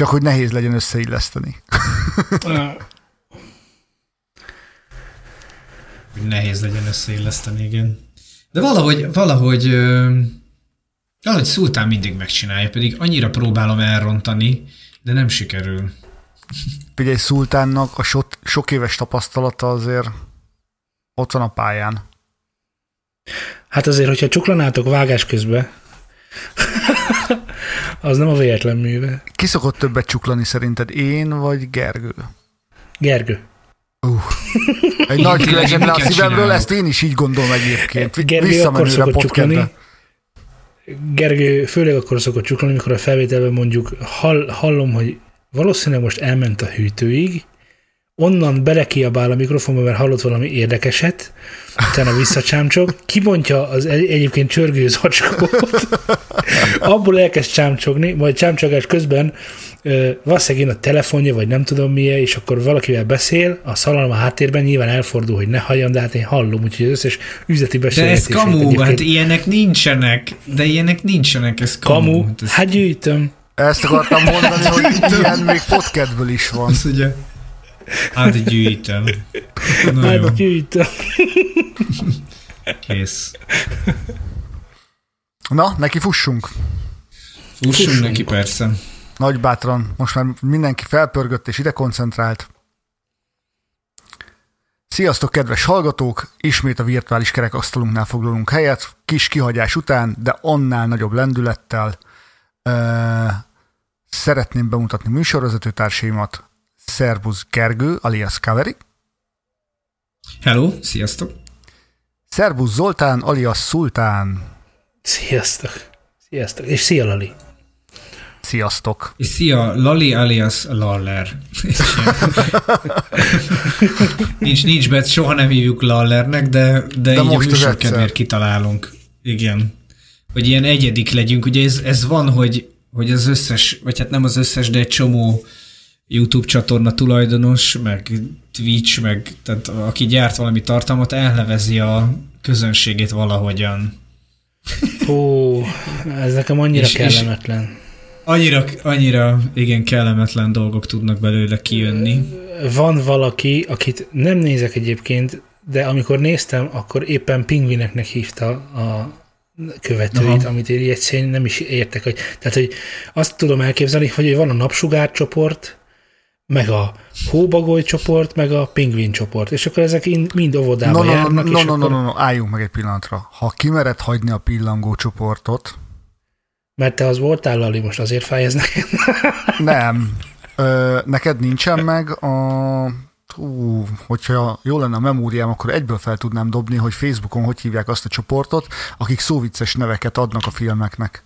Csak hogy nehéz legyen összeilleszteni. Nehéz legyen összeilleszteni, igen. De valahogy Szultán mindig megcsinálja, pedig annyira próbálom elrontani, de nem sikerül. Figyelj, Szultánnak a sok éves tapasztalata azért ott van a pályán. Hát azért, hogyha csuklanátok vágás közben, az nem a véletlen műve. Ki szokott többet csuklani szerinted, én vagy Gergő? Gergő. Egy nagy különbség le a szívemről, ezt én is így gondolom egyébként. Gergő akkor szokott csuklani. Gergő főleg akkor szokott csuklani, amikor a felvételben mondjuk hallom, hogy valószínűleg most elment a hűtőig, onnan belekiabál a mikrofonba, mert hallott valami érdekeset, utána visszacsámcsog, kibontja az egyébként csörgő zacskót, abból elkezd csámcsogni, majd csámcsogás közben valószínűleg én a telefonja, vagy nem tudom milyen, és akkor valakivel beszél, a szalalom a háttérben nyilván elfordul, hogy ne halljon, de hát én hallom, úgyhogy az összes üzleti beszélgetés. De ez kamu, hát ilyenek nincsenek, ez kamu. Hát gyűjtöm. Ezt akartam mondani, hogy ilyen még podcastből is van. Az ugye, hát gyűjtöm. Hát gyűjtöm. Kész. Na, neki fussunk. Fussunk neki, persze. Nagybátran. Most már mindenki felpörgött és ide koncentrált. Sziasztok, kedves hallgatók! Ismét a virtuális kerekasztalunknál foglalunk helyet, kis kihagyás után, de annál nagyobb lendülettel. Szeretném bemutatni műsorvezetőtársaimat. Szervusz Gergő, alias Kaveri. Hello, sziasztok! Szervusz Zoltán, alias Szultán. Sziasztok! Sziasztok! És szia Lali! Sziasztok! És szia Lali, alias Laller. nincs bet, soha nem hívjuk Lallernek, de így a műsorkedvéért kitalálunk. Igen. Hogy ilyen egyedik legyünk. Ugye ez van, hogy az összes, vagy hát nem az összes, de egy csomó YouTube csatorna tulajdonos, meg Twitch, meg tehát aki gyárt valami tartalmat, elnevezi a közönségét valahogyan. Ó, ez nekem annyira kellemetlen. Annyira igen kellemetlen dolgok tudnak belőle kijönni. Van valaki, akit nem nézek egyébként, de amikor néztem, akkor éppen pingvineknek hívta a követőit, amit én egyszerűen nem is értek. Tehát, hogy azt tudom elképzelni, hogy van a napsugár csoport, meg a hóbagoly csoport, meg a pingvin csoport, és akkor ezek mind óvodába járnak. Álljunk meg egy pillanatra. Ha kimered hagyni a pillangó csoportot, mert te az voltál, Lali, most azért fáj ez neked? Nem. Neked nincsen meg hogyha jó lenne a memóriám, akkor egyből fel tudnám dobni, hogy Facebookon hogy hívják azt a csoportot, akik szóvicces neveket adnak a filmeknek.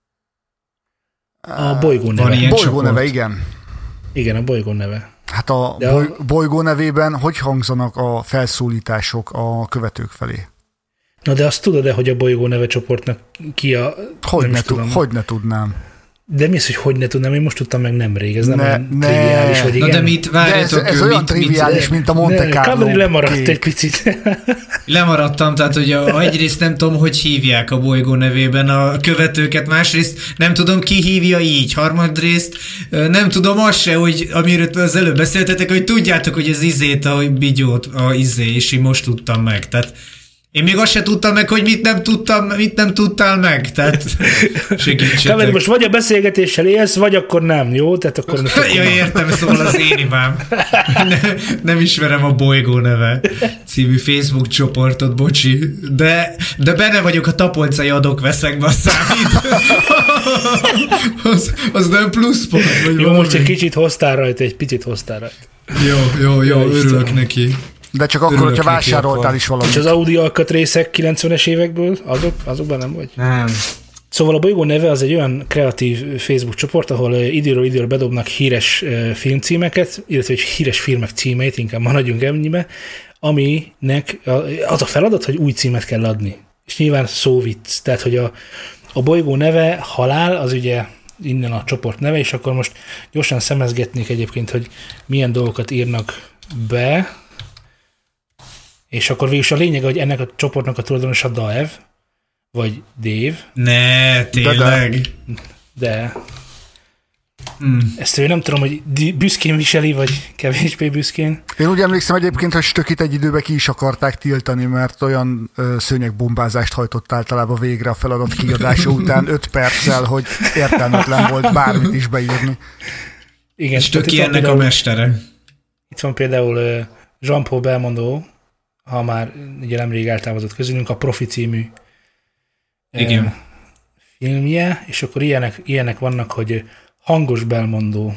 A bolygó neve. Bolygó neve, igen. Igen, a bolygó neve. Hát a bolygó nevében hogy hangzanak a felszólítások a követők felé? Na de azt tudod-e, hogy a bolygó neve csoportnak ki a... Hogy ne tudnám. De mi az, hogy ne tudnám? Én most tudtam meg nemrég. Ez nem olyan triviális, hogy igen. Na de mit várjatok? Ez olyan triviális, mint a Monte Carlo. Kaveri lemaradt egy picit. Lemaradtam, tehát hogy egyrészt nem tudom, hogy hívják a bolygó nevében a követőket, másrészt nem tudom, ki hívja így, harmadrészt nem tudom azt se, hogy amiről az előbb beszéltetek, hogy tudjátok, hogy az a bigyót, és én most tudtam meg, tehát én még azt se tudtam meg, hogy mit nem tudtál meg, tehát segítsetek. Kaveri, most vagy a beszélgetéssel élsz, vagy akkor nem, jó? Tehát akkor most ja, értem, szóval az én hibám. Nem ismerem a Bolygó neve című Facebook csoportot, bocsi, de benne vagyok a tapolcai adok-veszekbe, a számít. az nem pluszpont. Jó, most egy kicsit hoztál rajta, Jó, örülök neki. De csak akkor, hogyha vásároltál is valamit. És az Audi alkatrészek 90-es évekből, azokban nem vagy? Nem. Szóval a bolygó neve az egy olyan kreatív Facebook csoport, ahol időről bedobnak híres filmcímeket, illetve híres filmek címeit, inkább maradjunk ennyibe, aminek az a feladat, hogy új címet kell adni. És nyilván szóvicc, tehát hogy a bolygó neve halál, az ugye innen a csoport neve, és akkor most gyorsan szemezgetnék egyébként, hogy milyen dolgokat írnak be, és akkor végülis a lényeg, hogy ennek a csoportnak a tulajdonosa Daev, vagy Dave. Ne, tényleg. De. Ezt ő nem tudom, hogy büszkén viseli, vagy kevésbé büszkén. Én úgy emlékszem egyébként, hogy Stökit egy időben ki is akarták tiltani, mert olyan szőnyegbombázást hajtott általában végre a feladat kiadása után 5 perccel, hogy értelmetlen volt bármit is beírni. Igen, Stöki ennek a mestere. Itt van például Jean-Paul Belmondo, ha már ugye nemrég eltávozott közülünk, a Profi című filmje, és akkor ilyenek vannak, hogy hangos Belmondo,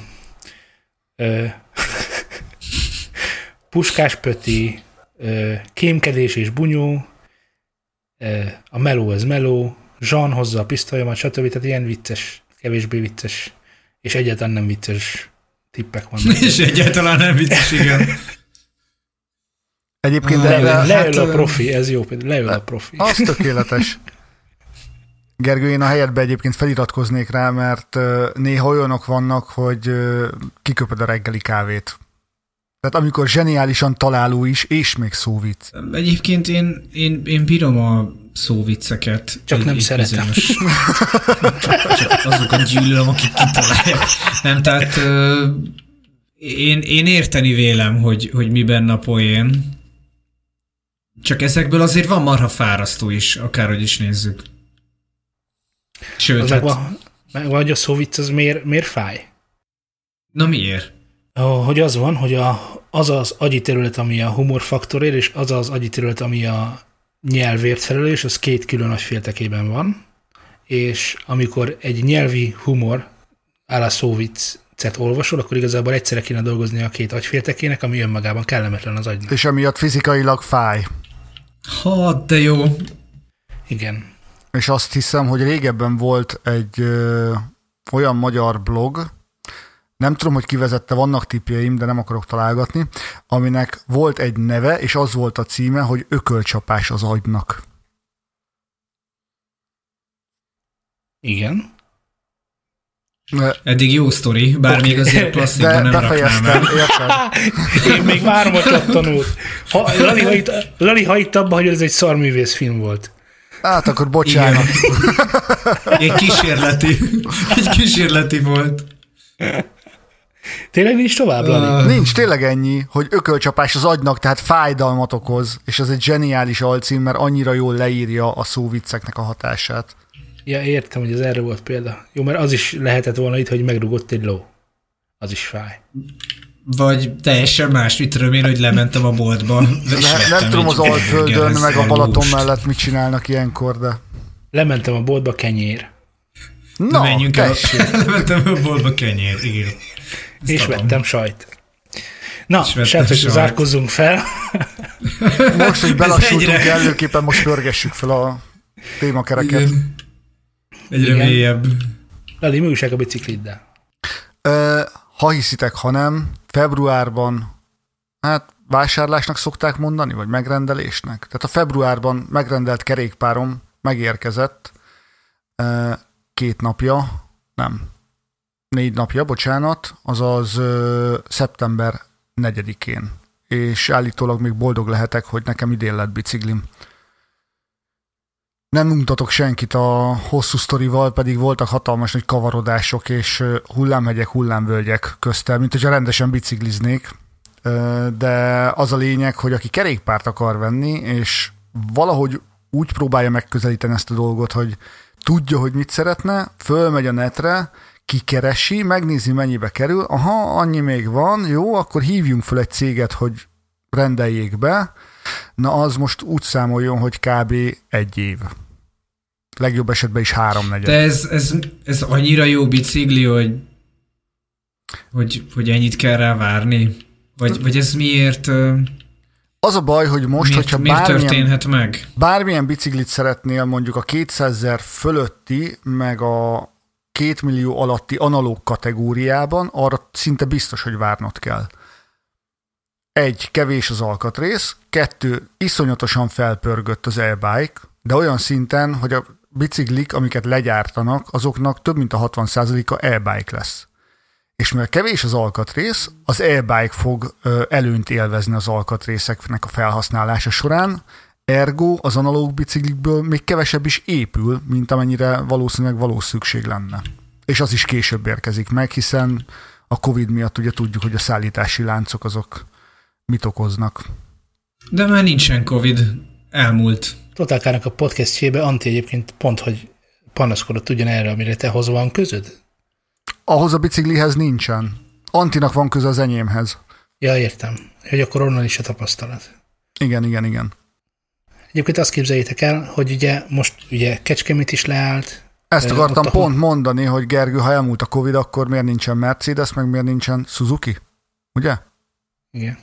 Puskás Pöti, Kémkedés és bunyó, a meló az meló, Jean hozza a pisztolyomat, stb. Tehát ilyen vicces, kevésbé vicces, és egyáltalán nem vicces tippek vannak. És egyáltalán nem vicces, igen. Egyébként leül a profi, ez jó például, leül a profi. Az tökéletes. Gergő, én a helyedben egyébként feliratkoznék rá, mert néha olyanok vannak, hogy kiköpöd a reggeli kávét. Tehát amikor zseniálisan találó is, és még szóvic. Egyébként én bírom a szóvicceket. Csak nem szeretem. Csak azokat gyűlölöm, akik kitalálják. Nem, tehát én érteni vélem, hogy mi benne a poén. Csak ezekből azért van marha fárasztó is, akárhogy is nézzük. Sőt, vagy a szóvic az miért fáj? Na miért? Hogy az van, hogy az az agyi terület, ami a humorfaktorér, és az az agyi terület, ami a nyelvért felelős, az 2 külön agyféltekében van, és amikor egy nyelvi humor áll a szóviccet olvasol, akkor igazából egyszerre kéne dolgozni a 2 agyféltekének, ami önmagában kellemetlen az agynak. És amiatt fizikailag fáj. De jó. Igen. És azt hiszem, hogy régebben volt egy olyan magyar blog, nem tudom, hogy kivezette, vannak tippjeim, de nem akarok találgatni, aminek volt egy neve, és az volt a címe, hogy ökölcsapás az agynak. Igen. Eddig jó sztori, bár még azért klasszikban nem raknám el. Én még várom a csattanót. Lali hagyd abba, hogy ez egy szarművész film volt. Hát akkor bocsánat. Egy kísérleti volt. Tényleg nincs tovább, Lali? Nincs, tényleg ennyi, hogy ökölcsapás az agynak, tehát fájdalmat okoz, és ez egy zseniális alcím, mert annyira jól leírja a szóvicceknek a hatását. Ja, értem, hogy ez erre volt példa. Jó, mert az is lehetett volna itt, hogy megrugott egy ló. Az is fáj. Vagy teljesen más, mit tudom én, hogy lementem a boltba. Nem tudom az Alföldön, meg a Balaton mellett mit csinálnak ilyenkor, de... Lementem a boltba, kenyér. Na, menjünk el. Lementem a boltba, kenyér, igen. És vettem sajt. Na, srácok, zárkozzunk fel. Most, hogy belassultunk előképpen, most pörgessük fel a témakereket. Igen. Egyre mélyebb. Lali, mi újság a bicikliddel? Ha hiszitek, ha nem, februárban, hát vásárlásnak szokták mondani, vagy megrendelésnek. Tehát a februárban megrendelt kerékpárom megérkezett 2 napja, nem, 4 napja, bocsánat, azaz szeptember 4-én. És állítólag még boldog lehetek, hogy nekem idén lett biciklim. Nem mutatok senkit a hosszú sztorival, pedig voltak hatalmas nagy kavarodások és hullámhegyek, hullámvölgyek köztem, mint hogyha rendesen bicikliznék. De az a lényeg, hogy aki kerékpárt akar venni, és valahogy úgy próbálja megközelíteni ezt a dolgot, hogy tudja, hogy mit szeretne, fölmegy a netre, kikeresi, megnézi, mennyibe kerül, aha, annyi még van, jó, akkor hívjunk föl egy céget, hogy rendeljék be. Na az most úgy számoljon, hogy kb. 1 év. Legjobb esetben is 3-4. De ez annyira jó bicikli, hogy ennyit kell rá várni? Vagy ez miért... Az a baj, hogy most, hogyha miért történhet meg? Bármilyen biciklit szeretnél, mondjuk a 200 000 fölötti, meg a 2 millió alatti analóg kategóriában, arra szinte biztos, hogy várnod kell. 1. Kevés az alkatrész, 2. Iszonyatosan felpörgött az e-bike, de olyan szinten, hogy a biciklik, amiket legyártanak, azoknak több mint a 60%-a e-bike lesz. És mivel kevés az alkatrész, az e-bike fog előnyt élvezni az alkatrészeknek a felhasználása során, ergo az analóg biciklikből még kevesebb is épül, mint amennyire valószínűleg valós szükség lenne. és az is később érkezik meg, hiszen a Covid miatt ugye tudjuk, hogy a szállítási láncok azok mit okoznak. De már nincsen Covid, elmúlt. Totál Kárnak a podcastjébe Antti egyébként pont, hogy panaszkodott ugyanerre, amire tehoz van közöd? Ahhoz a biciklihez nincsen. Antinak van köze az enyémhez. Ja, értem. Hogy akkor onnan is a tapasztalat. Igen. Egyébként azt képzeljétek el, hogy ugye most ugye Kecskemét is leállt. Ezt akartam pont mondani, hogy Gergő, ha elmúlt a Covid, akkor miért nincsen Mercedes, meg miért nincsen Suzuki? Ugye? Igen.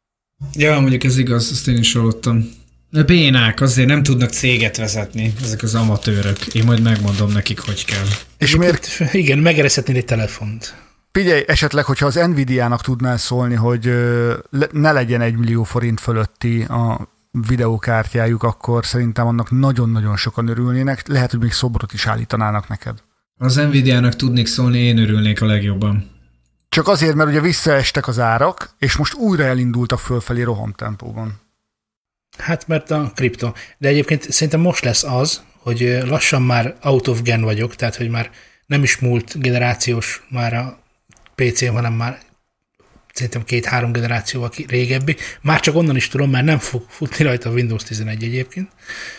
Ja, mondjuk ez igaz, ezt én is hallottam. De bénák, azért nem tudnak céget vezetni, ezek az amatőrök. Én majd megmondom nekik, hogy kell. És miért? Igen, megereszhetnél egy telefont. Figyelj, esetleg, hogyha az Nvidia-nak tudnál szólni, hogy ne legyen 1 millió forint fölötti a videókártyájuk, akkor szerintem annak nagyon-nagyon sokan örülnének. Lehet, hogy még szobrot is állítanának neked. Az Nvidia-nak tudnék szólni, én örülnék a legjobban. Csak azért, mert ugye visszaestek az árak, és most újra elindultak fölfelé rohamtempóban. Hát, mert a kripto. De egyébként szerintem most lesz az, hogy lassan már out of gen vagyok, tehát, hogy már nem is múlt generációs már a PC-m, hanem már szerintem 2-3 generációval régebbi. Már csak onnan is tudom, már nem fog futni rajta a Windows 11 egyébként.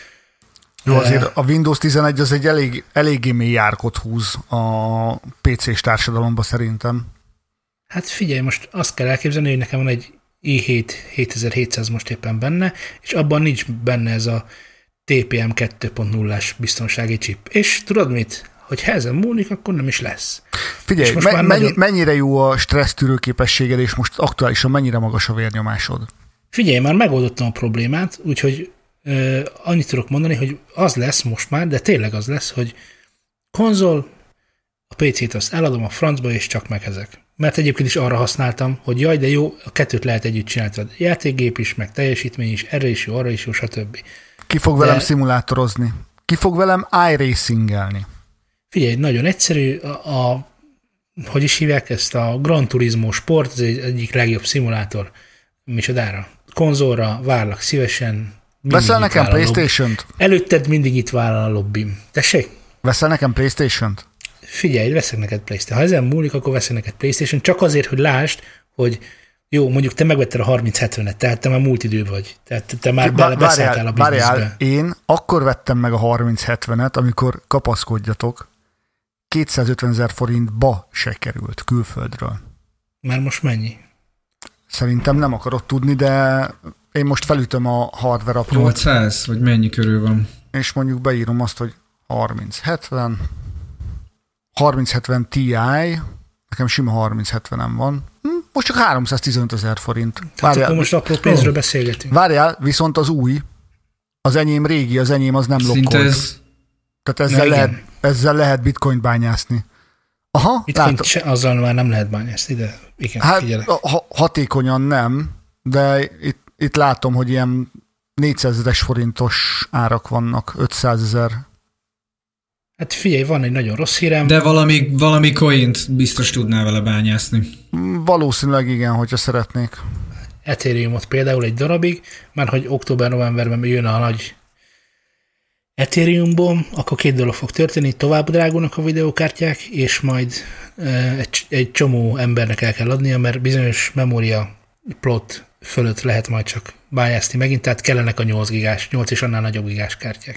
Jó, azért a Windows 11 az egy eléggé mély árkot húz a PC-s társadalomba szerintem. Hát figyelj, most azt kell elképzelni, hogy nekem van egy i7 7700 most éppen benne, és abban nincs benne ez a TPM 2.0-ás biztonsági chip. És tudod mit? Hogyha ezen múlik, akkor nem is lesz. Figyelj, mennyire jó a stressztűrő képességed, és most aktuálisan mennyire magas a vérnyomásod? Figyelj, már megoldottam a problémát, úgyhogy annyit tudok mondani, hogy az lesz most már, de tényleg az lesz, hogy konzol, a PC-t azt eladom a francba, és csak meg ezek. Mert egyébként is arra használtam, hogy jaj, de jó, a kettőt lehet együtt csinálni. Játékgép is, meg teljesítmény is, erre is jó, arra is jó, stb. Ki fog velem szimulátorozni? Ki fog velem iRacingelni? Figyelj, nagyon egyszerű, hogy is hívják ezt, a Gran Turismo Sport, az egyik legjobb szimulátor. Micsodára? Konzolra várlak szívesen. Veszel nekem PlayStation-t? Előtted mindig itt vállal a lobbim. Tessék? Veszel nekem PlayStation-t? Figyelj, veszek neked PlayStation. Ha ezen múlik, akkor veszek neked PlayStation, csak azért, hogy lásd, hogy jó, mondjuk te megvetted a 3070-et, tehát te már múlt idő vagy. Tehát te már beszálltál a bizniszbe. Én akkor vettem meg a 3070-et, amikor kapaszkodjatok, 250 000 forintba se került külföldről. Már most mennyi? Szerintem nem akarod tudni, de én most felütöm a hardware aprót. 800, vagy mennyi körül van? És mondjuk beírom azt, hogy 3070 Ti, nekem sima 3070-em van. Most csak 315 000 forint. Tehát akkor most apró pénzről beszélgetünk. Várjál, viszont az új, az enyém régi, az enyém az nem lokkolt. Tehát ezzel lehet bitcoint bányászni. Aha, bitcoint azzal már nem lehet bányászni, de igen, hát hatékonyan nem, de itt látom, hogy ilyen 400 000 forintos árak vannak, 500 000. Hát figyelj, van egy nagyon rossz hírem. De valami coint biztos tudnál vele bányászni. Valószínűleg igen, hogyha szeretnék. Ethereumot például egy darabig, már hogy október-novemberben jön a nagy Ethereumból, akkor 2 dolog fog történni, tovább drágulnak a videókártyák, és majd egy csomó embernek el kell adnia, mert bizonyos memória plot fölött lehet majd csak bányászni megint, tehát kellenek a 8 gigás, 8 és annál nagyobb gigás kártyák.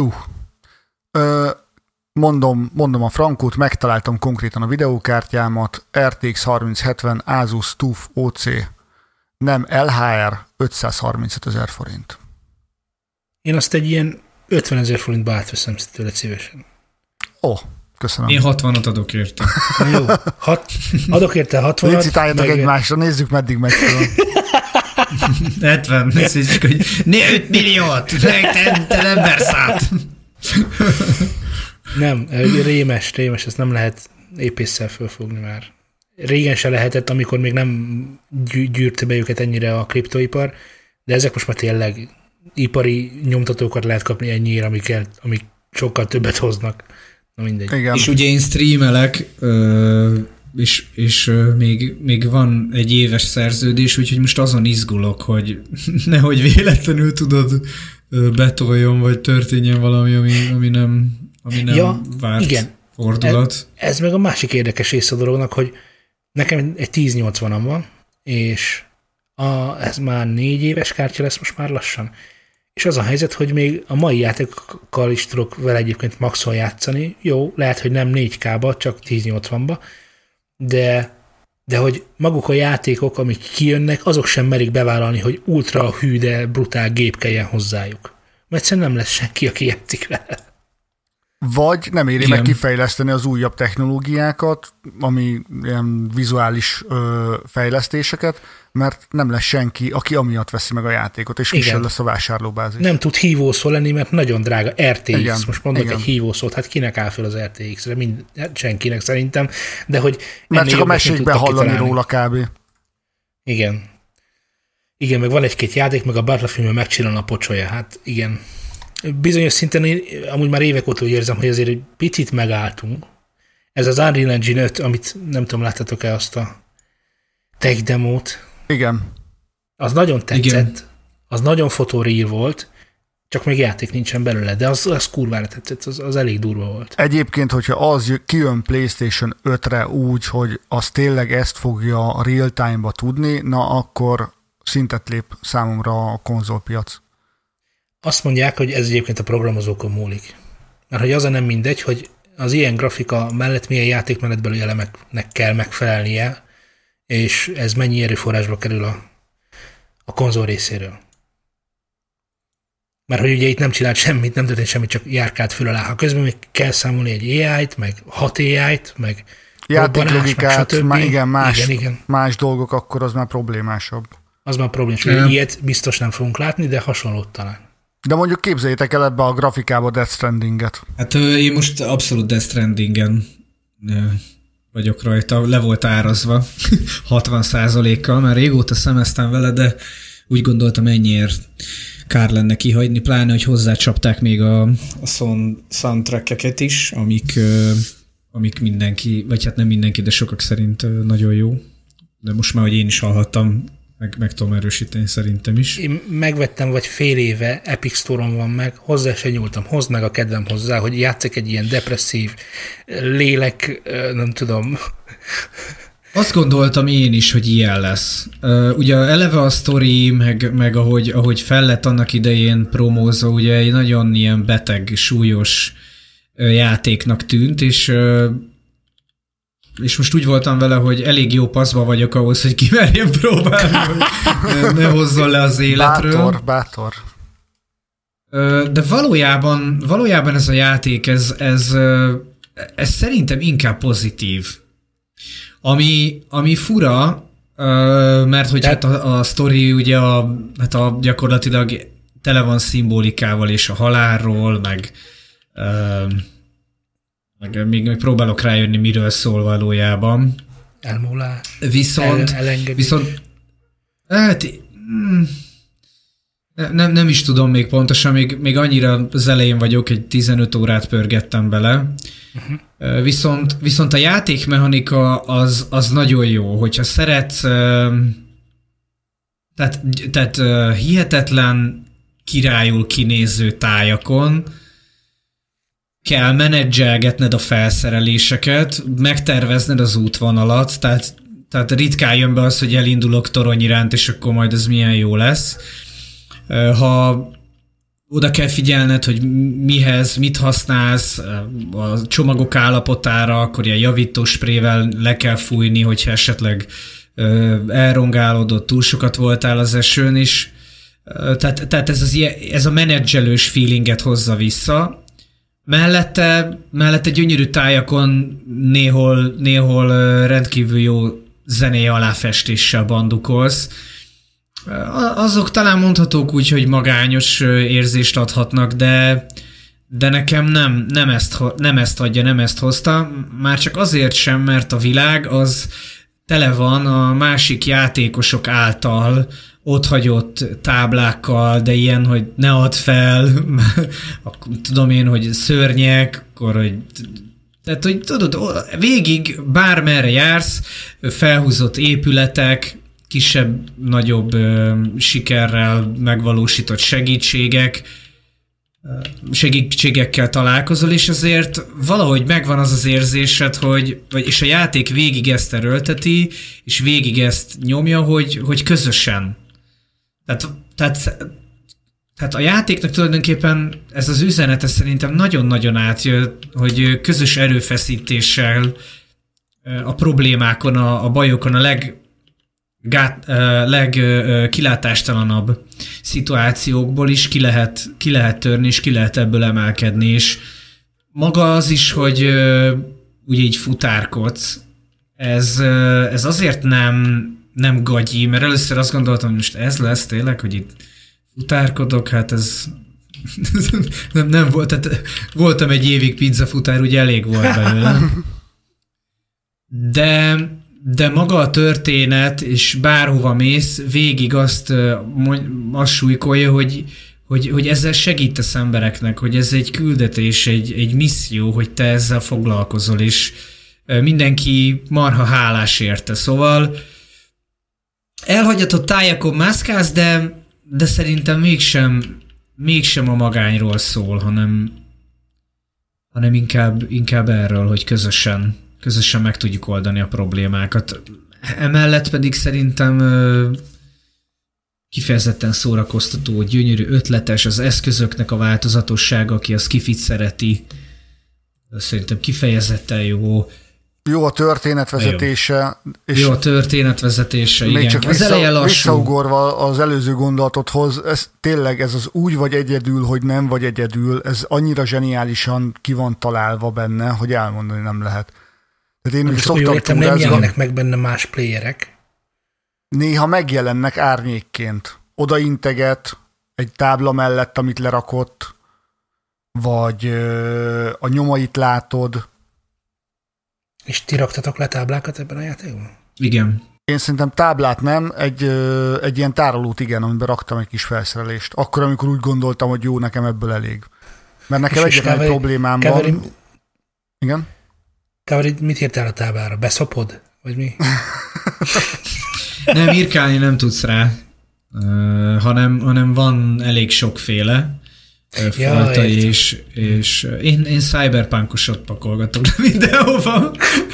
Mondom a frankót, megtaláltam konkrétan a videókártyámat, RTX 3070 Asus TUF OC, nem LHR, 535 000 forint. Én azt egy ilyen 50 000 forintba átveszem tőled szívesen. Köszönöm. Én 60-ot adok érte. Jó, adok érte 60-at. Licitáljatok egymásra, nézzük meddig megy föl. 70, nézzük, hogy 5 milliót, te emberszát. Nem, rémes, ezt nem lehet épésszel fölfogni már. Régen se lehetett, amikor még nem gyűrte be őket ennyire a kriptoipar, de ezek most már tényleg ipari nyomtatókat lehet kapni ennyire, amik sokkal többet hoznak. Na mindegy. Igen. És ugye én streamelek, és még van egy éves szerződés, úgyhogy most azon izgulok, hogy nehogy véletlenül betoljon, vagy történjen valami, ami nem várt. Igen. fordulat. Ez meg a másik érdekes része a dolognak, hogy nekem egy 1080-am van, és ez már 4 éves kártya lesz most már lassan. És az a helyzet, hogy még a mai játékokkal is tudok vele egyébként maxon játszani. Jó, lehet, hogy nem 4K-ba, csak 1080-ba, de hogy maguk a játékok, amik kijönnek, azok sem merik bevállalni, hogy ultra hű, de brutál gép kelljen hozzájuk. Mert egyszerűen nem lesz senki, aki játszik vele. Vagy nem éri meg kifejleszteni az újabb technológiákat, ami ilyen vizuális fejlesztéseket, mert nem lesz senki, aki amiatt veszi meg a játékot, és kisebb lesz a vásárlóbázis. Nem tud hívószó lenni, mert nagyon drága. RTX, igen, most mondok egy hívószót, hát kinek áll fel az RTX-re? Senkinek szerintem, de hogy... Mert csak a mesékben hallani róla kb. Igen. Igen, meg van egy-két játék, meg a Battlefieldben megcsinálna a pocsolya, hát igen. Bizonyos szinten én amúgy már évek óta úgy érzem, hogy azért egy picit megálltunk. Ez az Unreal Engine 5, amit nem tudom, láttatok-e azt a tech demót? Igen. Az nagyon tetszett, igen. Az nagyon fotorír volt, csak még játék nincsen belőle, de az kurvára tetszett, az elég durva volt. Egyébként, hogyha az kijön PlayStation 5-re úgy, hogy az tényleg ezt fogja real time-ba tudni, na akkor szintet lép számomra a konzolpiac. Azt mondják, hogy ez egyébként a programozókon múlik. Mert hogy az a nem mindegy, hogy az ilyen grafika mellett milyen játékmenetbeli elemeknek kell megfelelnie, és ez mennyi erőforrásba kerül a konzol részéről. Mert hogy ugye itt nem csinált semmit, nem történt semmit, csak járkált föl alá. Ha közben még kell számolni egy AI-t, meg 6 AI-t, meg játéklogikát, igen, más dolgok, akkor az már problémásabb. Az már problémás. Ilyet biztos nem fogunk látni, de hasonlót talán. De mondjuk képzeljétek el ebbe a grafikába Death Stranding-et. Hát én most abszolút Death Strandingen vagyok rajta, le volt árazva 60%-kal, már régóta szemeztem vele, de úgy gondoltam ennyiért kár lenne kihagyni, pláne, hogy hozzácsapták még a soundtrack-eket is, amik mindenki, vagy hát nem mindenki, de sokak szerint nagyon jó. De most már, hogy én is hallhattam, meg tudom erősíteni szerintem is. Én megvettem, vagy fél éve, Epic Store-on van meg, hozzá se nyúltam, hozd meg a kedvem hozzá, hogy játszek egy ilyen depresszív lélek, nem tudom. Azt gondoltam én is, hogy ilyen lesz. Ugye eleve a sztori, meg ahogy fel lett annak idején promózva, ugye egy nagyon ilyen beteg, súlyos játéknak tűnt, és most úgy voltam vele, hogy elég jó paszba vagyok ahhoz, hogy kimerjem próbálni, hogy ne hozzon le az életről. Bátor. De valójában ez a játék, ez szerintem inkább pozitív. Ami fura, mert hogy hát a sztori ugye gyakorlatilag tele van szimbolikával és a halálról, meg még próbálok rájönni, miről szól valójában. Elmúlás. Viszont hát, nem is tudom még pontosan, még annyira az elején vagyok, egy 15 órát pörgettem bele. Uh-huh. Viszont a játékmechanika az nagyon jó, hogyha szeretsz, tehát hihetetlen királyul kinéző tájakon kell menedzselgetned a felszereléseket, megtervezned az útvonalat, tehát ritkán jön be az, hogy elindulok torony iránt, és akkor majd ez milyen jó lesz. Ha oda kell figyelned, hogy mit használsz a csomagok állapotára, akkor ilyen javító-sprével le kell fújni, hogyha esetleg elrongálódott, túl sokat voltál az esőn is. Tehát ez a menedzselős feelinget hozza vissza. Mellette gyönyörű tájakon néhol rendkívül jó zenéje aláfestéssel bandukolsz. Azok talán mondhatók úgy, hogy magányos érzést adhatnak, de nekem nem ezt adja, nem ezt hozta. Már csak azért sem, mert a világ az tele van a másik játékosok által otthagyott táblákkal, de ilyen, hogy ne add fel, tudom én, hogy szörnyek, akkor, hogy tehát, hogy tudod, végig bármerre jársz, felhúzott épületek, kisebb-nagyobb sikerrel megvalósított segítségek, segítségekkel találkozol, és azért valahogy megvan az az érzésed, és a játék végig ezt erőlteti, és végig ezt nyomja, hogy közösen. Tehát a játéknak tulajdonképpen ez az üzenete szerintem nagyon-nagyon átjött, hogy közös erőfeszítéssel a problémákon, a bajokon, a legkilátástalanabb szituációkból is ki lehet törni, és ki lehet ebből emelkedni, és maga az is, hogy ugye így futárkodsz, ez azért nem gagyi, mert először azt gondoltam, hogy most ez lesz tényleg, hogy itt futárkodok, hát ez nem volt, tehát voltam egy évig pizzafutár, ugye elég volt belőlem. De maga a történet, és bárhova mész, végig azt súlykolja, hogy ezzel segítesz embereknek, hogy ez egy küldetés, egy misszió, hogy te ezzel foglalkozol, és mindenki marha hálás érte. Szóval elhagyatott tájakon mászkálsz, de szerintem mégsem a magányról szól, hanem inkább erről, hogy közösen meg tudjuk oldani a problémákat. Emellett pedig szerintem kifejezetten szórakoztató, gyönyörű, ötletes, az eszközöknek a változatossága, aki a skifit szereti, szerintem kifejezetten jó. Jó a történetvezetése. Jó a történetvezetése, még igen. Csak az eleje lassú. Visszaugorva az előző gondolatodhoz, ez tényleg ez az úgy vagy egyedül, hogy nem vagy egyedül, ez annyira zseniálisan ki van találva benne, hogy elmondani nem lehet. Tehát én szoktam nem jelennek meg benne más playerek. Néha megjelennek árnyékként. Odainteget egy tábla mellett, amit lerakott, vagy a nyomait látod. És ti raktatok le táblákat ebben a játékban? Igen. Én szerintem táblát nem, egy ilyen tárolót igen, amiben raktam egy kis felszerelést. Akkor, amikor úgy gondoltam, hogy jó, nekem ebből elég. Mert nekem egyetlen egy problémám van. Igen? Káveri, mit írtál a táblára? Beszopod? Vagy mi? Nem, írkálni nem tudsz rá, hanem van elég sokféle fajta, és én cyberpunkosat pakolgatok mindenhova.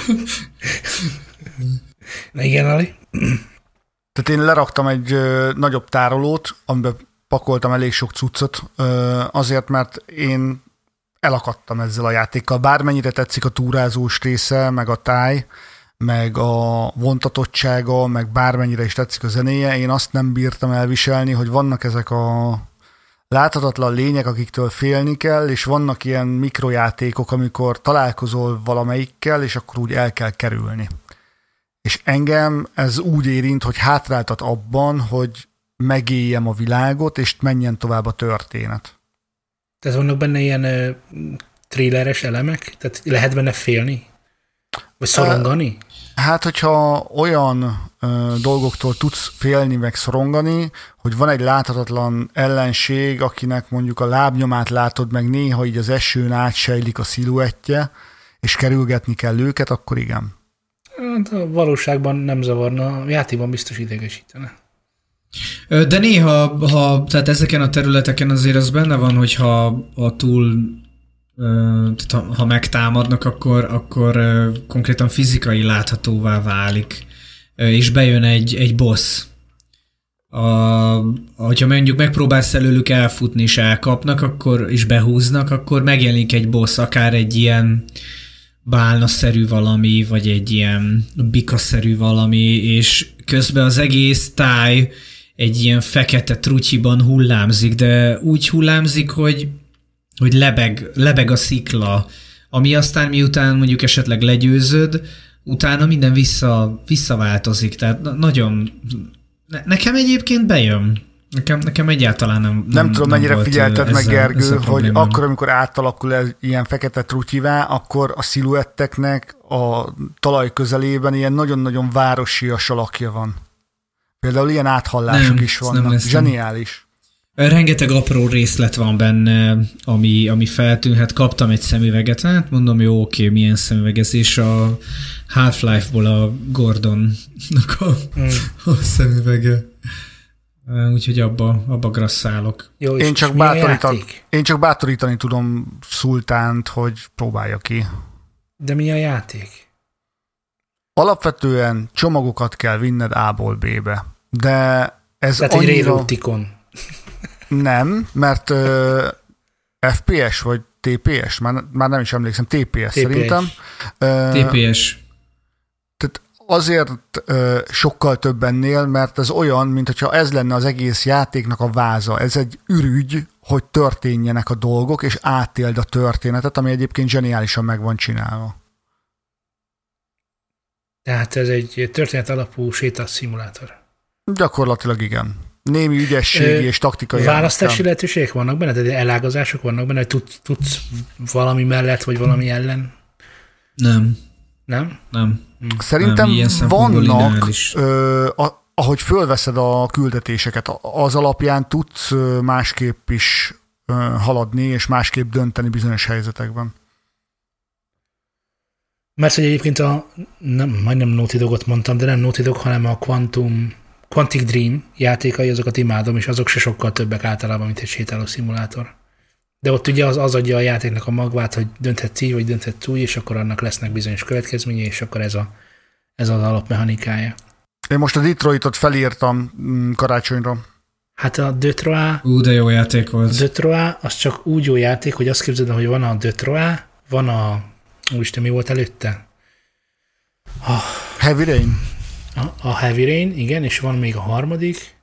Na igen, Ali? Tehát én leraktam egy nagyobb tárolót, amiben pakoltam elég sok cuccot, azért, mert én elakadtam ezzel a játékkal. Bármennyire tetszik a túrázós része, meg a táj, meg a vontatottsága, meg bármennyire is tetszik a zenéje, én azt nem bírtam elviselni, hogy vannak ezek a láthatatlan lények, akiktől félni kell, és vannak ilyen mikrojátékok, amikor találkozol valamelyikkel, és akkor úgy el kell kerülni. És engem ez úgy érint, hogy hátráltat abban, hogy megéljem a világot, és menjen tovább a történet. Tehát vannak benne ilyen thrilleres elemek? Tehát lehet benne félni? Vagy szorongani? Hát, hogyha olyan dolgoktól tudsz félni, meg szorongani, hogy van egy láthatatlan ellenség, akinek mondjuk a lábnyomát látod, meg néha így az esőn átsejlik a sziluettje, és kerülgetni kell őket, akkor igen. Hát a valóságban nem zavarna, a játékban biztos idegesítene. De néha, tehát ezeken a területeken azért az benne van, hogy ha ha megtámadnak, akkor konkrétan fizikai láthatóvá válik, és bejön egy boss. Hogyha mondjuk megpróbálsz előlük elfutni, és elkapnak, és behúznak, akkor megjelenik egy boss, akár egy ilyen bálnaszerű valami, vagy egy ilyen bikaszerű valami, és közben az egész táj egy ilyen fekete trutyiban hullámzik, de úgy hullámzik, hogy lebeg a szikla, ami aztán miután mondjuk esetleg legyőzöd, utána minden visszaváltozik. Tehát nagyon... Nekem egyébként bejön. Nekem egyáltalán nem tudom, mennyire figyelted meg, Gergő, hogy akkor, amikor átalakul ez ilyen fekete trutyivá, akkor a sziluetteknek a talaj közelében ilyen nagyon-nagyon városias alakja van. Például ilyen áthallások is vannak. Zseniális. Rengeteg apró részlet van benne, ami feltűnhet. Kaptam egy szemüveget, hát mondom, jó, oké, milyen szemüvegezés, a Half-Life-ból a Gordonnak a szemüvege. Úgyhogy abba grasszálok. Jó, Én csak bátorítani tudom Szultánt, hogy próbálja ki. De mi a játék? Alapvetően csomagokat kell vinned A-ból B-be. De ez tehát annyira... egy Railroad-tikon. Nem, mert FPS vagy TPS? Már nem is emlékszem. TPS szerintem. TPS. Tehát azért sokkal több ennél, mert ez olyan, mintha ez lenne az egész játéknak a váza. Ez egy ürügy, hogy történjenek a dolgok, és átéld a történetet, ami egyébként zseniálisan meg van csinálva. Tehát ez egy történet alapú sétaszimulátor. Gyakorlatilag igen. Némi ügyességi és taktikai. Választási lehetőségek vannak benne? Tehát elágazások vannak benne, hogy tudsz valami mellett, vagy valami ellen? Nem. Nem? Szerintem vannak, ahogy fölveszed a küldetéseket, az alapján tudsz másképp is haladni, és másképp dönteni bizonyos helyzetekben. Mert hogy egyébként majdnem Naughty Dogot mondtam, de nem Naughty Dog, hanem a Quantic Dream játékai, azokat imádom, és azok se sokkal többek általában, mint egy sétáló szimulátor. De ott ugye az adja a játéknak a magvát, hogy dönthetsz így, vagy dönthetsz úgy, és akkor annak lesznek bizonyos következményei, és akkor ez az alapmechanikája. Én most a Detroitot felírtam karácsonyra. Hát a Detroit... de jó játék volt. Detroit, az csak úgy jó játék, hogy azt képzeld, hogy van a Detroit, van a... Úristen, mi volt előtte? Heavy Rain. A Heavy Rain, igen, és van még a harmadik.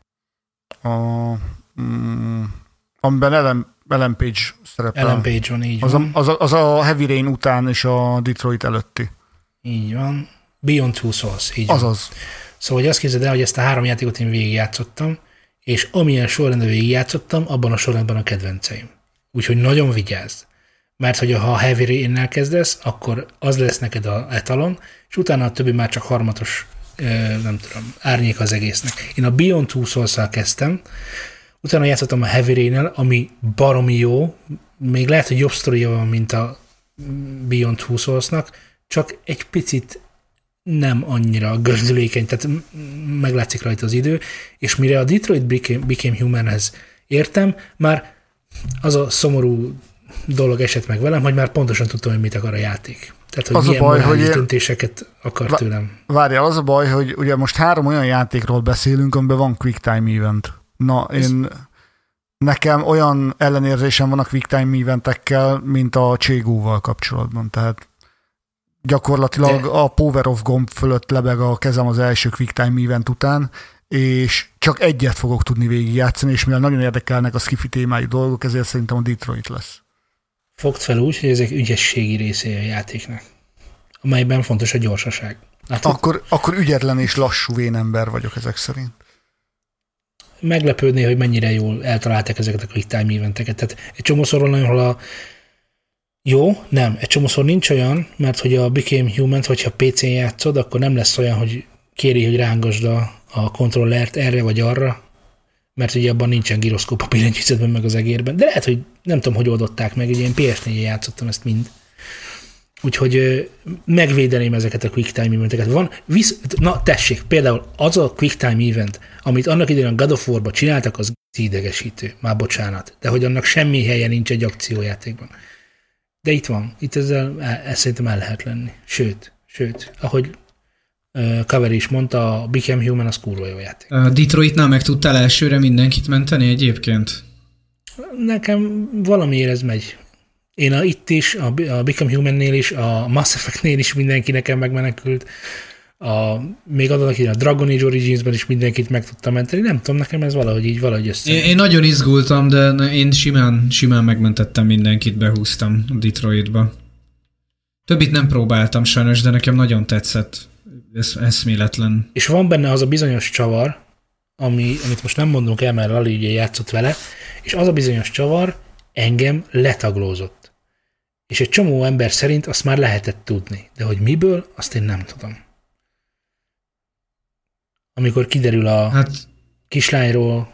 Amiben Ellen Page szerepel. Ellen Page van, így van. Az a Heavy Rain után és a Detroit előtti. Így van. Beyond Two Souls, így Azaz. van. Szóval, hogy azt képzeld el, hogy ezt a 3 játékot én végigjátszottam, és amilyen sorrendben végigjátszottam, abban a sorrendben a kedvenceim. Úgyhogy nagyon vigyázz. Mert hogy ha a Heavy Rain-nel kezdesz, akkor az lesz neked a etalon, és utána a többi már csak harmatos, nem tudom, árnyék az egésznek. Én a Beyond Two Souls-szal kezdtem, utána játszottam a Heavy Rain-nel, ami baromi jó, még lehet, hogy jobb sztoria van, mint a Beyond Two Souls-nak, csak egy picit nem annyira gördülékeny, tehát meglátszik rajta az idő, és mire a Detroit Became Humanhez értem, már az a szomorú dolog esett meg velem, hogy már pontosan tudtam, hogy mit akar a játék. Tehát, hogy az milyen morális döntéseket akar tőlem. Várjál, az a baj, hogy ugye most 3 olyan játékról beszélünk, amiben van Quick Time Event. Nekem olyan ellenérzésem van a Quick Time Eventekkel, mint a Cségóval kapcsolatban. Tehát gyakorlatilag a Power of gomb fölött lebeg a kezem az első Quick Time Event után, és csak egyet fogok tudni végigjátszani, és mivel nagyon érdekelnek a skifi témájú dolgok, ezért szerintem a Detroit lesz. Fogd fel úgy, hogy ezek ügyességi részei a játéknak, amelyben fontos a gyorsaság. Akkor ügyetlen és lassú vénember vagyok ezek szerint. Meglepődné, hogy mennyire jól eltalálták ezeket a quick time eventeket. Tehát egy csomószor van olyan, egy csomószor nincs olyan, mert hogy a Became Human-t, hogyha PC-n játszod, akkor nem lesz olyan, hogy kéri, hogy rángasd a kontrollert erre vagy arra, mert ugye abban nincsen giroszkóp a billentyűzetben meg az egérben. De lehet, hogy nem tudom, hogy oldották meg, ugye én PS4-en játszottam ezt mind. Úgyhogy megvédeném ezeket a quick time eventeket. Na tessék, például az a quick time event, amit annak idején a God of War-ba csináltak, az idegesítő. Már bocsánat. De hogy annak semmi helye nincs egy akciójátékban. De itt van. Itt ezt szerintem el lehet lenni. Sőt, ahogy Kaveri is mondta, a Become Human az kurva jó játék. A Detroitnál meg tudtál elsőre mindenkit menteni egyébként? Nekem valamiért ez megy. Én itt is, a Become Human-nél is, a Mass Effect-nél is mindenki nekem megmenekült. Még annak a Dragon Age Origins-ben is mindenkit meg tudtam menteni. Nem tudom, nekem ez valahogy össze. Én nagyon izgultam, de én simán megmentettem mindenkit, behúztam a Detroitba. Többit nem próbáltam sajnos, de nekem nagyon tetszett. Ez eszméletlen. És van benne az a bizonyos csavar, amit most nem mondunk el, mert Lali ugye játszott vele, és az a bizonyos csavar engem letaglózott. És egy csomó ember szerint azt már lehetett tudni. De hogy miből, azt én nem tudom. Amikor kiderül a kislányról...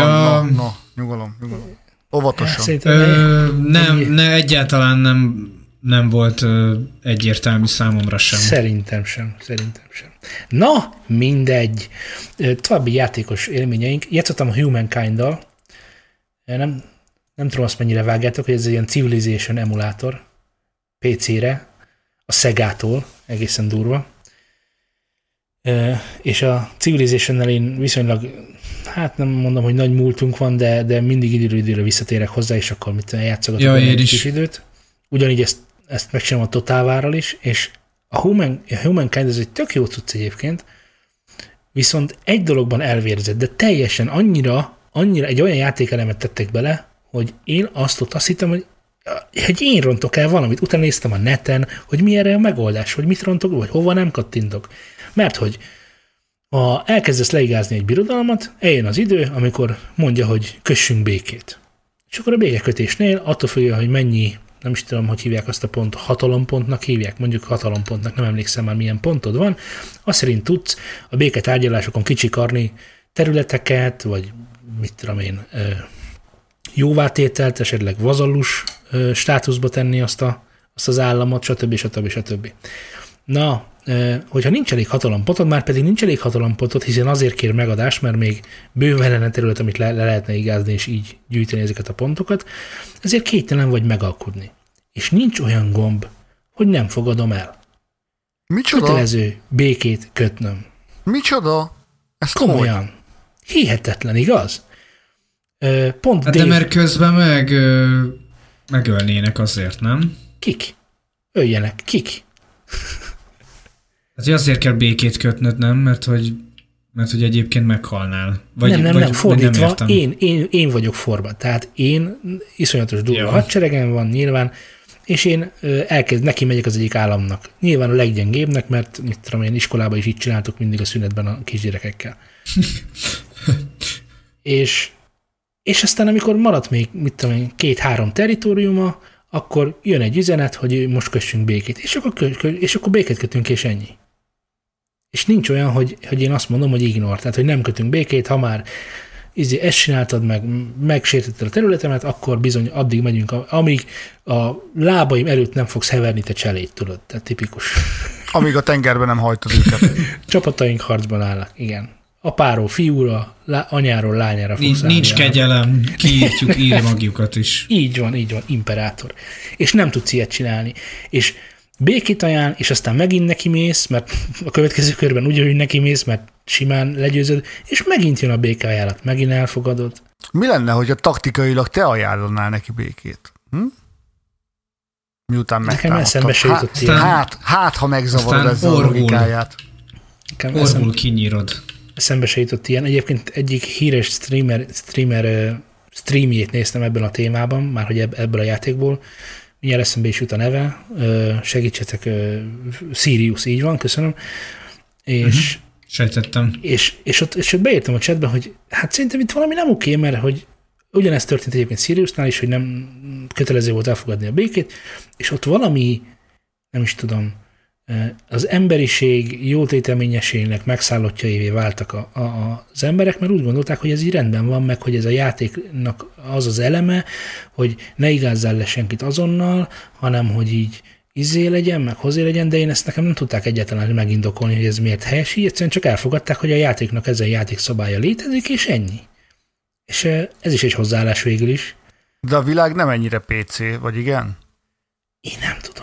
Nyugalom. Óvatosan. Nem, egyáltalán nem nem volt egyértelmű számomra sem. Szerintem sem. Na, mindegy. További játékos élményeink. Játszottam a Humankind-dal. Nem tudom azt mennyire vágjátok, hogy ez egy ilyen Civilization emulátor PC-re, a Sega-tól, egészen durva. És a Civilization-nel én viszonylag, hát nem mondom, hogy nagy múltunk van, de mindig időre visszatérek hozzá, és akkor játszogatok egy kis időt. Ugyanígy ezt megcsinálom a Total War-ral is, és a Humankind ez egy tök jó cucc egyébként, viszont egy dologban elvérzett, de teljesen annyira egy olyan játékelemet tettek bele, hogy én azt hittem, hogy én rontok el valamit. Utána néztem a neten, hogy mi erre a megoldás, hogy mit rontok, vagy hova nem kattintok. Mert hogy ha elkezdesz leigázni egy birodalmat, eljön az idő, amikor mondja, hogy kössünk békét. És akkor a békekötésnél attól függően, hogy mennyi, nem is tudom, hogy hívják azt a pont, hatalompontnak hívják, mondjuk hatalompontnak, nem emlékszem már milyen pontod van, azt szerint tudsz a béketárgyalásokon kicsikarni területeket, vagy mit tudom én, jóvátételt, esetleg vazallus státuszba tenni azt az államot, stb. Na, hogyha nincs elég hatalompontod, már pedig nincs elég hatalompontod, hiszen azért kér megadást, mert még bőven lenne terület, amit le lehetne igázni, és így gyűjteni ezeket a pontokat, ezért képtelen vagy megalkudni. És nincs olyan gomb, hogy nem fogadom el. Micsoda? Kötelező békét kötnöm. Micsoda? Ez komolyan. Hogy? Hihetetlen, igaz? Pont hát de mert közben megölnének azért, nem? Kik? Öljenek. Kik? Hát azért kell békét kötnöd, nem? Mert hogy egyébként meghalnál. Nem, fordítva, én vagyok forban. Tehát én iszonyatos durva hadseregem van nyilván, és én neki megyek az egyik államnak. Nyilván a leggyengébbnek, mert mit tudom én, iskolában is így csináltuk mindig a szünetben a kisgyerekekkel. És aztán amikor maradt még, mit tudom én, 2-3 territóriuma, akkor jön egy üzenet, hogy most kössünk békét. És akkor békét kötünk, és ennyi. És nincs olyan, hogy én azt mondom, hogy ignor. Tehát, hogy nem kötünk békét, ha már ezt csináltad meg, megsértetted a területemet, akkor bizony addig megyünk, amíg a lábaim előtt nem fogsz heverni, te cselét, tudod. Tehát tipikus. Amíg a tengerben nem hajtod őket. Csapataink harcban állnak, igen. Apáról fiúra, anyáról lányára fogsz állni. Nincs kegyelem, kiírtjuk magjukat is. Így van, imperátor. És nem tudsz ilyet csinálni. És békét ajánl, és aztán megint neki mész, mert a következő körben ugyanúgy neki mész, mert simán legyőzöd, és megint jön a békeajánlat, megint elfogadod. Mi lenne, hogyha taktikailag te ajánlanál neki békét? Miután nekem eszembe se jutott ilyen. Hát, ha megzavarod ezzel a logikáját. Orvul kinyírod. Eszembe se jutott ilyen. Egyébként egyik híres streamer streamjét néztem ebben a témában, már hogy ebből a játékból. Mindjárt eszembe is jut a neve. Segítsetek, Sirius, így van, köszönöm. És sejtettem. És ott beírtam a chatbe, hogy hát szerintem itt valami nem oké, mert hogy ugyanezt történt egyébként Siriusnál is, hogy nem kötelező volt elfogadni a békét, és ott valami, nem is tudom, az emberiség jótéteményesének megszállottjaivé váltak az emberek, mert úgy gondolták, hogy ez így rendben van, meg hogy ez a játéknak az eleme, hogy ne igázzál le senkit azonnal, hanem hogy így legyen, meg hozzá legyen, de én ezt nekem nem tudták egyáltalán megindokolni, hogy ez miért helyes, így egyszerűen csak elfogadták, hogy a játéknak ezen játékszabálya létezik, és ennyi. És ez is egy hozzáállás végül is. De a világ nem ennyire PC, vagy igen? Én nem tudom.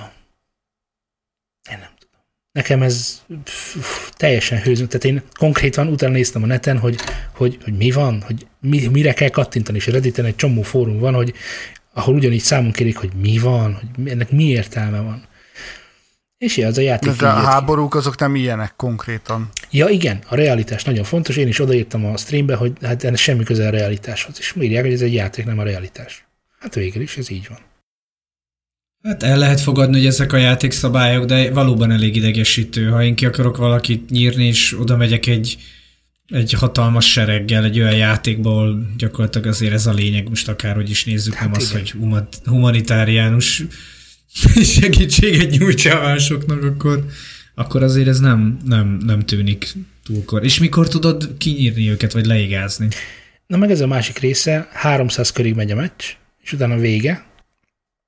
Nekem ez teljesen hőző. Tehát én konkrétan utána néztem a neten, hogy mi van, hogy mire kell kattintani, és Redditen egy csomó fórum van, ahol ugyanígy számon kérik, hogy mi van, hogy ennek mi értelme van. És az a játék. De a háborúk azok nem ilyenek konkrétan. Ja igen, a realitás nagyon fontos. Én is odaírtam a streambe, hogy hát ennek semmi köze a realitáshoz. És írják, hogy ez egy játék, nem a realitás. Hát végül is ez így van. Hát el lehet fogadni, hogy ezek a játékszabályok, de valóban elég idegesítő. Ha én ki akarok valakit nyírni, és oda megyek egy hatalmas sereggel egy olyan játékból, gyakorlatilag azért ez a lényeg, most akárhogy is nézzük, hát nem igen. Az, hogy humanitáriánus segítséget nyújtsa másoknak, akkor azért ez nem tűnik túlkor. És mikor tudod kinyírni őket, vagy leigázni? Na meg ez a másik része, 300 körig megy a meccs, és utána vége,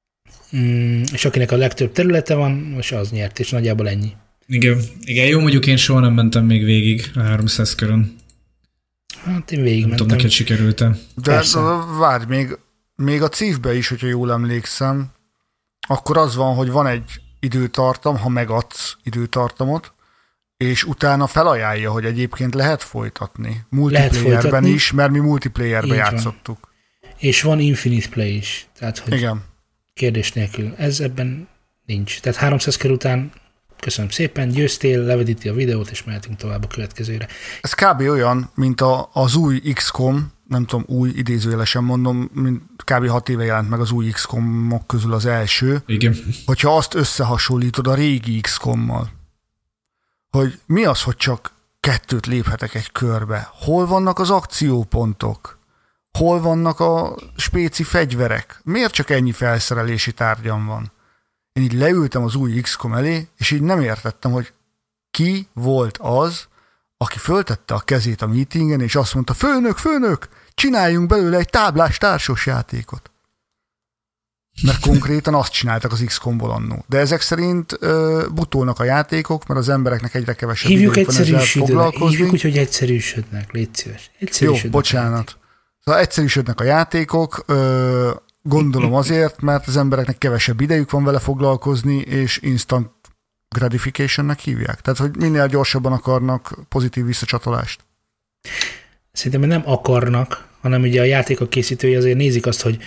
és akinek a legtöbb területe van, most az nyert, és nagyjából ennyi. Igen, jó, mondjuk én soha nem mentem még végig a 300 körön. Hát én végigmentem. Nem tudom, neked sikerült-e. De várj, még a Cívbe is, hogyha jól emlékszem, akkor az van, hogy van egy időtartam, ha megadsz időtartamot, és utána felajánlja, hogy egyébként lehet folytatni. Multiplayerben is, mert mi multiplayerben játszottuk. És van Infinite Play is. Tehát, hogy igen. Kérdés nélkül. Ez ebben nincs. Tehát 300 kör után köszönöm szépen, győztél, levedíti a videót, és mehetünk tovább a következőre. Ez kb. Olyan, mint az új XCOM, nem tudom, új idézőjelesen mondom, mint kb. 6 éve jelent meg az új XCOM-ok közül az első. Igen. Hogyha azt összehasonlítod a régi XCOM-mal, hogy mi az, hogy csak 2 léphetek egy körbe? Hol vannak az akciópontok? Hol vannak a spéci fegyverek? Miért csak ennyi felszerelési tárgyam van? Én így leültem az új XCOM elé, és így nem értettem, hogy ki volt az, aki föltette a kezét a meetingen, és azt mondta, főnök, csináljunk belőle egy táblás társas játékot. Mert konkrétan azt csináltak az XCOM-ból annó. De ezek szerint butolnak a játékok, mert az embereknek egyre kevesebb idejük van ezzel foglalkozni. Hívjuk úgy, hogy egyszerűsödnek, légy szíves. Jó, bocsánat. Szóval egyszerűsödnek a játékok, gondolom azért, mert az embereknek kevesebb idejük van vele foglalkozni, és instant gratificationnek hívják. Tehát, hogy minél gyorsabban akarnak pozitív visszacsatolást. Szerintem nem akarnak, hanem ugye a játékok készítői azért nézik azt, hogy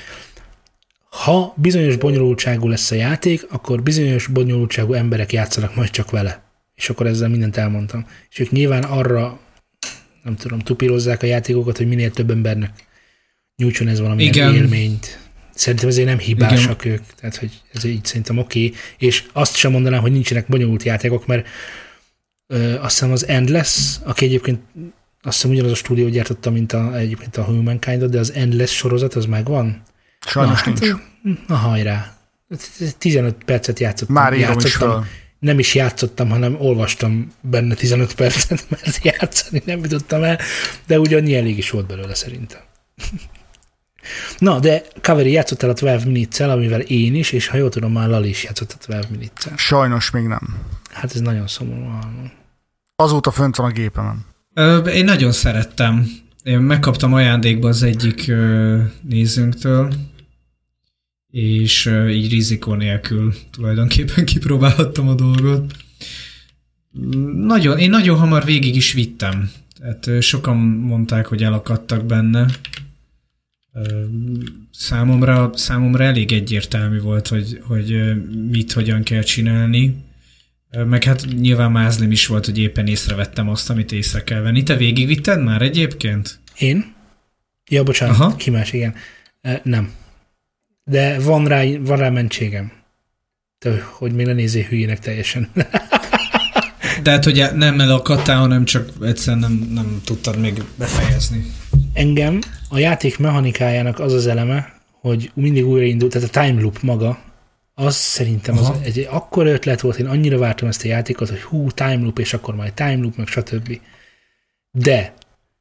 ha bizonyos bonyolultságú lesz a játék, akkor bizonyos bonyolultságú emberek játszanak majd csak vele. És akkor ezzel mindent elmondtam. És ők nyilván arra, nem tudom, tupírozzák a játékokat, hogy minél több embernek nyújtson ez valamilyen élményt. Szerintem ezért nem hibásak ők. Tehát, hogy ez így szerintem oké. És azt sem mondanám, hogy nincsenek bonyolult játékok, mert azt hiszem az Endless, aki egyébként azt hiszem ugyanaz a stúdió gyártotta, mint egyébként a Humankind, de az Endless sorozat az megvan. Sajnos nincs. Na hajrá. 15 percet játszottam. Már írom is fel. Nem is játszottam, hanem olvastam benne 15 percet, mert játszani nem jutottam el, de ugyannyi elég is volt belőle szerintem. Na, de Kaveri játszottál a 12 Minutes-el, amivel én is, és ha jól tudom, már Lali is játszott a 12 Minutes-el. Sajnos még nem. Hát ez nagyon szomorú. Azóta fönt van a gépemen. Én nagyon szerettem. Én megkaptam ajándékba az egyik nézőnktől, és így rizikó nélkül tulajdonképpen kipróbálhattam a dolgot. Én nagyon hamar végig is vittem. Tehát sokan mondták, hogy elakadtak benne. Számomra elég egyértelmű volt, hogy mit, hogyan kell csinálni. Meg hát nyilván mázlim is volt, hogy éppen észrevettem azt, amit észre kell venni. Te végigvitted már egyébként? Én? Ja, bocsánat, aha. Ki más, igen. Nem. De van rá mentségem. De, hogy még ne nézzél hülyének teljesen. De hát, hogy nem elakadtál, hanem csak egyszerűen nem tudtad még befejezni. Engem a játék mechanikájának az az eleme, hogy mindig újraindul, tehát a time loop maga, az szerintem az egy akkora ötlet volt, én annyira vártam ezt a játékot, hogy time loop, és akkor majd time loop, meg stb. De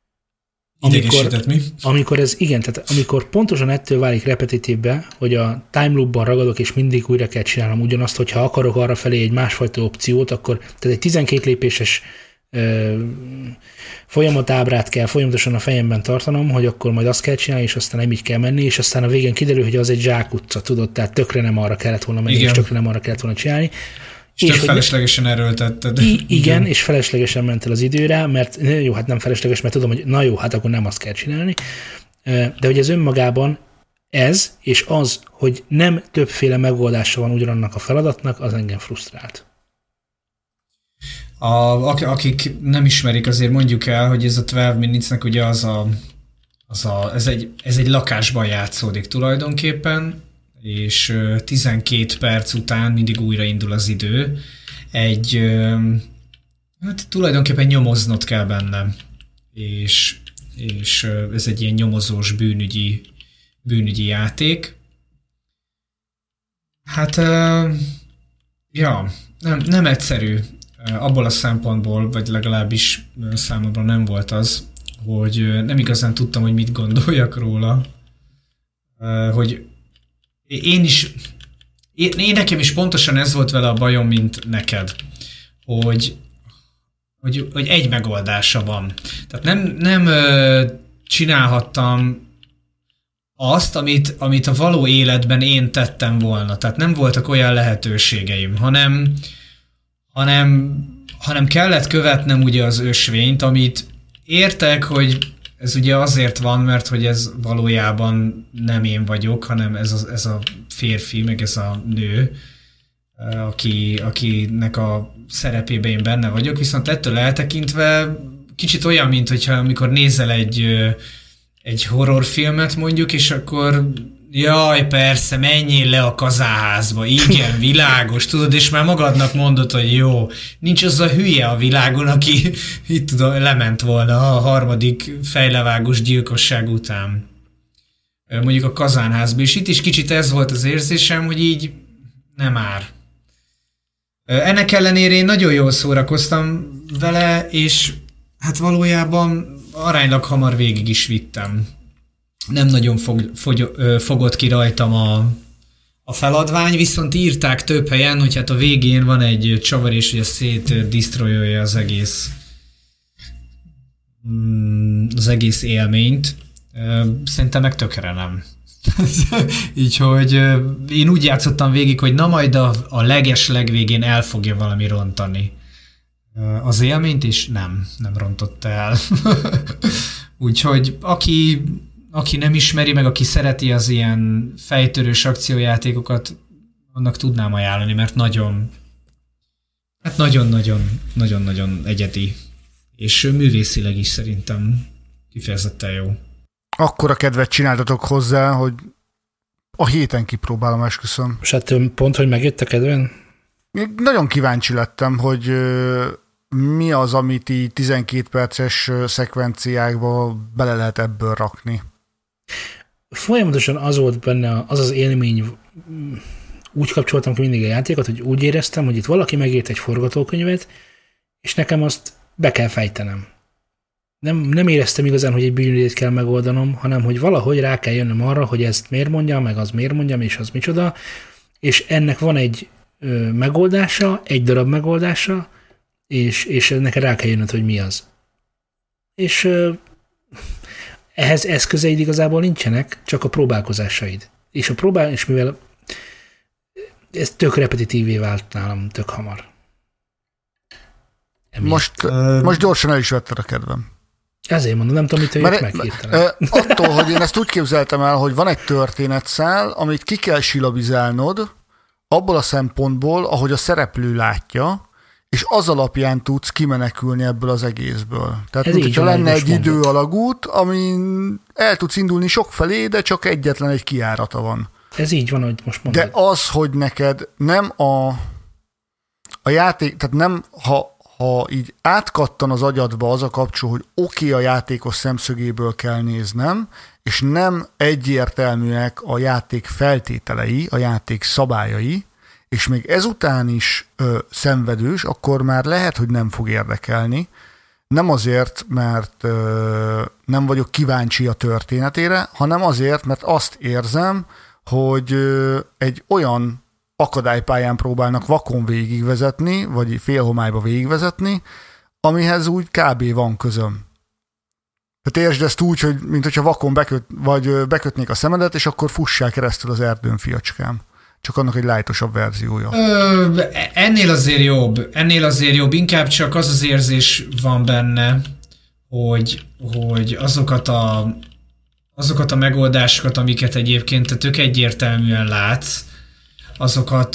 amikor ez, igen, tehát amikor pontosan ettől válik repetitívbe, hogy a time loopban ragadok, és mindig újra kell csinálnom ugyanazt, hogyha akarok arra felé egy másfajta opciót, akkor tehát egy 12 lépéses folyamatábrát kell folyamatosan a fejemben tartanom, hogy akkor majd azt kell csinálni, és aztán nem így kell menni, és aztán a végén kiderül, hogy az egy zsákutca, tudod, tehát tökre nem arra kellett volna menni, és tökre nem arra kellett volna csinálni. És feleslegesen erőltetted. Igen, és feleslegesen ment el az időre, mert jó, hát nem felesleges, mert tudom, hogy na jó, hát akkor nem azt kell csinálni. De hogy ez önmagában ez, és az, hogy nem többféle megoldása van ugyanannak a feladatnak, az engem frusztrált. Akik nem ismerik, azért mondjuk el, hogy ez a 12 Minutes-nek ugye ez egy lakásban játszódik tulajdonképpen, és 12 perc után mindig újraindul az idő. Hát tulajdonképpen nyomoznod kell benne, és ez egy ilyen nyomozós bűnügyi játék. Hát, nem egyszerű. Abból a szempontból, vagy legalábbis számomra nem volt az, hogy nem igazán tudtam, hogy mit gondoljak róla. Hogy én én nekem is pontosan ez volt vele a bajom, mint neked, hogy egy megoldása van. Tehát nem csinálhattam azt, amit a való életben én tettem volna. Tehát nem voltak olyan lehetőségeim, hanem kellett követnem ugye az ösvényt, amit értek, hogy ez ugye azért van, mert hogy ez valójában nem én vagyok, hanem ez a férfi, meg ez a nő, akinek a szerepében én benne vagyok, viszont ettől eltekintve kicsit olyan, mint hogyha amikor nézel egy horrorfilmet mondjuk, és akkor jaj, persze, menjél le a kazánházba, igen, világos, tudod, és már magadnak mondod, hogy jó, nincs az a hülye a világon, aki itt tudom, lement volna a harmadik fejlevágos gyilkosság után. Mondjuk a kazánházba, és itt is kicsit ez volt az érzésem, hogy így nem ár. Ennek ellenére én nagyon jól szórakoztam vele, és hát valójában aránylag hamar végig is vittem. Nem nagyon fogott ki rajtam a feladvány, viszont írták több helyen, hogy hát a végén van egy csavar, és ugye szétdisztrojolja az egész élményt. Szerintem meg tökre nem. Így, én úgy játszottam végig, hogy na majd a legvégén el fogja valami rontani az élményt, és nem rontotta el. Úgyhogy aki nem ismeri, meg aki szereti az ilyen fejtörős akciójátékokat, annak tudnám ajánlani, mert nagyon-nagyon egyedi. És művészileg is szerintem kifejezetten jó. Akkora kedvet csináltatok hozzá, hogy a héten kipróbálom, esküszöm. És hát pont, hogy megjött a kedven? Nagyon kíváncsi lettem, hogy mi az, amit így 12 perces szekvenciákba bele lehet ebből rakni. Folyamatosan az volt benne, az élmény, úgy kapcsoltam ki mindig a játékot, hogy úgy éreztem, hogy itt valaki megírt egy forgatókönyvet, és nekem azt be kell fejtenem. Nem éreztem igazán, hogy egy bűnügyet kell megoldanom, hanem hogy valahogy rá kell jönnöm arra, hogy ezt miért mondjam, meg az miért mondjam, és az micsoda, és ennek van egy megoldása, egy darab megoldása, és neked rá kell jönnöd, hogy mi az. És ehhez eszközeid igazából nincsenek, csak a próbálkozásaid. És és mivel ez tök repetitívé vált nálam tök hamar. Most gyorsan el is vetted a kedvem. Ezért mondom, nem tudom, mit jött meg hirtelen. Attól, hogy én ezt úgy képzeltem el, hogy van egy történetszál, amit ki kell silabizálnod, abból a szempontból, ahogy a szereplő látja, és az alapján tudsz kimenekülni ebből az egészből. Tehát, hogyha lenne egy időalagút, amin el tudsz indulni sokfelé, de csak egyetlen egy kijárata van. Ez így van, ahogy most mondod. De az, hogy neked nem a játék, tehát nem, ha így átkattan az agyadba az a kapcsol, hogy oké, a játékos szemszögéből kell néznem, és nem egyértelműek a játék feltételei, a játék szabályai, és még ezután is szenvedős, akkor már lehet, hogy nem fog érdekelni. Nem azért, mert nem vagyok kíváncsi a történetére, hanem azért, mert azt érzem, hogy egy olyan akadálypályán próbálnak vakon végigvezetni, vagy félhomályba végigvezetni, amihez úgy kb. Van közöm. Tehát értsd ezt úgy, hogy mint hogyha vakon bekötnék a szemedet, és akkor fussál keresztül az erdőn, fiacskám. Csak annak egy lightosabb verziója. Ennél azért jobb. Inkább csak az érzés van benne, hogy azokat a megoldásokat, amiket egyébként te tök egyértelműen látsz, azokat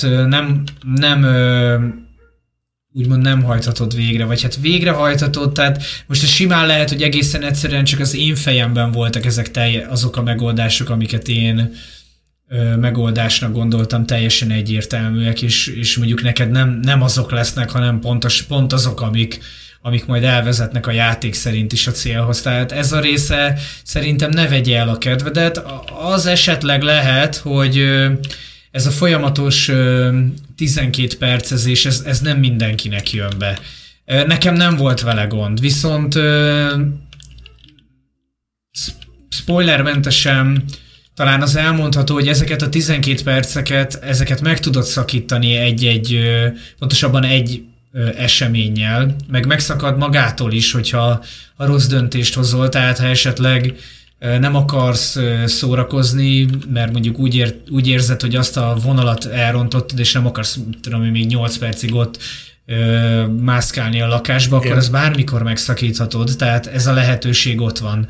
úgymond nem hajthatod végre, vagy hát végrehajthatod, tehát most ez simán lehet, hogy egészen egyszerűen csak az én fejemben voltak azok a megoldások, amiket én megoldásnak gondoltam, teljesen egyértelműek, és mondjuk neked nem azok lesznek, hanem pont azok, amik majd elvezetnek a játék szerint is a célhoz. Tehát ez a része szerintem ne vegye el a kedvedet. Az esetleg lehet, hogy ez a folyamatos 12 percezés, ez nem mindenkinek jön be. Nekem nem volt vele gond, viszont spoilermentesen talán az elmondható, hogy ezeket a 12 perceket, ezeket meg tudod szakítani pontosabban egy eseménnyel, meg megszakad magától is, hogyha a rossz döntést hozol, tehát ha esetleg nem akarsz szórakozni, mert mondjuk úgy érzed, hogy azt a vonalat elrontottad, és nem akarsz, tudom, még 8 percig ott mászkálni a lakásba, akkor ezt bármikor megszakíthatod, tehát ez a lehetőség ott van.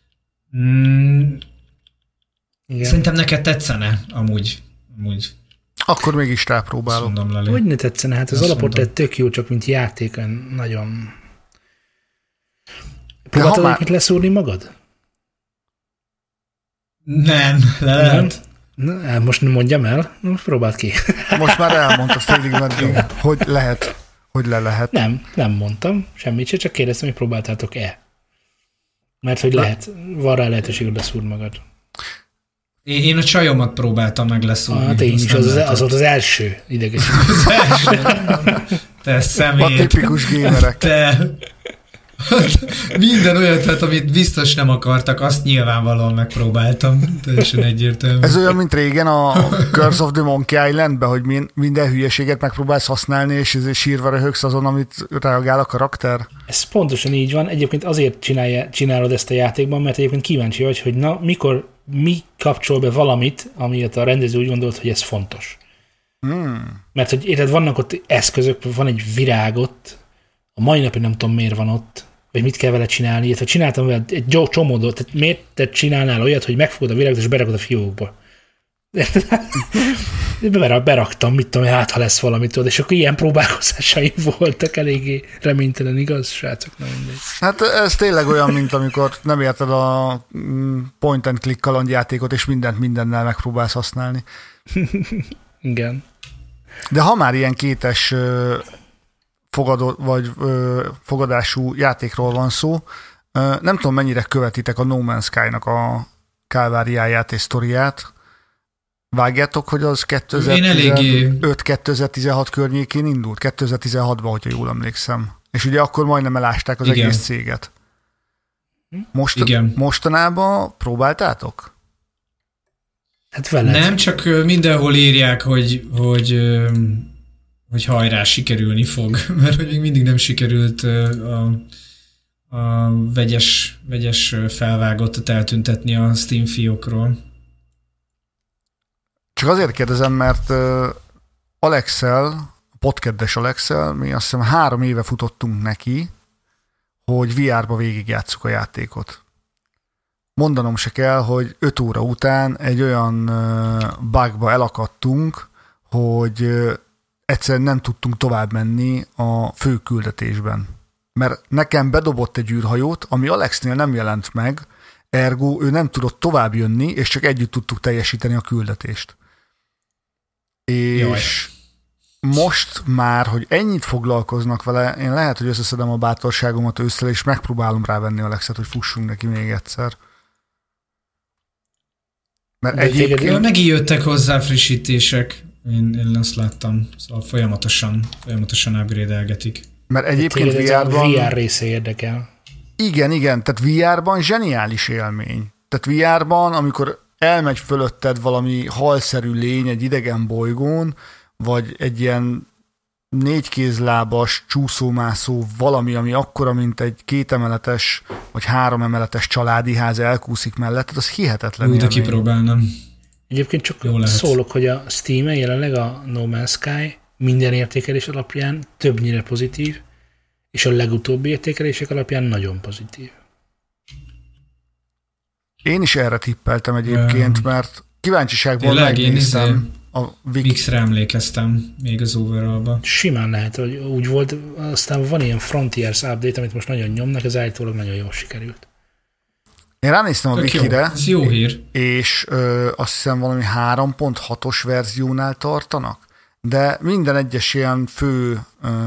Szerintem neked tetszene, amúgy. Akkor mégis rápróbálom. Hogy ne tetszene? Hát az alapot lett tök jó, csak mint játék, nagyon... Próbáltad egyébként leszúrni magad? Nem, lehet. Nem? Most nem mondjam el, most próbáld ki. Most már elmondtad félig meddig, hogy lehet, hogy le lehet. Nem mondtam semmit se, csak kérdeztem, hogy próbáltátok-e. Mert hogy lehet, van rá lehetőség, hogy leszúrd magad. Én a csajomat próbáltam meg leszúrni. Hát én is, az volt az első idegesítő. Az első. Te szemét. A tipikus gémerek. Te... Minden olyan, tehát amit biztos nem akartak, azt nyilvánvalóan megpróbáltam. Teljesen egyértelmű. Ez olyan, mint régen a Curse of the Monkey Islandben, hogy minden hülyeséget megpróbálsz használni, és sírva röhögsz azon, amit reagál a karakter. Ez pontosan így van. Egyébként azért csinálod ezt a játékban, mert egyébként kíváncsi vagy, hogy mi kapcsol be valamit, amiért a rendező úgy gondolt, hogy ez fontos. Mert hogy érted, vannak ott eszközök, van egy virág ott, a mai napig nem tudom, miért van ott, vagy mit kell vele csinálni. Illetve csináltam vele egy csomódot, tehát miért te csinálnál olyat, hogy megfogod a virágot, és berakod a fiókba. Beraktam, mit tudom, hát ha lesz valamit, és akkor ilyen próbálkozásaim voltak, eléggé reménytelen, igaz, srácok? Nem mindegy. Hát ez tényleg olyan, mint amikor nem érted a point and click kalandjátékot, és mindennel megpróbálsz használni. Igen. De ha már ilyen kétes fogadású játékról van szó, nem tudom, mennyire követitek a No Man's Sky-nak a kálváriáját és sztoriát. Vágjátok, hogy az 2015-2016 környékén indult? 2016-ban, hogyha jól emlékszem. És ugye akkor majdnem elásták az egész céget. Mostanában próbáltátok? Hát veled. Nem, csak mindenhol írják, hogy hajrá, sikerülni fog. Mert hogy még mindig nem sikerült a vegyes felvágottat eltüntetni a Steam fiókról. Csak azért kérdezem, mert Alexel, podkeddes Alexel, mi azt hiszem 3 éve futottunk neki, hogy VR-ba végigjátsszuk a játékot. Mondanom se kell, hogy 5 óra után egy olyan bugba elakadtunk, hogy egyszerűen nem tudtunk tovább menni a fő küldetésben. Mert nekem bedobott egy űrhajót, ami Alexnél nem jelent meg, ergo ő nem tudott tovább jönni, és csak együtt tudtuk teljesíteni a küldetést. És most már, hogy ennyit foglalkoznak vele, én lehet, hogy összeszedem a bátorságomat ősszel, és megpróbálom rávenni Alexet, hogy fussunk neki még egyszer. Mert egyébként... Megint jöttek hozzá frissítések. Én azt láttam. Szóval folyamatosan upgrade-elgetik. Mert egyébként VR-ban... VR része érdekel. Igen, tehát VR-ban zseniális élmény. Tehát VR-ban, amikor elmegy fölötted valami halszerű lény egy idegen bolygón, vagy egy ilyen 4 kézlábas, csúszómászó valami, ami akkora, mint egy 2 emeletes, vagy 3 emeletes családi ház elkúszik melletted, az hihetetlen élmény. De kipróbálnám. Egyébként csak szólok, hogy a Steam-en jelenleg a No Man's Sky minden értékelés alapján többnyire pozitív, és a legutóbbi értékelések alapján nagyon pozitív. Én is erre tippeltem egyébként, mert kíváncsiságból megnéztem. Vix-re emlékeztem még az overall-ba. Simán lehet, hogy úgy volt, aztán van ilyen Frontiers update, amit most nagyon nyomnak, ez állítólag nagyon jól sikerült. Én ránéztem a Wikire, ez jó hír. És azt hiszem valami 3.6-os verziónál tartanak, de minden egyes ilyen fő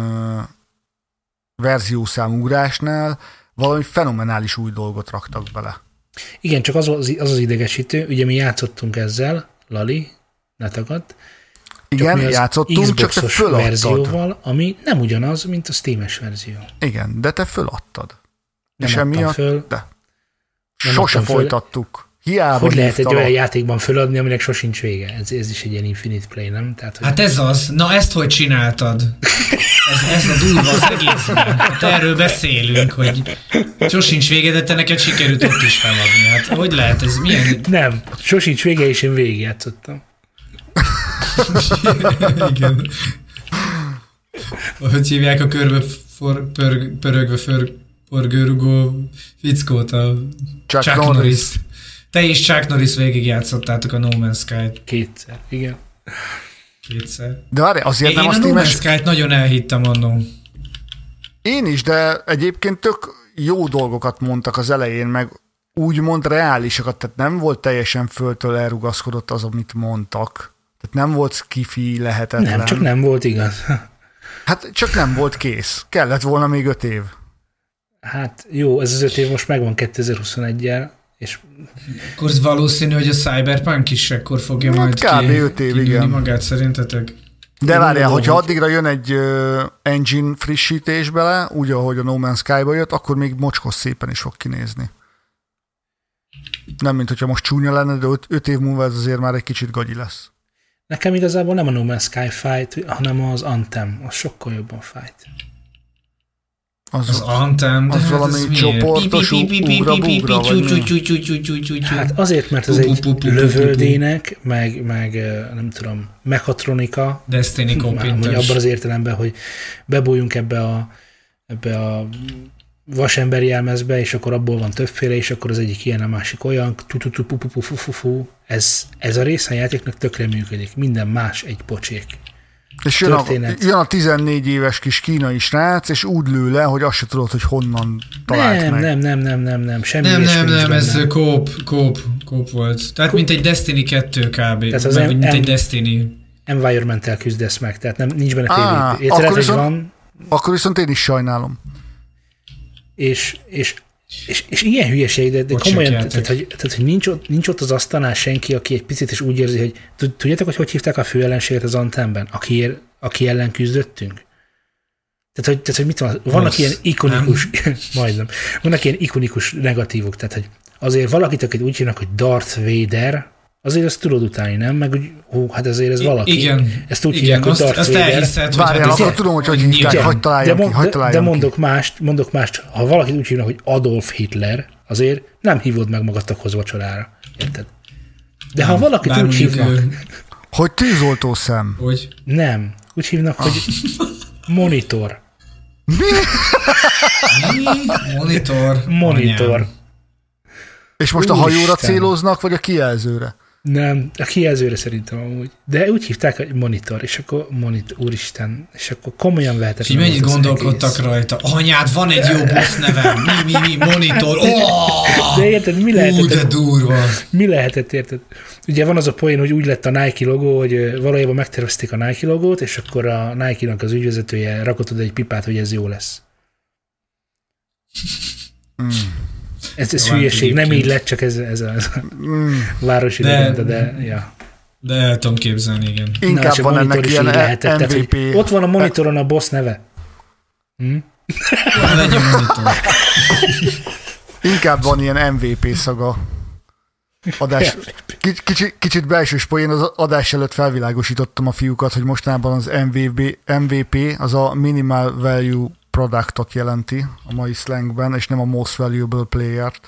verziószámugrásnál valami fenomenális új dolgot raktak bele. Igen, csak az idegesítő, ugye mi játszottunk ezzel, Lali, ne tagad. Igen, játszottunk, csak te föladtad. Verzióval, ami nem ugyanaz, mint a Steam-es verzió. Igen, de te föladtad. Nem és emiatt, föl. de sose folytattuk. Hiába hogy lehet egy hívtalak. olyan játékban föladni, aminek sosincs vége? Ez is egy ilyen Infinite Play, nem? Tehát, hogy... Hát ez az. Na ezt hogy csináltad? Ez a durva az egészben. Hát erről beszélünk, hogy sosincs vége, de te neked sikerült ott is feladni. Hát hogy lehet ez? Milyen... Nem, sosincs vége, és én végigjátszottam. Igen. Hogy hívják a körbe pörögve forgőrugó fickót, a Chuck Norris. Te is Chuck Norris végigjátszottátok a No Man's Sky-t. Kétszer, igen. Kétszer. De várj, azért Én nem a azt No Man's Sky-t nagyon elhittem annó. Én is, de egyébként tök jó dolgokat mondtak az elején, meg úgymond reálisakat, tehát nem volt teljesen földtől elrugaszkodott az, amit mondtak. Tehát nem volt skifi lehetetlen. Nem, csak nem volt igaz. Hát csak nem volt kész. Kellett volna még 5 év. Hát jó, ez az 5 év most megvan 2021-jel, és... Akkor valószínű, hogy a Cyberpunk is ekkor fogja majd kb. 5 év, igen. magát, szerintetek? De várjál, hogyha addigra jön egy engine frissítés bele, úgy, ahogy a No Man's Sky-ba jött, akkor még mocskos szépen is fog kinézni. Nem, mint hogyha most csúnya lenne, de 5 év múlva ez azért már egy kicsit gagyi lesz. Nekem igazából nem a No Man's Sky fight, hanem az Anthem, az sokkal jobban fight. Az Anthem, az valami csoportos ugra-bugra, Hát azért, mert ez egy lövöldének, meg nem tudom, mechatronika. Destiny kopintos. Abban az értelemben, hogy bebújjunk ebbe a vasemberi jelmezbe, és akkor abból van többféle, és akkor az egyik ilyen, a másik olyan, ez a része a játéknak tökre működik. Minden más egy pocsék. És jön a 14 éves kis kínai srác, és úgy lő le, hogy azt se tudod, hogy honnan talált meg. Nem. Semmi nem, ez kóp volt. Tehát mint egy Destiny 2 kb. Tehát az mint egy Destiny. Environment-tel küzdesz meg, tehát nincs benne PvP. Akkor viszont én is sajnálom. És ilyen hülyeség, de komolyan, tehát, hogy nincs ott az asztalnál senki, aki egy picit is úgy érzi, hogy tudjátok, hogy hívták a főellenséget az Anthemben, aki ellen küzdöttünk? Tehát, hogy mit van, vannak ilyen ikonikus, majdnem, vannak ilyen ikonikus negatívok, tehát, hogy azért valakit, akit úgy hívnak, hogy Darth Vader, azért ezt tudod utálni, nem? Meg úgy, hát azért ez valaki. Igen. Ezt úgy hívják, hogy Darth Vader. Elhiszed, várjál, akkor tudom, hogy hívják, hagyd találjam ki. De mondok mást, ha valakit úgy hívnak, hogy Adolf Hitler, azért nem hívod meg magadtakhoz vacsorára. Érted? De ha valakit úgy hívnak... Hogy tűzoltó szem. Hogy? Nem. Úgy hívnak, hogy monitor. Monitor. És most a hajóra céloznak, vagy a kijelzőre? Nem, a kijelzőre szerintem amúgy. De úgy hívták, hogy monitor, és akkor úristen, és akkor komolyan vehetett. És mennyit gondolkodtak rajta? Anyád, van egy jó boss nevem. Mi, monitor. Oh! De érted, mi lehetett? De durva. Mi lehetett, érted? Ugye van az a poén, hogy úgy lett a Nike logó, hogy valójában megtervezték a Nike logót, és akkor a Nike-nak az ügyvezetője rakott oda egy pipát, hogy ez jó lesz. Ez hülyeség, nem így lett, csak ez a városi legenda, de ja. De el tudom képzelni, igen. Inkább van ennek ilyen MVP. Tehát, ott van a monitoron a boss neve. Legyen monitor. Inkább van ilyen MVP szaga. Kicsit belsős poén, az adás előtt felvilágosítottam a fiúkat, hogy mostanában az MVP az a Minimal Value Productot jelenti a mai slangben, és nem a Most Valuable Player-t.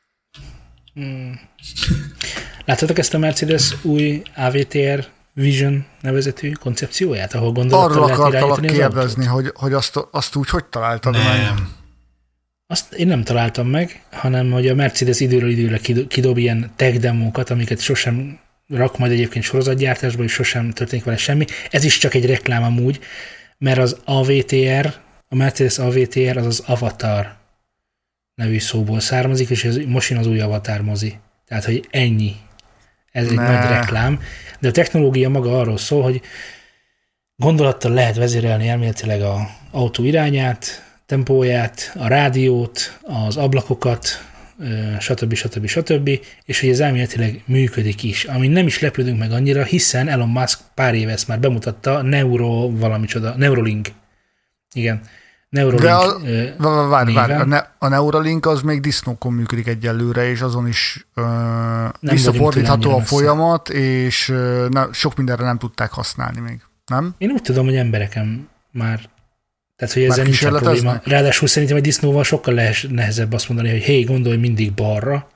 Láttatok ezt a Mercedes új AVTR Vision nevezetű koncepcióját, ahol gondolattal lehet irányítani az autót? Arról akartalak kérdezni, hogy azt úgy hogy találtad meg? Azt én nem találtam meg, hanem hogy a Mercedes időről időre kidob ilyen tech demókat, amiket sosem rak majd egyébként sorozatgyártásba, és sosem történik vele semmi. Ez is csak egy reklám amúgy, mert az AVTR, a Mercedes AVTR az az Avatar nevű szóból származik, és ez most jön az új Avatar mozi. Tehát, hogy ennyi. Ez egy nagy reklám. De a technológia maga arról szól, hogy gondolattal lehet vezérelni elméletileg az autó irányát, tempóját, a rádiót, az ablakokat, stb. És hogy ez elméletileg működik is. Amin nem is lepődünk meg annyira, hiszen Elon Musk pár éve ezt már bemutatta, Neuralink. Igen. Neuralink a Neuralink az még disznókon működik egyelőre, és azon is visszafordítható a folyamat, és sok mindenre nem tudták használni még, nem? Én úgy tudom, hogy embereken már, tehát hogy ezzel nincs probléma. Ráadásul szerintem egy disznóval sokkal nehezebb azt mondani, hogy hé, gondolj mindig balra.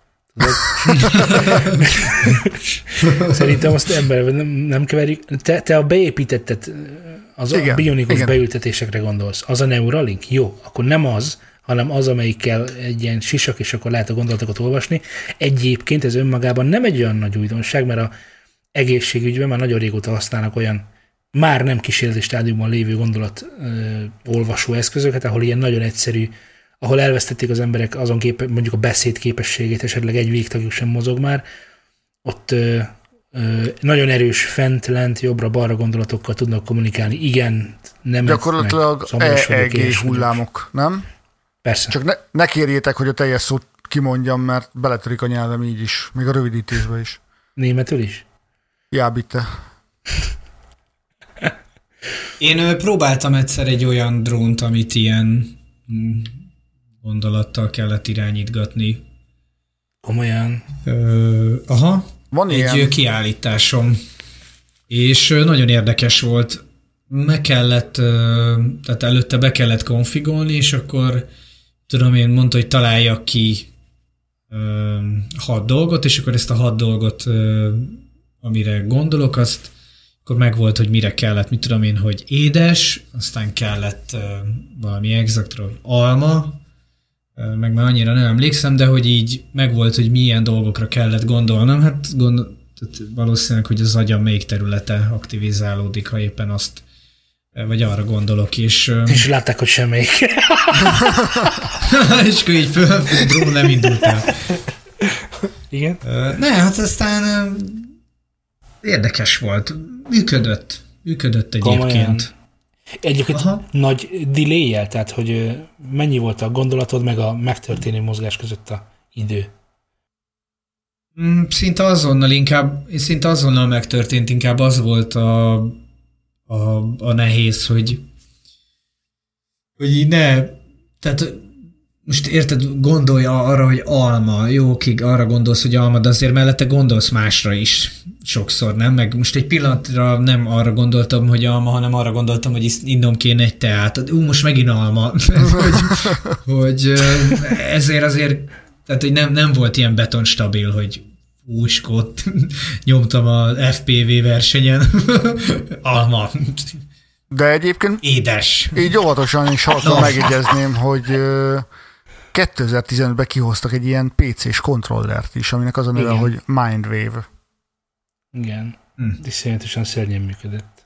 Szerintem azt emberben nem keverjük. Te a beépítettet, a bionikus beültetésekre gondolsz. Az a Neuralink? Jó, akkor nem az, hanem az, amelyikkel egy ilyen sisak, és akkor lehet a gondolatokat olvasni. Egyébként ez önmagában nem egy olyan nagy újdonság, mert a egészségügyben már nagyon régóta használnak olyan már nem kísérleti stádiumban lévő gondolat olvasó eszközöket, ahol ilyen nagyon egyszerű, ahol elvesztették az emberek azon mondjuk a beszéd képességét, esetleg egy végtagjuk sem mozog már, ott nagyon erős fent, jobbra-balra gondolatokkal tudnak kommunikálni. Igen, nem. Gyakorlatilag EEG hullámok, nem? Persze. Csak ne kérjétek, hogy a teljes szót kimondjam, mert beletörik a nyelvem így is, még a rövidítésbe is. Németül is? Ja, bitte. Én próbáltam egyszer egy olyan drónt, amit ilyen gondolattal kellett irányítgatni. Komolyan? Aha. Van egy ilyen kiállításom. És nagyon érdekes volt. Meg kellett, tehát előtte be kellett konfigolni, és akkor tudom én, mondta, hogy találjak ki 6 dolgot, és akkor ezt a 6 dolgot, amire gondolok, azt akkor megvolt, hogy mire kellett, mit tudom én, hogy édes, aztán kellett valami exaktról alma, meg már annyira nem emlékszem, de hogy így megvolt, hogy milyen dolgokra kellett gondolnom. Hát valószínűleg, hogy az agyam melyik területe aktivizálódik, ha éppen azt, vagy arra gondolok, és látták, hogy semmelyik. és akkor így föl, drón nem indult el. Igen? Hát aztán érdekes volt. Működött egyébként. Komolyan. Egyébként nagy delay-jel, tehát hogy mennyi volt a gondolatod meg a megtörténő mozgás között a idő? Szinte azonnal megtörtént, inkább az volt a nehéz, hogy így ne, tehát most érted, gondolj arra, hogy alma, jó, arra gondolsz, hogy alma, de azért mellette gondolsz másra is sokszor, nem? Meg most egy pillanatra nem arra gondoltam, hogy alma, hanem arra gondoltam, hogy innom kéne egy teát. Most megint alma. hogy ezért azért, tehát hogy nem volt ilyen betonstabil, hogy úskot nyomtam a FPV versenyen. Alma. De egyébként édes. Így óvatosan is halkan megjegyezném, hogy 2015-ben kihoztak egy ilyen PC-s kontrollert is, aminek az a neve, hogy Mindwave. Igen. Iszonyatosan szörnyen működött.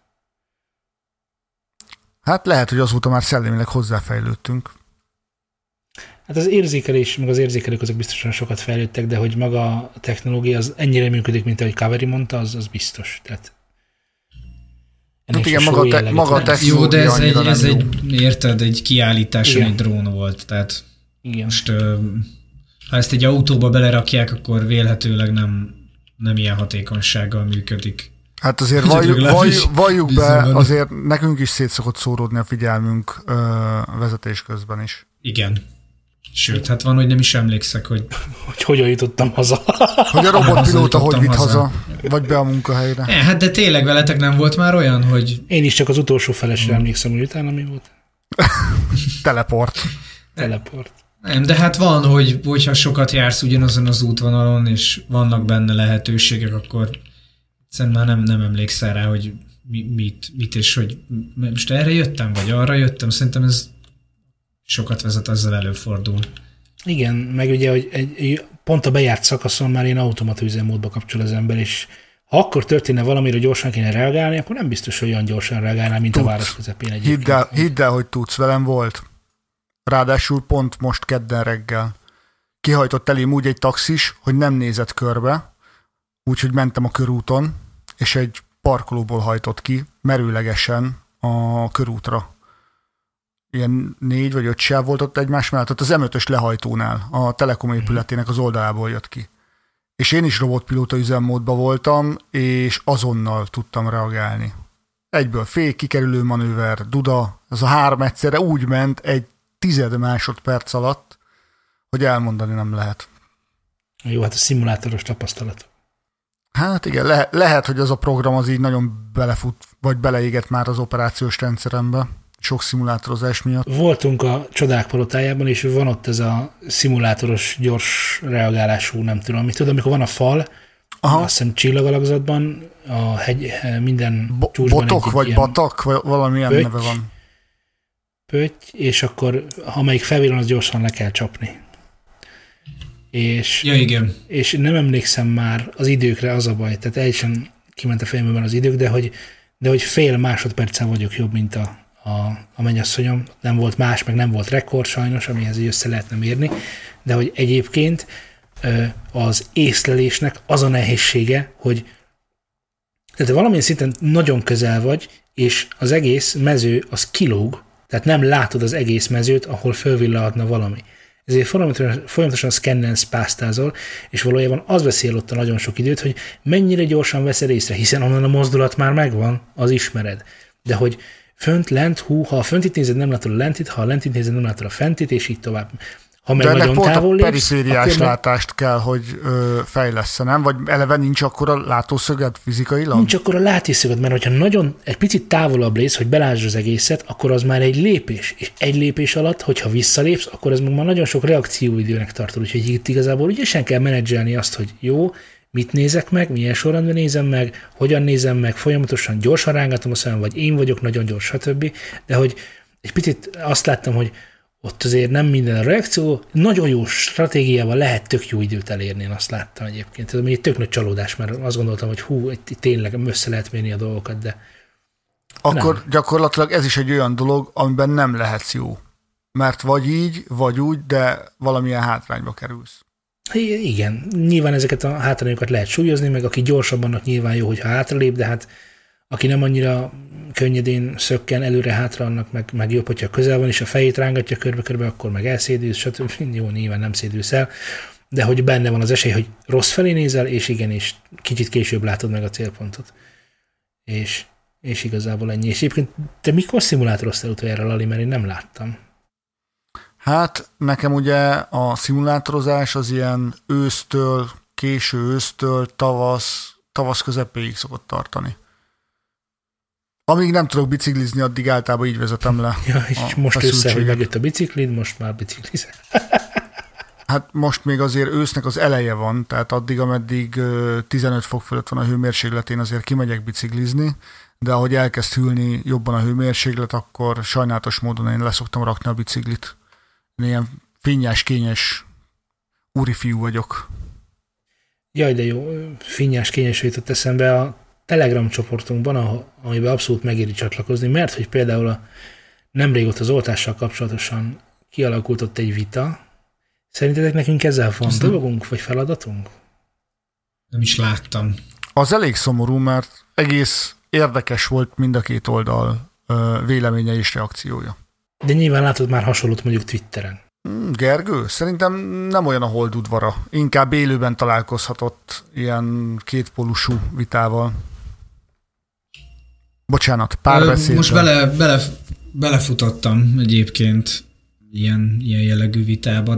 Hát lehet, hogy azóta már szellemileg hozzáfejlődtünk. Hát az érzékelés, meg az érzékelők azok biztosan sokat fejlődtek, de hogy maga a technológia az ennyire működik, mint ahogy Kaveri mondta, az biztos. Tehát hát igen, maga a technológia. Jó, de ez érted, egy kiállításon egy drón volt, tehát igen. Most ha ezt egy autóba belerakják, akkor vélhetőleg nem ilyen hatékonysággal működik. Hát azért valljuk be, azért nekünk is szét szokott szóródni a figyelmünk vezetés közben is. Igen. Sőt, hát van, hogy nem is emlékszek, hogy hogyan jutottam haza. Hogy a robotpilóta hogy vitt haza, vagy be a munkahelyre. Hát de tényleg veletek nem volt már olyan, hogy... Én is csak az utolsó felesre emlékszem, hogy utána mi volt. Teleport. Nem, de hát van, hogyha sokat jársz ugyanazon az útvonalon, és vannak benne lehetőségek, akkor szerintem már nem emlékszel rá, hogy mit és hogy most erre jöttem, vagy arra jöttem. Szerintem ez sokat vezet, ezzel előfordul. Igen, meg ugye, hogy pont a bejárt szakaszon már ilyen automata üzemmódba kapcsol az ember, és ha akkor történne valamire, gyorsan kéne reagálni, akkor nem biztos, hogy olyan gyorsan reagálnál, mint tudsz. A város közepén egyébként. Hidd el, hogy tudsz, velem volt. Ráadásul pont most kedden reggel. Kihajtott elém úgy egy taxis, hogy nem nézett körbe, úgyhogy mentem a körúton, és egy parkolóból hajtott ki, merőlegesen a körútra. Ilyen 4 vagy 5 sáv volt ott egymás mellett, ott az M5-ös lehajtónál, a Telekom épületének az oldalából jött ki. És én is robotpilóta üzemmódban voltam, és azonnal tudtam reagálni. egyből fék, kikerülő manőver, duda, az a 3 egyszerre úgy ment egy 10 másodperc alatt, hogy elmondani nem lehet. Jó, hát a szimulátoros tapasztalat. Hát igen, lehet, hogy az a program az így nagyon belefut, vagy beleégett már az operációs rendszerembe, sok szimulátorozás miatt. Voltunk a Csodák palotájában, és van ott ez a szimulátoros gyors reagálású, nem tudom, mit tudom, amikor van a fal, azt hiszem csillagalakzatban, a hegy, minden csúcsban botok, vagy batak, vagy valamilyen neve van. Pötty, és akkor amelyik felvillan, az gyorsan le kell csapni. És, ja, igen. És nem emlékszem már az időkre, az a baj, tehát teljesen kiment a fejemben az idők, de hogy fél másodperccel vagyok jobb, mint a mennyasszonyom. Nem volt más, meg nem volt rekord sajnos, amihez így össze lehetne mérni, de hogy egyébként az észlelésnek az a nehézsége, hogy tehát valamilyen szinten nagyon közel vagy, és az egész mező az kilóg, tehát nem látod az egész mezőt, ahol fölvillalhatna valami. Ezért folyamatosan szkennen pásztázol, és valójában az veszi el ott a nagyon sok időt, hogy mennyire gyorsan veszed észre, hiszen onnan a mozdulat már megvan, az ismered. De hogy fönt, lent, ha a föntit nézed, nem látod a lentit, ha a lentit nézed, nem látod a fentit, és így tovább. Ha meg de nagyon távol lépsz, perifériás látást kell, hogy fejlesz, nem? Vagy eleve nincs akkor a látószöged fizikailag? Nincs akkor a látószöged, mert hogyha nagyon egy picit távolabb lépsz, hogy belásd az egészet, akkor az már egy lépés. És egy lépés alatt, hogyha visszalépsz, akkor ez már nagyon sok reakcióidőnek tartod. Úgyhogy itt igazából ügyesen kell menedzselni azt, hogy jó, mit nézek meg, milyen sorrendben nézem meg, hogyan nézem meg, folyamatosan gyorsan rángatom a szemem, vagy én vagyok nagyon gyors, stb. De hogy egy picit azt láttam, hogy ott azért nem minden a reakció, nagyon jó stratégiával lehet tök jó időt elérni, én azt láttam egyébként. Ez egy tök nagy csalódás, mert azt gondoltam, hogy itt tényleg össze lehet mérni a dolgokat, de akkor nem. Gyakorlatilag ez is egy olyan dolog, amiben nem lehetsz jó. Mert vagy így, vagy úgy, de valamilyen hátrányba kerülsz. Igen, nyilván ezeket a hátrányokat lehet súlyozni, meg aki gyorsabban, annak nyilván jó, hogyha hátralép, de hát aki nem annyira könnyedén szökken előre-hátra, annak meg jobb, hogyha közel van, és a fejét rángatja körbe-körbe, akkor meg elszédülsz, stb. Jó, nyilván nem szédülsz el, de hogy benne van az esély, hogy rossz felé nézel, és igenis kicsit később látod meg a célpontot. És igazából ennyi. És egyébként te mikor szimulátoroztál utoljára, Lali, mert én nem láttam. Hát nekem ugye a szimulátorozás az ilyen ősztől, késő ősztől, tavasz közepéig szokott tartani. Amíg nem tudok biciklizni, addig általában így vezetem le. Ja, és most össze, hogy megjött a biciklid, most már biciklizel. Hát most még azért ősznek az eleje van, tehát addig, ameddig 15 fok fölött van a hőmérséklet, én azért kimegyek biciklizni, de ahogy elkezd hűlni jobban a hőmérséklet, akkor sajnálatos módon én leszoktam rakni a biciklit. Én ilyen finnyás, kényes úrifiú vagyok. Jaj, de jó, finnyás, kényes jutott eszembe a Telegram csoportunkban, amiben abszolút megéri csatlakozni, mert hogy például nemrég ott az oltással kapcsolatosan kialakult ott egy vita. Szerintetek nekünk ezzel van dolgunk, vagy feladatunk? Nem is láttam. Az elég szomorú, mert egész érdekes volt mind a két oldal véleménye és reakciója. De nyilván látod már hasonlót mondjuk Twitteren. Gergő, szerintem nem olyan a holdudvara. Inkább élőben találkozhatott ilyen kétpólusú vitával. Bocsánat, párbeszédben. Most belefutottam egyébként ilyen jellegű vitába,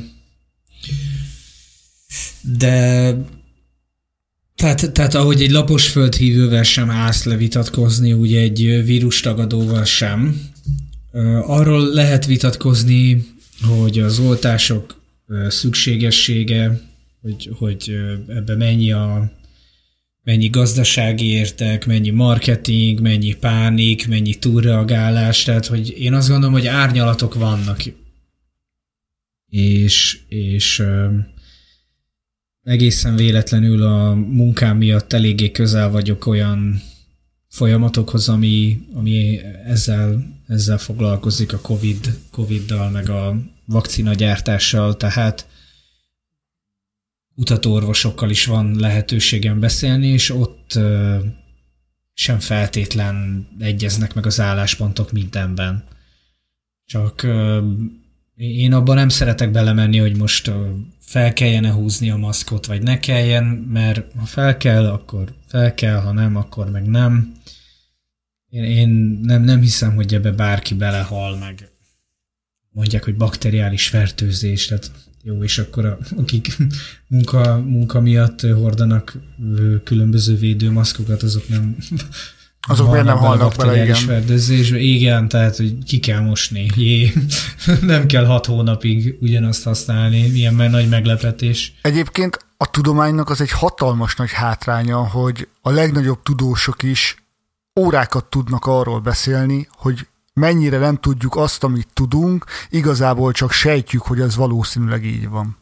de tehát ahogy egy lapos földhívővel sem állsz le vitatkozni, ugye egy vírustagadóval sem. Arról lehet vitatkozni, hogy az oltások szükségessége, hogy ebbe mennyi gazdasági értek, mennyi marketing, mennyi pánik, mennyi túlreagálás, tehát hogy én azt gondolom, hogy árnyalatok vannak. És egészen véletlenül a munkám miatt eléggé közel vagyok olyan folyamatokhoz, ami ezzel foglalkozik, a Covid-dal, meg a vakcinagyártással, tehát kutatóorvosokkal is van lehetőségem beszélni, és ott sem feltétlen egyeznek meg az álláspontok mindenben. Csak én abban nem szeretek belemenni, hogy most fel kelljen-e húzni a maszkot, vagy ne kelljen, mert ha fel kell, akkor fel kell, ha nem, akkor meg nem. Én nem hiszem, hogy ebbe bárki belehal meg. Mondják, hogy bakteriális fertőzés, tehát jó, és akkor akik munka miatt hordanak különböző védőmaszkokat, azok nem... Azok miért nem halnak bele, igen. Fertőzésbe. Igen, tehát, hogy ki kell mosni. Nem kell 6 hónapig ugyanazt használni, ilyen már nagy meglepetés. Egyébként a tudománynak az egy hatalmas nagy hátránya, hogy a legnagyobb tudósok is órákat tudnak arról beszélni, hogy mennyire nem tudjuk azt, amit tudunk, igazából csak sejtjük, hogy ez valószínűleg így van.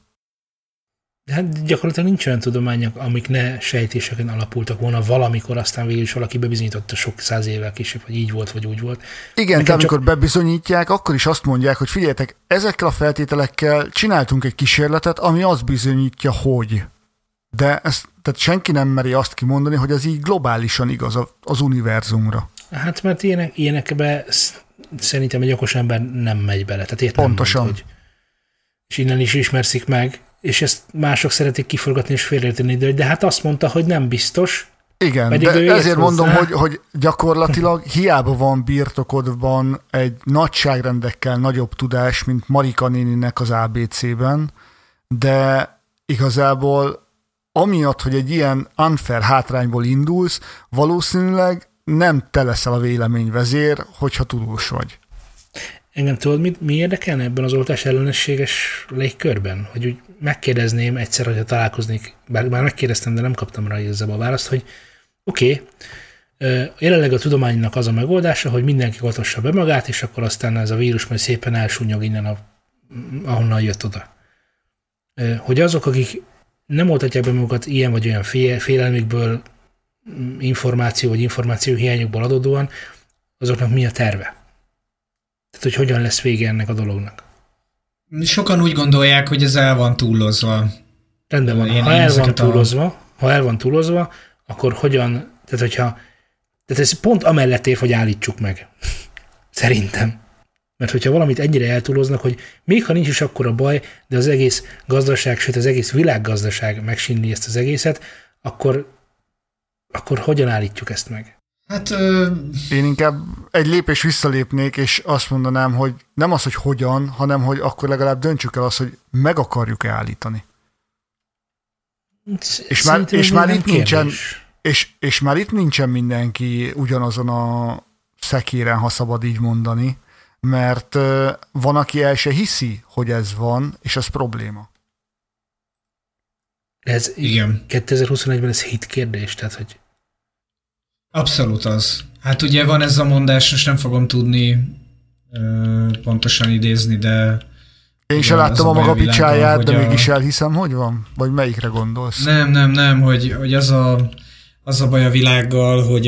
De hát gyakorlatilag nincs olyan tudományok, amik ne sejtéseken alapultak volna valamikor, aztán végül is valaki bebizonyította sok 100 évvel később, hogy így volt, vagy úgy volt. Igen, nekem de amikor bebizonyítják, akkor is azt mondják, hogy figyeljetek, ezekkel a feltételekkel csináltunk egy kísérletet, ami azt bizonyítja, hogy. De tehát senki nem meri azt kimondani, hogy ez így globálisan igaz az univerzumra. Hát mert ilyenekbe szerintem egy okos ember nem megy bele. Tehát értem, pontosan. Hogy, és innen is ismerszik meg, és ezt mások szeretik kiforgatni és félreérteni, de hát azt mondta, hogy nem biztos. Igen, de ezért mondom, hogy gyakorlatilag hiába van birtokodban egy nagyságrendekkel nagyobb tudás, mint Marika néninek az ABC-ben, de igazából amiatt, hogy egy ilyen unfair hátrányból indulsz, valószínűleg nem te leszel a véleményvezér, hogyha tudós vagy. Engem tudod, mi érdekelne ebben az oltás ellenességes légkörben? Hogy úgy megkérdezném egyszer, hogyha találkoznék, bár már megkérdeztem, de nem kaptam rá igazából a választ, hogy oké, jelenleg a tudománynak az a megoldása, hogy mindenki oltassa be magát, és akkor aztán ez a vírus majd szépen elsúnyog innen, ahonnan jött oda. Hogy azok, akik nem oltatják be magukat ilyen vagy olyan félelmükből, információ vagy információ hiányokból adódóan, azoknak mi a terve? Tehát, hogy hogyan lesz vége ennek a dolognak. Sokan úgy gondolják, hogy ez el van túlozva. Rendben van. Ha el van túlozva, akkor hogyan, tehát ez pont amellett ér, hogy állítsuk meg. Szerintem. Mert hogyha valamit ennyire eltúloznak, hogy még ha nincs is akkora baj, de az egész gazdaság, sőt az egész világgazdaság megsínli ezt az egészet, akkor hogyan állítjuk ezt meg? Hát én inkább egy lépés visszalépnék, és azt mondanám, hogy nem az, hogy hogyan, hanem hogy akkor legalább döntsük el azt, hogy meg akarjuk-e állítani. És már itt nincsen mindenki ugyanazon a szekéren, ha szabad így mondani, mert van, aki el se hiszi, hogy ez van, és ez probléma. Ez igen. 2021-ben ez hit kérdés, tehát hogy abszolút az. Hát ugye van ez a mondás, most nem fogom tudni pontosan idézni, de... Én se láttam a maga picsáját, de mégis elhiszem, hogy van? Vagy melyikre gondolsz? Nem, hogy az a baj a világgal, hogy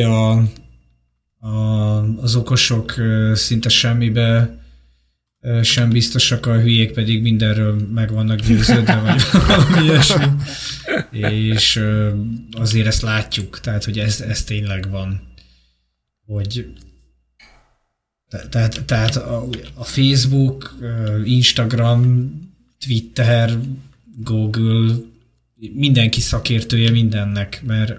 az okosok szinte semmibe sem biztosak, a hülyék pedig mindenről meg vannak győződve, vagy valami ilyesmi. És azért ezt látjuk, tehát, hogy ez tényleg van. Hogy tehát a Facebook, Instagram, Twitter, Google, mindenki szakértője mindennek,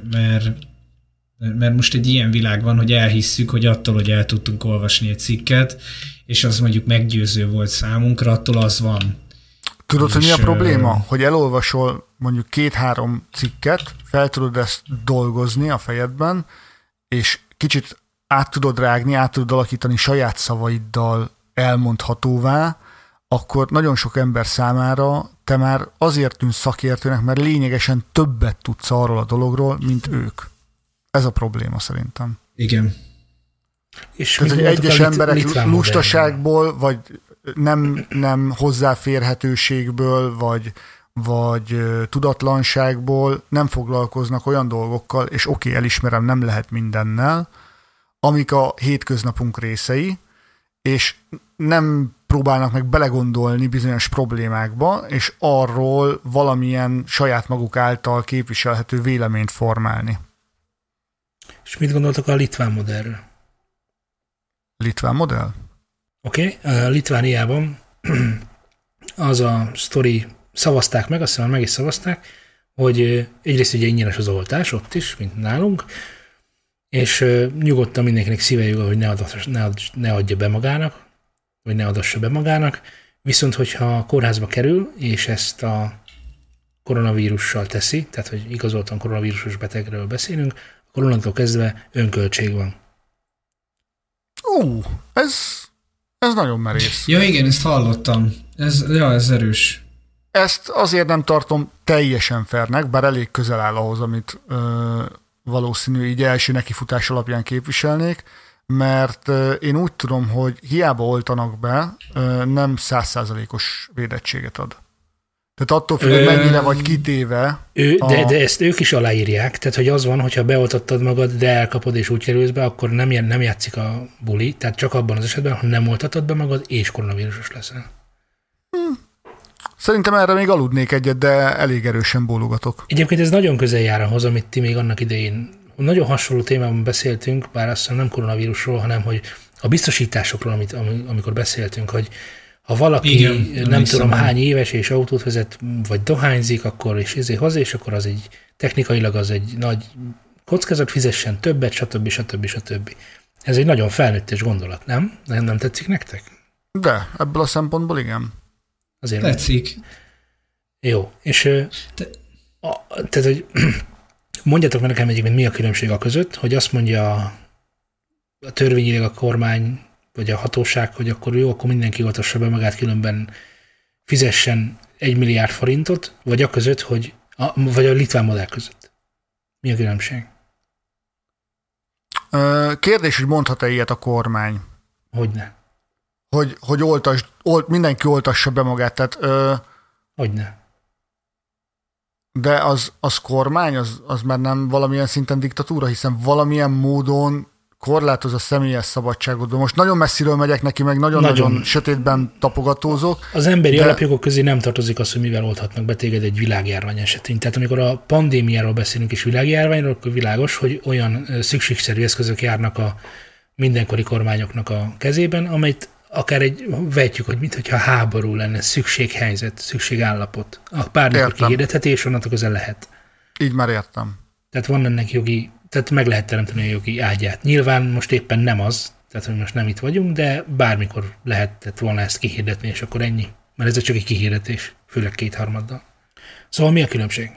mert most egy ilyen világ van, hogy elhisszük, hogy attól, hogy el tudtunk olvasni egy cikket, és az mondjuk meggyőző volt számunkra, attól az van. Tudod, hogy mi a probléma? Hogy elolvasol mondjuk 2-3 cikket, fel tudod ezt dolgozni a fejedben, és kicsit át tudod rágni, át tudod alakítani saját szavaiddal elmondhatóvá, akkor nagyon sok ember számára te már azért tűnsz szakértőnek, mert lényegesen többet tudsz arról a dologról, mint ők. Ez a probléma szerintem. Igen. És tehát, hogy egyes emberek lustaságból, vagy nem hozzáférhetőségből, vagy tudatlanságból nem foglalkoznak olyan dolgokkal, és oké, elismerem, nem lehet mindennel, amik a hétköznapunk részei, és nem próbálnak meg belegondolni bizonyos problémákba, és arról valamilyen saját maguk által képviselhető véleményt formálni. És mit gondoltok a litván modellről? Litván modell? Oké, Litvániában az a sztori, szavazták meg, azt hiszem meg is szavazták, hogy egyrészt ugye ingyenes az oltás, ott is, mint nálunk, és nyugodtan mindenkinek szíve joga, hogy ne adja be magának, vagy ne adassa be magának, viszont hogyha kórházba kerül, és ezt a koronavírussal teszi, tehát hogy igazoltan koronavírusos betegről beszélünk, akkor onnantól kezdve önköltség van. Ez nagyon merész. Ja igen, ezt hallottam. Ez erős. Ezt azért nem tartom teljesen fairnek, bár elég közel áll ahhoz, amit valószínű így első nekifutás alapján képviselnék, mert én úgy tudom, hogy hiába oltanak be, nem 100%-os védettséget ad. Tehát attól függ, hogy mennyire vagy kitéve. De ezt ők is aláírják, tehát hogy az van, hogyha beoltattad magad, de elkapod és úgy kerülsz be, akkor nem játszik a buli, tehát csak abban az esetben, ha nem oltatod be magad, és koronavírusos leszel. Szerintem erre még aludnék egyet, de elég erősen bólogatok. Egyébként ez nagyon közel jár ahhoz, amit ti még annak idején nagyon hasonló témában beszéltünk, bár azt nem koronavírusról, hanem hogy a biztosításokról, amikor beszéltünk, hogy ha valaki nem tudom hány éves és autót vezet, vagy dohányzik, akkor és hozzá, és akkor az egy technikailag az egy nagy kockázat, fizessen többet, stb. Ez egy nagyon felnőttes gondolat, nem? Nem tetszik nektek? De, ebből a szempontból igen. Azért tetszik. Jó, és tehát, hogy mondjátok meg nekem egyébként, mi a különbség a között, hogy azt mondja a törvényileg a kormány, vagy a hatóság, hogy akkor jó, akkor mindenki oltassa be magát, különben fizessen 1 milliárd forintot, vagy a között, vagy a litván modell között. Mi a különbség? Kérdés, hogy mondhat-e ilyet a kormány? Hogyne. Hogy mindenki oltassa be magát, tehát... Hogyne. De az kormány, az már nem valamilyen szinten diktatúra, hiszen valamilyen módon korlátoz a személyes szabadságot. Most nagyon messziről megyek neki, meg nagyon-nagyon sötétben tapogatózok. Az emberi alapjogok közé nem tartozik az, hogy mivel oldhatnak be téged egy világjárvány esetén. Tehát amikor a pandémiáról beszélünk és világjárványról, akkor világos, hogy olyan szükségszerű eszközök járnak a mindenkori kormányoknak a kezében, amelyet akár vejtjük, hogy mintha háború lenne, szükséghelyzet, szükségállapot. Bármikor kihirdetheti, és onnantól közel lehet. Így már értem. Tehát van ennek tehát meg lehet teremteni a jogi ágyát. Nyilván most éppen nem az, tehát hogy most nem itt vagyunk, de bármikor lehetett volna ezt kihirdetni, és akkor ennyi. Mert ez csak egy kihirdetés, főleg 2/3. Szóval mi a különbség?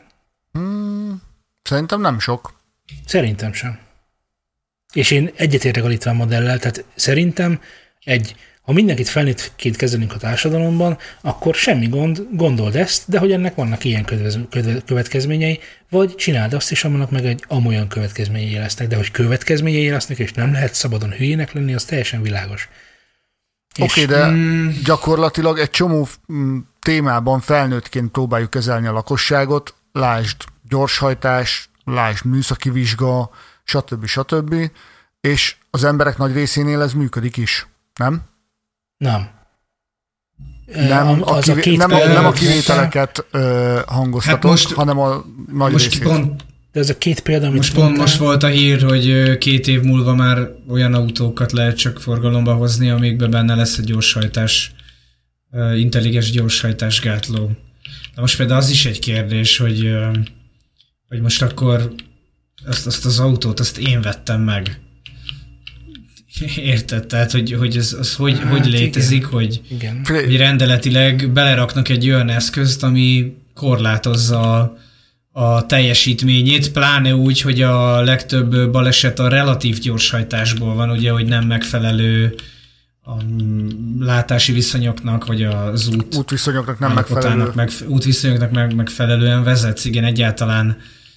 Szerintem nem sok. Szerintem sem. És én egyetértek a litván modellel, tehát szerintem ha mindenkit felnőttként kezelünk a társadalomban, akkor semmi gond, gondold ezt, de hogy ennek vannak ilyen következményei, vagy csináld azt, és annak meg amolyan következményei lesznek, de hogy következményei lesznek, és nem lehet szabadon hülyének lenni, az teljesen világos. Oké, de gyakorlatilag egy csomó témában felnőttként próbáljuk kezelni a lakosságot, lásd gyorshajtás, lásd műszaki vizsga, stb. És az emberek nagy részénél ez működik is, nem? Nem. Nem a kivételeket hangoztatok, hanem a nagy részét. De ez a 2 példa, amit most volt a hír, hogy 2 év múlva már olyan autókat lehet csak forgalomba hozni, amikben benne lesz egy gyorshajtás, intelligens gyorshajtás gátló. De most például az is egy kérdés, hogy most akkor azt az autót, azt én vettem meg. Érted? Tehát, hogy ez hogy létezik, igen. Hogy rendeletileg beleraknak egy olyan eszközt, ami korlátozza a teljesítményét, pláne úgy, hogy a legtöbb baleset a relatív gyorshajtásból van, ugye, hogy nem megfelelő a látási viszonyoknak, vagy az útviszonyoknak nem megfelelő. Útviszonyoknak megfelelően vezetsz. Igen, egyáltalán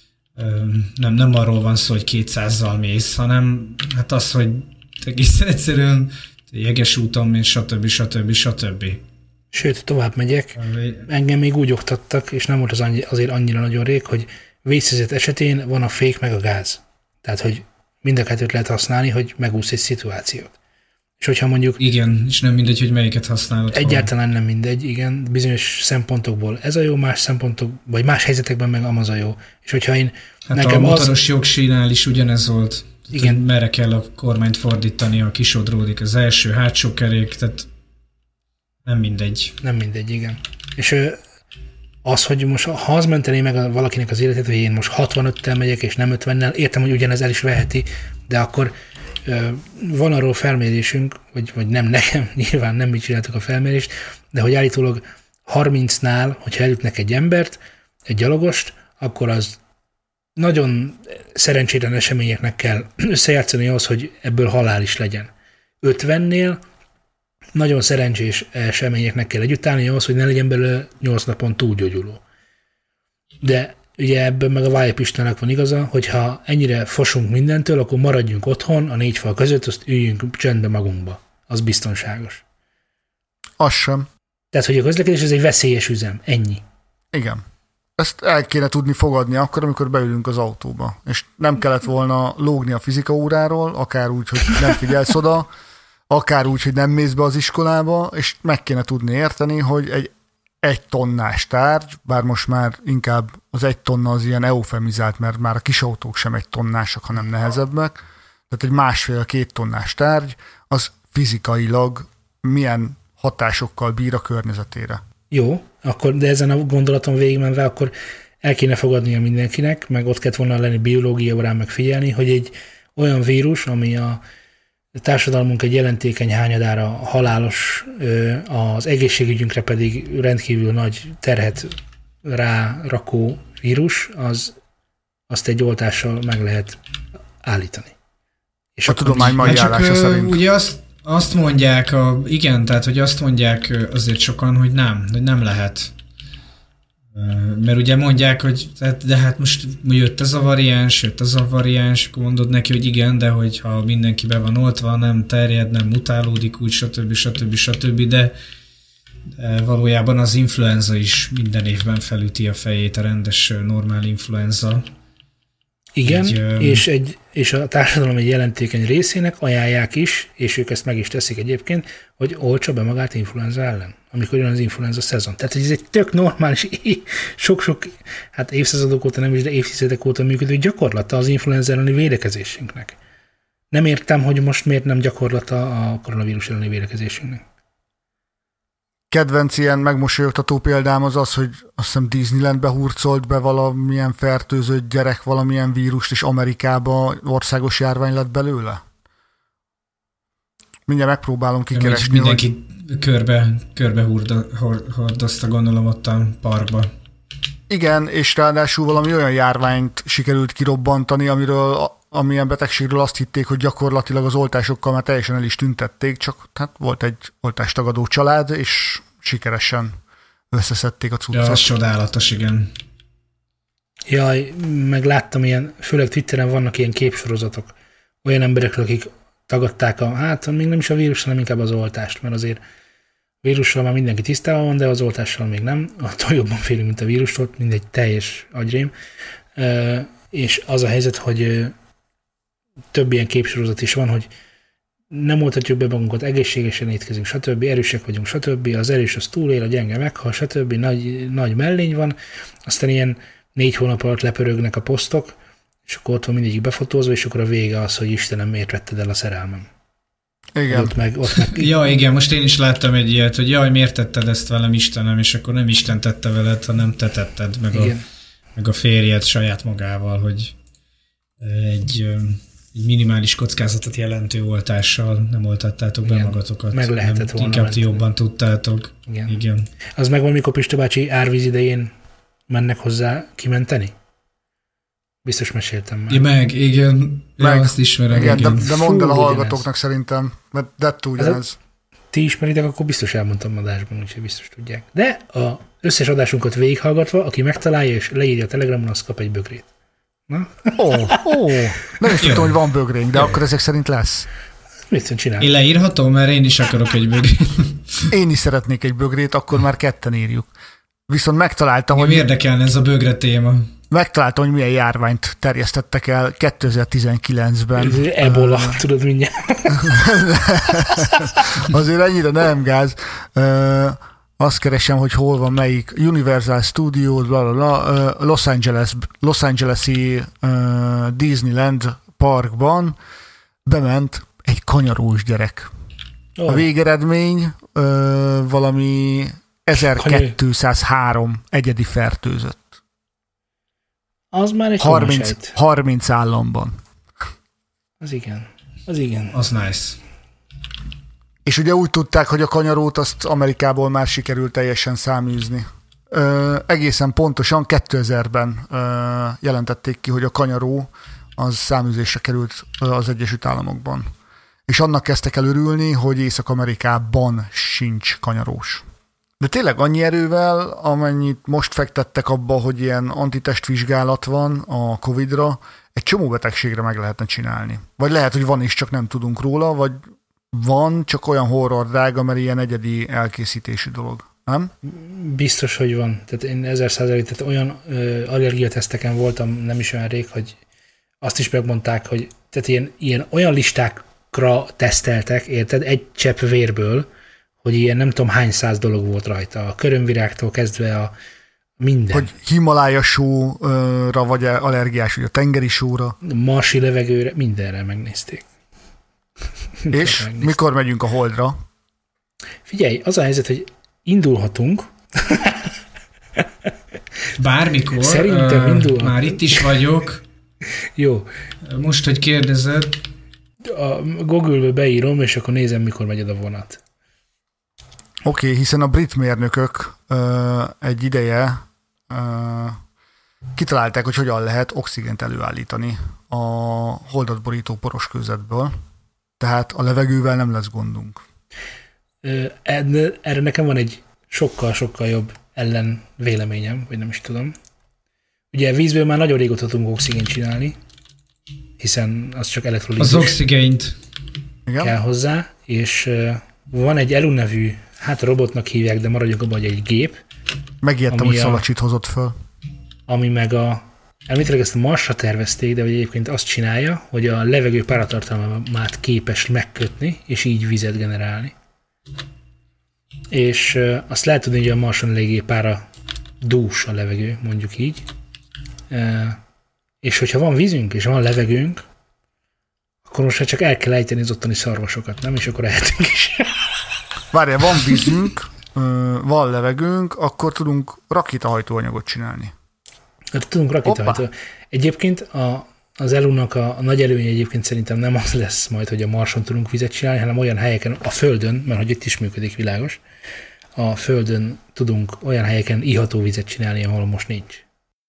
nem arról van szó, hogy 200-zal mész, hanem hát az, hogy egészen egyszerűen jeges úton, és stb. Sőt, tovább megyek. Engem még úgy oktattak, és nem volt az azért annyira nagyon rég, hogy vészhelyzet esetén van a fék meg a gáz. Tehát, hogy mind a kettőt lehet használni, hogy megúsz egy szituációt. És hogyha mondjuk... Igen, és nem mindegy, hogy melyiket használod. Egyáltalán nem mindegy, igen. Bizonyos szempontokból ez a jó, más szempontok, vagy más helyzetekben meg az a jó. És hogyha én... Hát nekem a motoros jogsínál is ugyanez volt. Igen. Merre kell a kormányt fordítani, a kisodródik az első, hátsó kerék, tehát nem mindegy. Nem mindegy, igen. És Az, hogy most ha az menteni meg valakinek az életét, hogy én most 65-tel megyek, és nem 50-nel, értem, hogy ugyanez el is veheti, de akkor van arról felmérésünk, vagy nem nekem, nyilván nem mi csináltuk a felmérést, de hogy állítólag 30-nál, hogyha elütnek egy embert, egy gyalogost, akkor az nagyon szerencsétlen eseményeknek kell összejátszani ahhoz, hogy ebből halál is legyen. 50-nél nagyon szerencsés eseményeknek kell együtt állni ahhoz, hogy ne legyen belőle 8 napon túlgyógyuló. De ugye ebben meg a Váj Pistának van igaza, hogyha ennyire fosunk mindentől, akkor maradjunk otthon, a 4 fal között, azt üljünk csendbe magunkba. Az biztonságos. Az sem. Tehát, hogy a közlekedés ez egy veszélyes üzem. Ennyi. Igen. Ezt el kéne tudni fogadni akkor, amikor beülünk az autóba. És nem kellett volna lógni a fizika óráról, akár úgy, hogy nem figyelsz oda, akár úgy, hogy nem mész be az iskolába, és meg kéne tudni érteni, hogy egy tonnás tárgy, bár most már inkább az 1 tonna az ilyen eufemizált, mert már a kis autók sem 1 tonnásak, hanem nehezebbek. Tehát egy 1,5-2 tonnás tárgy, az fizikailag milyen hatásokkal bír a környezetére. Jó, akkor, de ezen a gondolaton végigmenve, akkor el kéne fogadnia mindenkinek, meg ott kellett volna lenni biológia órán megfigyelni, hogy egy olyan vírus, ami a társadalmunk egy jelentékeny hányadára halálos, az egészségügyünkre pedig rendkívül nagy terhet rárakó vírus, azt egy oltással meg lehet állítani. És a tudomány mai állása szerint. Ugye azt mondják, igen, tehát hogy azt mondják azért sokan, hogy nem lehet. Mert ugye mondják, hogy de hát most jött ez a variáns, akkor mondod neki, hogy igen, de hogyha mindenki be van oltva, nem terjed, nem mutálódik úgy, stb. De valójában az influenza is minden évben felüti a fejét, a rendes, normál influenza. Igen, és a társadalom egy jelentékeny részének ajánlják is, és ők ezt meg is teszik egyébként, hogy oltsa be magát influenza ellen, amikor jön az influenza szezon. Tehát ez egy tök normális, sok-sok, hát évszázadok óta nem is, de évtizedek óta működő gyakorlata az influenza elleni védekezésünknek. Nem értem, hogy most miért nem gyakorlata a koronavírus elleni védekezésünknek. Kedvenc ilyen megmosolyogtató példám az, hogy azt hiszem Disneylandbe hurcolt be valamilyen fertőzött gyerek valamilyen vírust, és Amerikába országos járvány lett belőle. Mindjárt megpróbálom kikeresni. Mindenki körbe hordozta, gondolom, ott a parkba. Igen, és ráadásul valami olyan járványt sikerült kirobbantani, amilyen betegségről azt hitték, hogy gyakorlatilag az oltásokkal már teljesen el is tüntették, csak hát volt egy oltástagadó család, és sikeresen összeszedték a cuccot. Ja, az csodálatos, igen. Jaj, meg láttam ilyen, főleg Twitteren vannak ilyen képsorozatok, olyan emberekről, akik tagadták még nem is a vírus, hanem inkább az oltást, mert azért vírussal már mindenki tisztában van, de az oltással még nem. Attól jobban félünk, mint a vírustól, mindegy teljes agyrém. És az a helyzet, hogy több ilyen képsorozat is van, hogy nem oltatjuk be magunkat, egészségesen étkezünk, stb. Erősek vagyunk, stb. Az erős az túlél, a gyenge meghal, stb. Nagy mellény van, aztán ilyen 4 hónap alatt lepörögnek a posztok, és akkor ott van mindegyik befotózva, és akkor a vége az, hogy Istenem, miért vetted el a szerelmem. Igen. Ott meg... Ja, igen, most én is láttam egy ilyet, hogy jaj, miért tetted ezt velem, Istenem, és akkor nem Isten tette veled, hanem te tetted, meg a férjed saját magával, hogy egy minimális kockázatot jelentő oltással nem oltattátok be magatokat. Meg lehetett volna. Inkább ti jobban tudtátok. Igen. Az megvan, mikor Pista bácsi árvíz idején mennek hozzá kimenteni? Biztos meséltem már. Igen. Ja, azt ismerem. Igen. De mondd el a hallgatóknak szerintem, mert dettó ugyanez. Ti ismeritek, akkor biztos elmondtam adásban, úgyhogy biztos tudják. De az összes adásunkat végighallgatva, aki megtalálja és leírja a Telegramon, az kap egy bögrét. Na? Nem is tudtam, hogy van bögrénk, de akkor ezek szerint lesz. Mit csinálni? Én leírhatom, mert én is akarok egy bögrét. Én is szeretnék egy bögrét, akkor már ketten írjuk. Viszont megtaláltam, hogy... érdekelne ez a bögre téma. Megtaláltam, hogy milyen járványt terjesztettek el 2019-ben. Ebola, tudod mindjárt. Azért ennyire nem gáz. Azt keresem, hogy hol van melyik. Universal Studios, Los Angeles-i Disneyland parkban bement egy kanyarós gyerek. A végeredmény valami 1203 egyedi fertőzött. Az már egy 30 államban. Az igen. Az nice. És ugye úgy tudták, hogy a kanyarót azt Amerikából már sikerült teljesen száműzni. Egészen pontosan 2000-ben jelentették ki, hogy a kanyaró az száműzésre került az Egyesült Államokban. És annak kezdtek el örülni, hogy Észak-Amerikában sincs kanyarós. De tényleg annyi erővel, amennyit most fektettek abba, hogy ilyen antitestvizsgálat van a Covid-ra, egy csomó betegségre meg lehetne csinálni. Vagy lehet, hogy van is, csak nem tudunk róla, vagy van, csak olyan horror drága, mert ilyen egyedi elkészítésű dolog. Nem? Biztos, hogy van. Tehát én 1000%, tehát olyan allergiateszteken voltam nem is olyan rég, hogy azt is megmondták, hogy tehát ilyen olyan listákra teszteltek, érted, egy csepp vérből, hogy ilyen nem tudom hány száz dolog volt rajta. A körömvirágtól kezdve a minden. Hogy Himalája sóra vagy allergiás, vagy a tengeri sóra. Marsi levegőre, mindenre megnézték. És mikor megyünk a Holdra? Figyelj, az a helyzet, hogy indulhatunk. Bármikor. Szerintem indulhatunk. Már itt is vagyok. Jó. Most, hogy kérdezed. A Google-be beírom, és akkor nézem, mikor megy a vonat. Oké, hiszen a brit mérnökök egy ideje kitalálták, hogy hogyan lehet oxigént előállítani a holdat borító poros kőzetből. Tehát a levegővel nem lesz gondunk. Erre nekem van egy sokkal-sokkal jobb ellen véleményem, vagy nem is tudom. Ugye vízből már nagyon régóta tudunk oxigént csinálni, hiszen az csak elektrolízis. Az oxigént kell hozzá, és van egy ELU nevű, hát robotnak hívják, de maradjunk abban, hogy egy gép. Megijedtem, hogy Szalacsit hozott föl. Ami meg elméletileg ezt a Marsra tervezték, de egyébként azt csinálja, hogy a levegő páratartalmát képes megkötni, és így vizet generálni. És azt lehet tudni, hogy a Marson eléggé pára dús a levegő, mondjuk így. És hogyha van vízünk, és van levegőnk, akkor most csak el kell ejteni az ottani szarvasokat, nem? És akkor ehetünk is. Várjál, van vízünk, van levegőnk, akkor tudunk rakétahajtóanyagot csinálni. Tudunk rakétahajtóanyagot. Egyébként az ELU-nak a nagy előnye egyébként szerintem nem az lesz majd, hogy a Marson tudunk vizet csinálni, hanem olyan helyeken, a Földön, mert hogy itt is működik, világos, a Földön tudunk olyan helyeken iható vizet csinálni, ahol most nincs.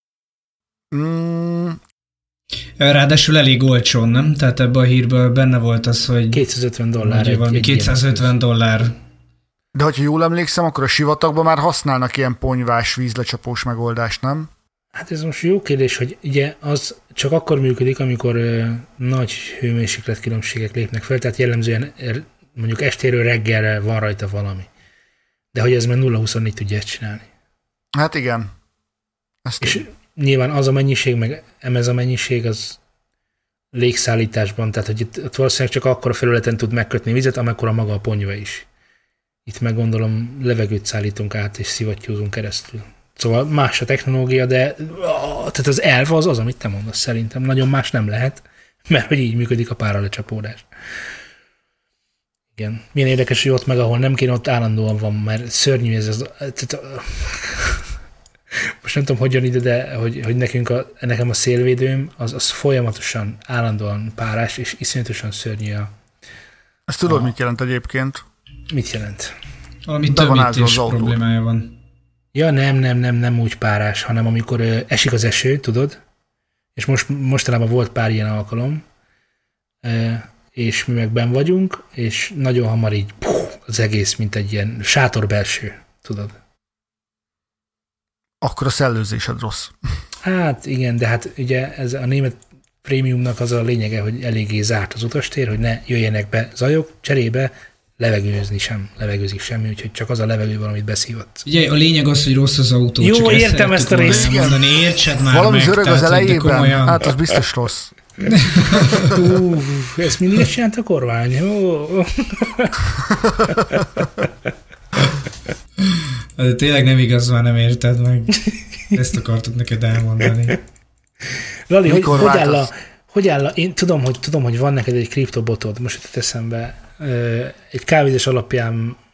Ráadásul elég olcsón, nem? Tehát ebben a hírből benne volt az, hogy $250. 250 dollár. De hogyha jól emlékszem, akkor a sivatagban már használnak ilyen ponyvás vízlecsapós megoldást, nem? Hát ez most jó kérdés, hogy ugye az csak akkor működik, amikor nagy hőmérsékletkülönbségek lépnek fel, tehát jellemzően mondjuk estéről reggelre van rajta valami. De hogy ez már 0-24 tudja ezt csinálni. Hát igen. És nyilván az a mennyiség, meg ez a mennyiség az légszállításban, tehát hogy itt valószínűleg csak akkor a felületen tud megkötni vizet, amekkora maga a ponyva is. Itt meg gondolom levegőt szállítunk át, és szivattyúzunk keresztül. Szóval más a technológia, de tehát az elv az, amit te mondasz szerintem. Nagyon más nem lehet, mert hogy így működik a páralecsapódás. Igen. Milyen érdekes, hogy ott meg, ahol nem kéne, ott állandóan van, mert szörnyű ez az... Most nem tudom, hogy jön ide, de hogy nekem a szélvédőm, az folyamatosan, állandóan párás, és iszonyatosan szörnyű Ezt tudod, mit jelent egyébként? Mit jelent? Valami többítés problémája van. Ja, nem úgy párás, hanem amikor esik az eső, tudod? És mostanában volt pár ilyen alkalom, és mi meg benn vagyunk, és nagyon hamar így az egész, mint egy ilyen sátorbelső, tudod? Akkor a szellőzésed rossz. Hát igen, de hát ugye ez a német prémiumnak az a lényege, hogy eléggé zárt az utastér, hogy ne jöjjenek be zajok, cserébe levegőzik semmi, úgyhogy csak az a levegő valamit beszívott. Ugye a lényeg az, hogy rossz az autó. Jó, csak értem ezt a részt. Értsed már valami meg. Zörög az elejében, komolyan... hát az biztos rossz. Ezt mindig ezt csinált a kormány. De tényleg nem igaz, már nem érted meg. Ezt akartuk neked elmondani. Lali, hogy áll én tudom, hogy van neked egy kriptobotod, most jutott eszembe. Egy kávézés alapján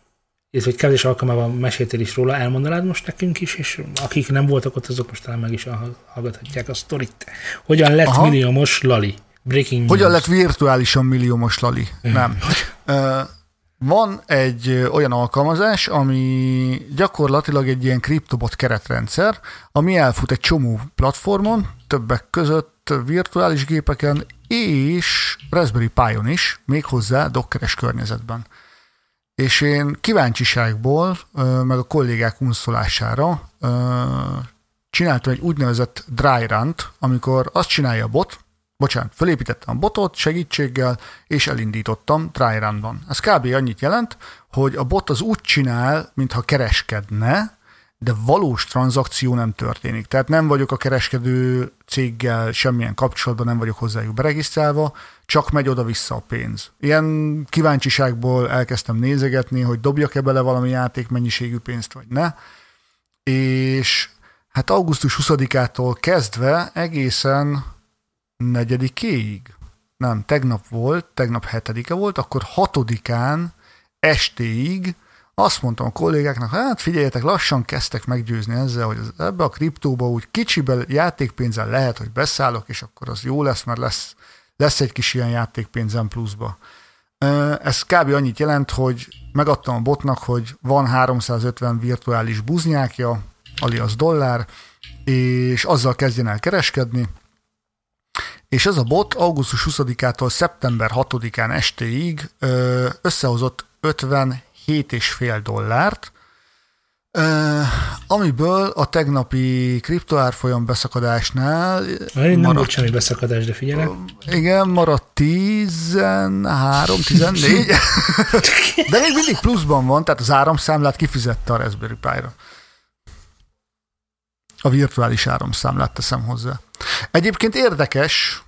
illetve egy kevés alkalmával meséltél is róla, elmondanád most nekünk is, és akik nem voltak ott, azok most talán meg is hallgathatják a sztorit. Hogyan lett milliómos Lali? Breaking news. Hogyan lett virtuálisan milliómos Lali? Nem. Van egy olyan alkalmazás, ami gyakorlatilag egy ilyen CryptoBot keretrendszer, ami elfut egy csomó platformon, többek között virtuális gépeken, és Raspberry Pi-on is, méghozzá dockeres környezetben. És én kíváncsiságból, meg a kollégák unszolására csináltam egy úgynevezett dry run-t, amikor azt csinálja a bot, fölépítettem a botot segítséggel, és elindítottam dry run-ban. Ez kb. Annyit jelent, hogy a bot az úgy csinál, mintha kereskedne, de valós tranzakció nem történik. Tehát nem vagyok a kereskedő céggel semmilyen kapcsolatban, nem vagyok hozzájuk beregisztrálva, csak megy oda-vissza a pénz. Ilyen kíváncsiságból elkezdtem nézegetni, hogy dobjak-e bele valami játékmennyiségű pénzt, vagy ne. És hát augusztus 20-ától kezdve egészen 4-éig, nem, tegnap 7-e volt, akkor 6-án estéig azt mondtam a kollégáknak, hát figyeljetek, lassan kezdtek meggyőzni ezzel, hogy ebbe a kriptóba úgy kicsiben játékpénzzel lehet, hogy beszállok, és akkor az jó lesz, mert lesz egy kis ilyen játékpénzem pluszba. Ez kb. Annyit jelent, hogy megadtam a botnak, hogy van 350 virtuális buznyákja, alias dollár, és azzal kezdjen el kereskedni, és ez a bot augusztus 20-ától szeptember 6-án estéig összehozott 57,5 dollárt, amiből a tegnapi kriptoárfolyam beszakadásnál... Nem volt semmi beszakadás, de figyelek. Igen, maradt 13-14, de még mindig pluszban van, tehát az áramszámlát kifizette a Raspberry Pi-ra. A virtuális áramszámlát teszem hozzá. Egyébként érdekes,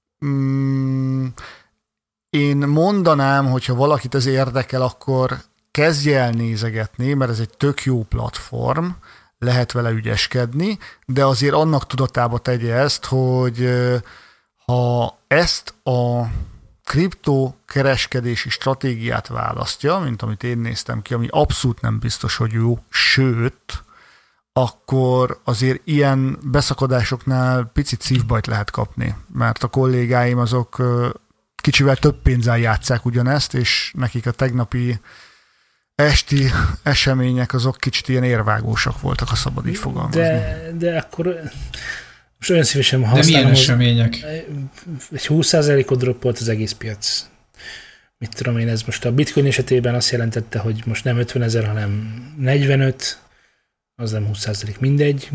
én mondanám, hogyha valakit ez érdekel, akkor kezdje el nézegetni, mert ez egy tök jó platform, lehet vele ügyeskedni, de azért annak tudatába tegye ezt, hogy ha ezt a kriptokereskedési stratégiát választja, mint amit én néztem ki, ami abszolút nem biztos, hogy jó, sőt, akkor azért ilyen beszakadásoknál picit szívbajt lehet kapni, mert a kollégáim azok kicsivel több pénzzel játsszák ugyanezt, és nekik a tegnapi esti események azok kicsit ilyen érvágósak voltak, ha szabad így fogalmazni. De akkor most olyan szívesen használom. De milyen események? Egy 20%-ot droppolt az egész piac. Mit tudom én, ez most a Bitcoin esetében azt jelentette, hogy most nem 50 000, hanem 45, az nem 20%, mindegy.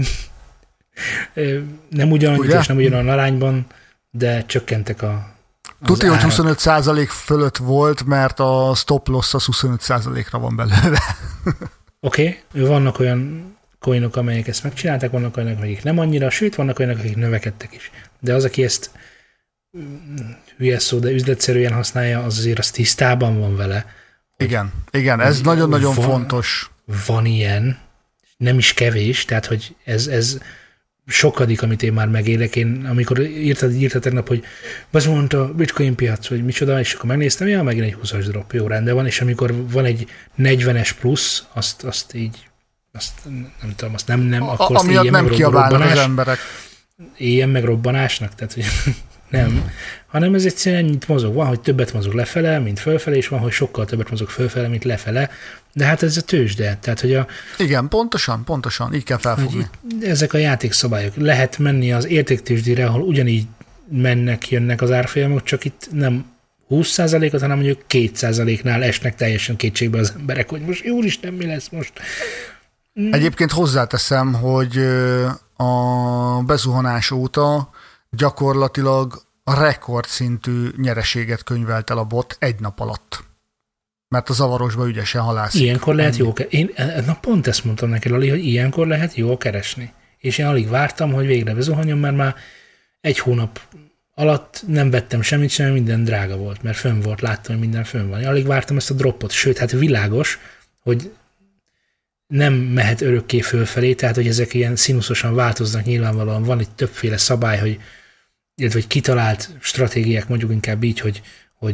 Nem ugyanannyit és nem ugyanolyan arányban, de csökkentek Tudja, hogy 25% fölött volt, mert a stop loss az 25%-ra van belőle. Oké. Vannak olyan coinok, amelyek ezt megcsinálták, vannak olyanok, akik nem annyira, sőt, vannak olyanok, akik növekedtek is. De az, aki ezt hülye szó, de üzletszerűen használja, az azért az tisztában van vele. Igen, ez nagyon-nagyon fontos. Van ilyen, nem is kevés, tehát, hogy ez sokadik, amit én már megélek. Én, amikor írtad tegnap, hogy bezmondta a Bitcoin piac, hogy micsoda, és akkor megnéztem, ja, megint egy 20-as drop, jó, rendben van, és amikor van egy 40-es plusz, azt így, azt nem tudom, azt nem akkor azt amiatt nem kiabálnak az emberek. Éljen meg robbanásnak, tehát, hogy nem, hanem ez egyszerűen ennyit mozog. Van, hogy többet mozog lefele, mint fölfele, és van, hogy sokkal többet mozog fölfele, mint lefele, de hát ez a tőzsde. Tehát, hogy igen, pontosan, így kell felfogni. Ezek a játékszabályok. Lehet menni az értéktőzsdére, ahol ugyanígy jönnek az árfolyamok, csak itt nem 20%-ot, hanem mondjuk 2%-nál esnek teljesen kétségbe az emberek, hogy most úristen, mi lesz most? Egyébként hozzáteszem, hogy a bezuhanás óta gyakorlatilag a rekordszintű nyereséget könyvelt el a bot egy nap alatt. Mert a zavarosba ügyesen halászik. Ilyenkor lehet jó keresni. Pont ezt mondtam neki, Lali, hogy ilyenkor lehet jó keresni. És én alig vártam, hogy végre bezuhanjon, mert már egy hónap alatt nem vettem semmit sem, minden drága volt, mert fönn volt, láttam, hogy minden fönn van. Én alig vártam ezt a droppot, sőt, hát világos, hogy nem mehet örökké fölfelé, tehát, hogy ezek ilyen színuszosan változnak, nyilvánvalóan van egy többféle szabály, illetve kitalált stratégiák, mondjuk inkább így, hogy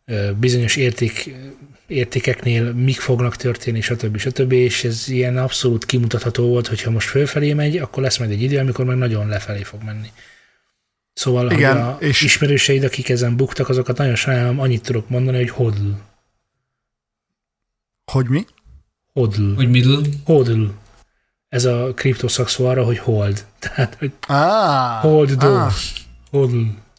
bizonyos értékeknél mik fognak történni, stb. És ez ilyen abszolút kimutatható volt, hogyha most fölfelé megy, akkor lesz majd egy idő, amikor meg nagyon lefelé fog menni. Szóval, igen, a és ismerőseid, akik ezen buktak, azokat nagyon sajnálom, annyit tudok mondani, hogy hodl. Hogy mi? Hodl. Hogy middle? Hodl. Ez a kriptoszakszó arra, hogy hold. Tehát, hogy hold do. Hodl.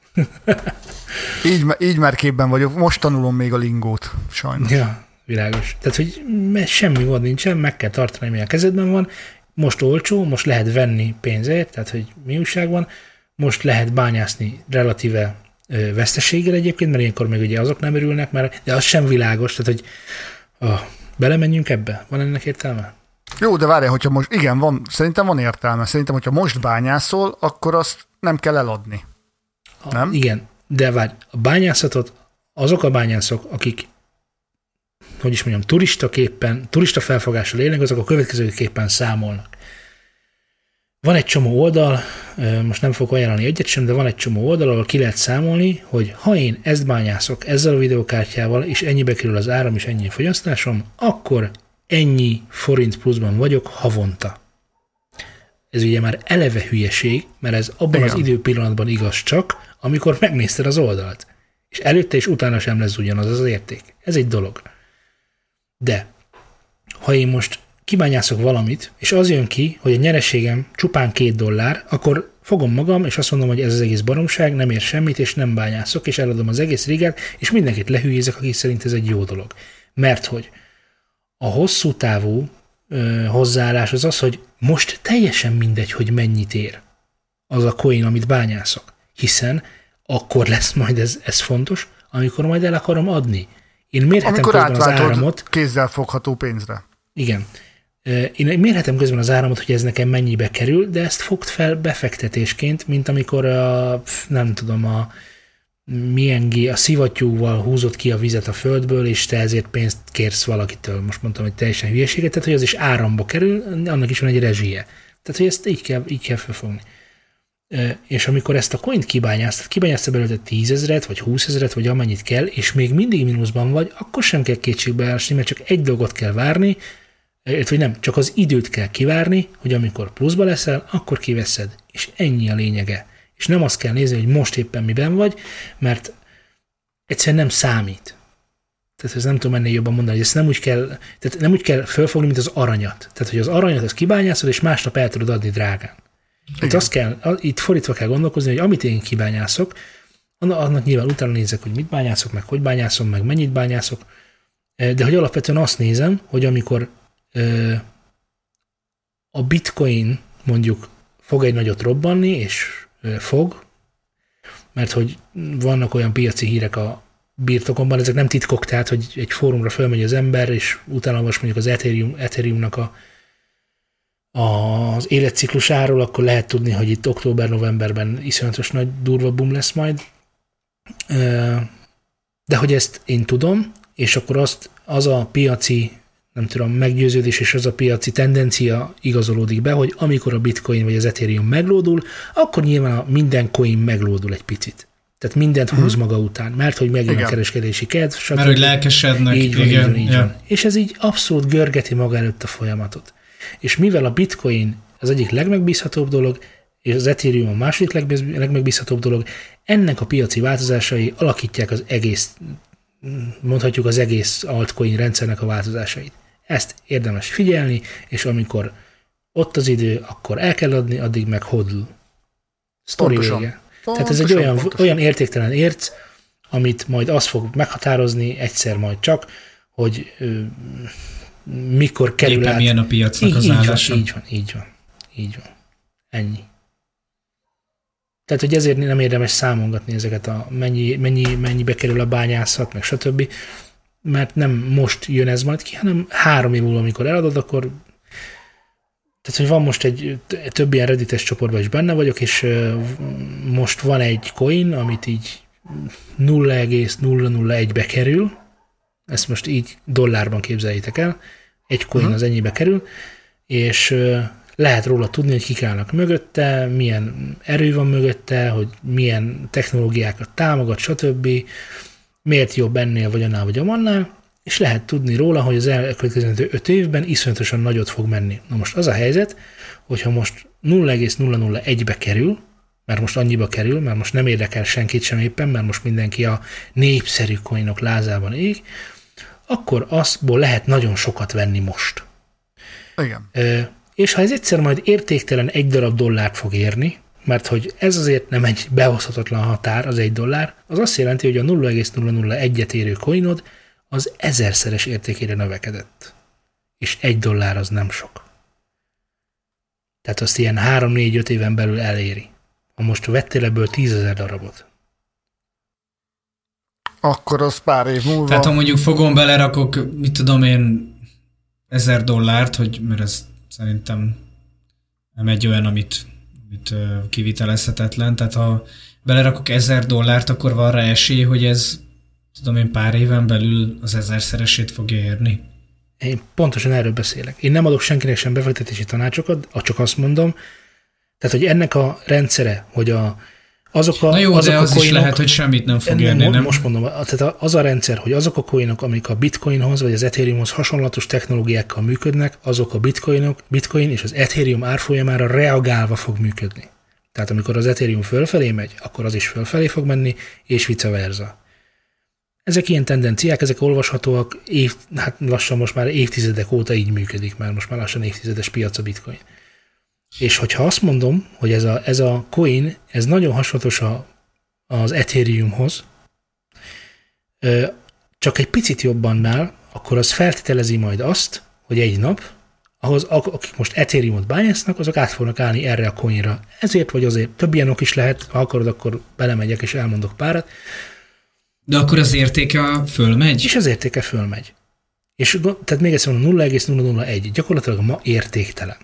Így már képben vagyok. Most tanulom még a lingót, sajnos. Ja, világos. Tehát, hogy semmi gond nincsen, meg kell tartani, ami a kezedben van. Most olcsó, most lehet venni pénzért, tehát, hogy mi újság van. Most lehet bányászni relatíve veszteséggel egyébként, mert ilyenkor még ugye azok nem örülnek, de az sem világos, tehát, hogy belemenjünk ebbe? Van ennek értelme? Jó, de várjál, hogyha most, igen, szerintem van értelme. Szerintem, hogyha most bányászol, akkor azt nem kell eladni. Nem? Igen, de várj, a bányászatot azok a bányászok, akik, hogy is mondjam, turista felfogással élnek, azok a következőképpen számolnak. Van egy csomó oldal, most nem fogok ajánlani egyet sem, de van egy csomó oldal, ahol ki lehet számolni, hogy ha én ezt bányászok ezzel a videókártyával, és ennyibe kerül az áram, és ennyi fogyasztásom, akkor ennyi forint pluszban vagyok havonta. Ez ugye már eleve hülyeség, mert ez abban az időpillanatban igaz csak, amikor megnézted az oldalt. És előtte és utána sem lesz ugyanaz az érték. Ez egy dolog. De ha én most kibányászok valamit, és az jön ki, hogy a nyereségem csupán $2, akkor fogom magam, és azt mondom, hogy ez az egész baromság, nem ér semmit, és nem bányászok, és eladom az egész rigát, és mindenkit lehülyézek, aki szerint ez egy jó dolog. Mert hogy a hosszú távú hozzáállás az az, hogy most teljesen mindegy, hogy mennyit ér az a coin, amit bányászok. Hiszen akkor lesz majd ez fontos, amikor majd el akarom adni. Én mérhetem közben az áramot. Kézzel fogható pénzre. Igen. Én mérhetem közben az áramot, hogy ez nekem mennyibe kerül, de ezt fogd fel befektetésként, mint amikor a szivattyúval húzott ki a vizet a földből, és te ezért pénzt kérsz valakitől. Most mondtam, hogy teljesen hülyeséget, tehát hogy az is áramba kerül, annak is van egy rezsie. Tehát, hogy ezt így kell felfogni. És amikor ezt a coint kibányáztad belőle 10 000 vagy 20 000 vagy amennyit kell, és még mindig mínuszban vagy, akkor sem kell kétségbe esni, mert csak egy dolgot kell várni, vagy nem, csak az időt kell kivárni, hogy amikor pluszba leszel, akkor kiveszed. És ennyi a lényege. És nem azt kell nézni, hogy most éppen miben vagy, mert egyszerűen nem számít. Tehát ez nem tudom ennél jobban mondani, hogy ezt nem úgy kell fölfogni, mint az aranyat. Tehát, hogy az aranyat azt kibányászod, és másnap el tudod adni drágán. Itt fordítva kell gondolkozni, hogy amit én kibányászok, annak nyilván utána nézek, hogy mit bányászok, meg hogy bányászom, meg mennyit bányászok, de hogy alapvetően azt nézem, hogy amikor a bitcoin mondjuk fog egy nagyot robbanni, és mert hogy vannak olyan piaci hírek a birtokomban, ezek nem titkok, tehát, hogy egy fórumra fölmegy az ember, és utána most mondjuk az Ethereumnak az életciklusáról, akkor lehet tudni, hogy itt október-novemberben iszonyatos nagy durva boom lesz majd. De hogy ezt én tudom, és akkor az a piaci, nem tudom, meggyőződés és az a piaci tendencia igazolódik be, hogy amikor a bitcoin vagy az Ethereum meglódul, akkor nyilván minden coin meglódul egy picit. Tehát mindent húz maga után, mert hogy megjön a kereskedési kedv, stb. Mert hogy lelkesednek. Így van. És ez így abszolút görgeti maga előtt a folyamatot. És mivel a bitcoin az egyik legmegbízhatóbb dolog, és az Ethereum a második legmegbízhatóbb dolog, ennek a piaci változásai alakítják az egész, mondhatjuk az egész altcoin rendszernek a változásait. Ezt érdemes figyelni, és amikor ott az idő, akkor el kell adni, addig meg hodl. Sztori vége. Tehát ez egy olyan értéktelen érc, amit majd az fog meghatározni egyszer majd csak, hogy mikor kerül át. Milyen a piacnak az állása. Így van. Ennyi. Tehát, hogy ezért nem érdemes számolgatni ezeket mennyibe kerül a bányászat, meg stb. Mert nem most jön ez majd ki, hanem 3 év múlva, amikor eladod, akkor tehát, hogy van most több ilyen Reddites csoportban is benne vagyok, és most van egy coin, amit így 0,001-be kerül, ezt most így dollárban képzeljétek el, egy coin az ennyibe kerül, és lehet róla tudni, hogy kik állnak mögötte, milyen erő van mögötte, hogy milyen technológiákat támogat, stb. miért jobb ennél, vagy annál, vagy amannál, és lehet tudni róla, hogy az elkövetkező 5 évben iszonyatosan nagyot fog menni. Na most az a helyzet, hogyha most 0,001-be kerül, mert most annyiba kerül, mert most nem érdekel senkit sem éppen, mert most mindenki a népszerű coinok lázában ég, akkor azból lehet nagyon sokat venni most. Igen. És ha ez egyszer majd értéktelen $1 fog érni, mert hogy ez azért nem egy behozhatatlan határ, az $1, az azt jelenti, hogy a 0,001-et érő coinod az 1000-szeres értékére növekedett. És $1 az nem sok. Tehát azt ilyen 3-4-5 éven belül eléri. Ha most vettél ebből 10,000 darabot. Akkor az pár év múlva... Tehát ha mondjuk fogom belerakok, mit tudom én, $1000, hogy, mert ez szerintem nem egy olyan, amit kivitelezhetetlen, tehát ha belerakok $1000, akkor van rá esély, hogy ez, tudom én, pár éven belül az 1000-szeresét fogja érni. Én pontosan erről beszélek. Én nem adok senkinek sem befektetési tanácsokat, csak azt mondom, tehát, hogy ennek a rendszere, hogy azok a... Na jó, azok de a az coinok, is lehet, hogy semmit nem fog érni, nem? Most mondom, tehát az a rendszer, hogy azok a coinok, amik a Bitcoinhoz vagy az Ethereumhoz hasonlatos technológiákkal működnek, azok a Bitcoin és az Ethereum árfolyamára reagálva fog működni. Tehát amikor az Ethereum fölfelé megy, akkor az is fölfelé fog menni, és vice versa. Ezek ilyen tendenciák, ezek olvashatóak, hát lassan most már évtizedek óta így működik, mert most már lassan évtizedes piac a Bitcoin. És hogyha azt mondom, hogy ez a coin, ez nagyon hasonlatos az Ethereumhoz, csak egy picit jobbannál, akkor az feltételezi majd azt, hogy egy nap, akik most Ethereumot bányásznak, azok át fognak állni erre a coinra. Ezért vagy azért, több ilyen ok is lehet, ha akarod, akkor belemegyek és elmondok párat. De akkor az értéke fölmegy? És az értéke fölmegy. És tehát még egyszer mondom, 0,001, gyakorlatilag ma értéktelen.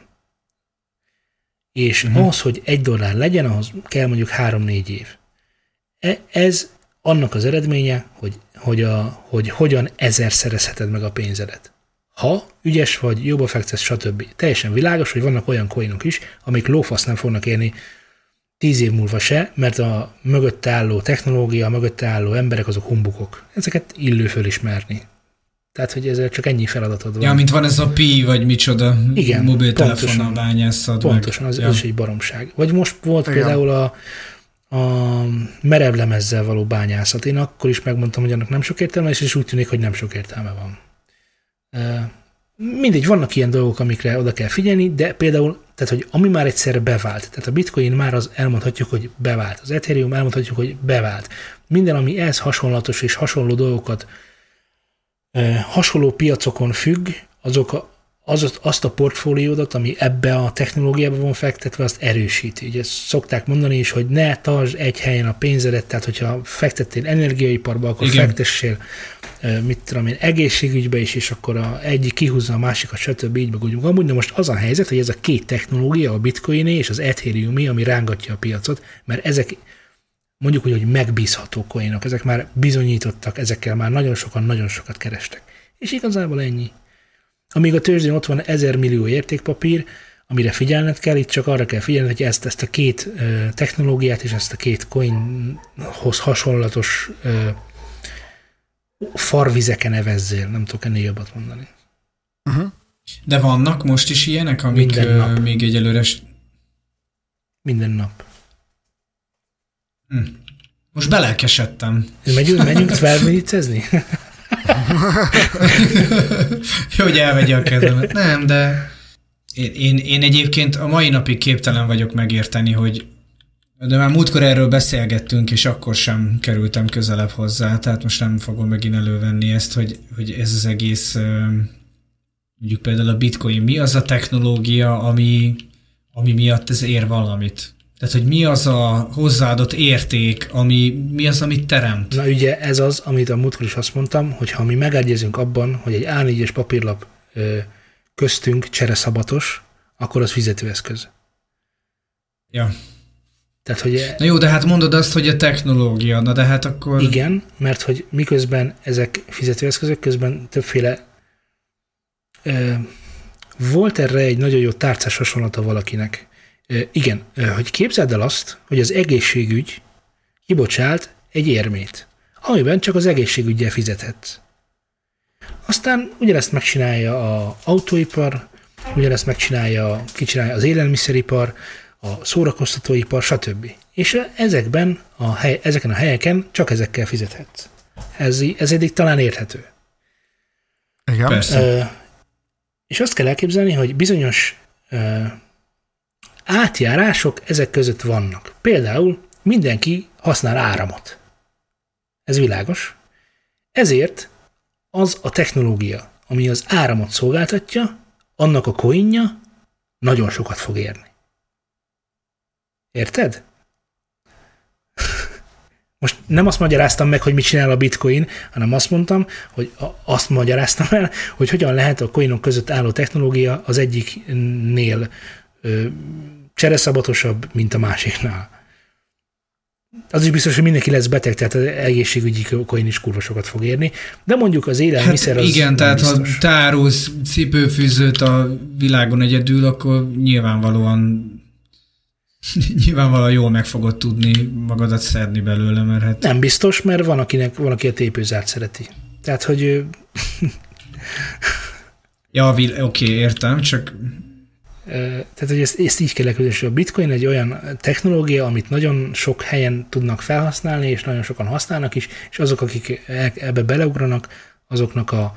És ahhoz, hogy $1 legyen, ahhoz kell mondjuk 3-4 év. Ez annak az eredménye, hogy hogyan 1000-szerezheted meg a pénzedet. Ha ügyes vagy, jobban fektetsz, stb. Teljesen világos, hogy vannak olyan coinok is, amik lófasz nem fognak érni 10 év múlva se, mert a mögötte álló technológia, a mögötte álló emberek azok humbukok. Ezeket illő fölismerni. Tehát, hogy ezzel csak ennyi feladatod van. Ja, mint van ez a Pi, vagy micsoda, igen, mobiltelefonnal bányászod. Pontosan, az is egy baromság. Vagy most volt például a merevlemezzel való bányászat. Én akkor is megmondtam, hogy annak nem sok értelme, és úgy tűnik, hogy nem sok értelme van. Mindegy, vannak ilyen dolgok, amikre oda kell figyelni, de például, tehát, hogy ami már egyszer bevált, tehát a Bitcoin már az elmondhatjuk, hogy bevált. Az Ethereum elmondhatjuk, hogy bevált. Minden, ami ehhez hasonlatos és hasonló dolgokat hasonló piacokon függ, azt a portfóliódat, ami ebbe a technológiába van fektetve, azt erősíti. Ugye szokták mondani is, hogy ne tartsd egy helyen a pénzedet, tehát hogyha fektettél energiaiparba, akkor igen, fektessél mit tudom én, egészségügybe is, és akkor egyik kihúzza a másikat, stb. Így meg úgy. Amúgy de most az a helyzet, hogy ez a két technológia, a Bitcoiné és az Ethereum, ami rángatja a piacot, mert ezek mondjuk úgy, hogy megbízható coinok, ezek már bizonyítottak, ezekkel már nagyon sokat kerestek. És igazából ennyi. Amíg a tőzsdén ott van 1000 millió értékpapír, amire figyelned kell, itt csak arra kell figyelned, hogy ezt a két technológiát és ezt a két coinhoz hasonlatos farvizeken evezzél. Nem tudok ennél jobbat mondani. Uh-huh. De vannak most is ilyenek, amik még egyelőre... Minden nap. Most belelkesedtem. Megyünk 12 minutes-ezni? Jó, hogy elvegye a kezemet. Nem, de én egyébként a mai napig képtelen vagyok megérteni, hogy de már múltkor erről beszélgettünk, és akkor sem kerültem közelebb hozzá, tehát most nem fogom megint elővenni ezt, hogy ez az egész, mondjuk például a Bitcoin, mi az a technológia, ami miatt ez ér valamit? Tehát, hogy mi az a hozzáadott érték, mi az, amit teremt? Na ugye ez az, amit a múltkor is azt mondtam, hogy ha mi megegyezünk abban, hogy egy A4-es papírlap köztünk csereszabatos, akkor az fizetőeszköz. Ja. Tehát, hogy na jó, de hát mondod azt, hogy a technológia, na de hát akkor... Igen, mert hogy miközben ezek fizetőeszközök, közben többféle... volt erre egy nagyon jó tárcás hasonlata valakinek. Igen, hogy képzeld el azt, hogy az egészségügy kibocsált egy érmét, amiben csak az egészségüggyel fizethetsz. Aztán ugyanezt megcsinálja az autóipar, ugyanezt megcsinálja, kicsinálja az élelmiszeripar, a szórakoztatóipar, stb. És ezeken a helyeken csak ezekkel fizethetsz. Ez eddig talán érthető. Igen. Persze. És azt kell elképzelni, hogy bizonyos átjárások ezek között vannak. Például mindenki használ áramot. Ez világos. Ezért az a technológia, ami az áramot szolgáltatja, annak a coinja nagyon sokat fog érni. Érted? Most nem azt magyaráztam meg, hogy mit csinál a bitcoin, hanem azt mondtam, hogy azt magyaráztam el, hogy hogyan lehet a coinok között álló technológia az egyiknél csereszabatosabb, mint a másiknál. Az is biztos, hogy mindenki lesz beteg, tehát az egészségügyi coin is kurva sokat fog érni, de mondjuk az élelmiszer az igen, tehát biztos. ha tárolsz cipőfűzőt a világon egyedül, akkor nyilvánvalóan jól meg fogod tudni magadat szedni belőle, mert hát... Nem biztos, mert van, aki a tépőzárt szereti. Tehát, hogy... Ja, oké, értem, csak... Tehát, hogy ezt így kell elképzelni. A bitcoin egy olyan technológia, amit nagyon sok helyen tudnak felhasználni, és nagyon sokan használnak is, és azok, akik ebbe beleugranak, azoknak a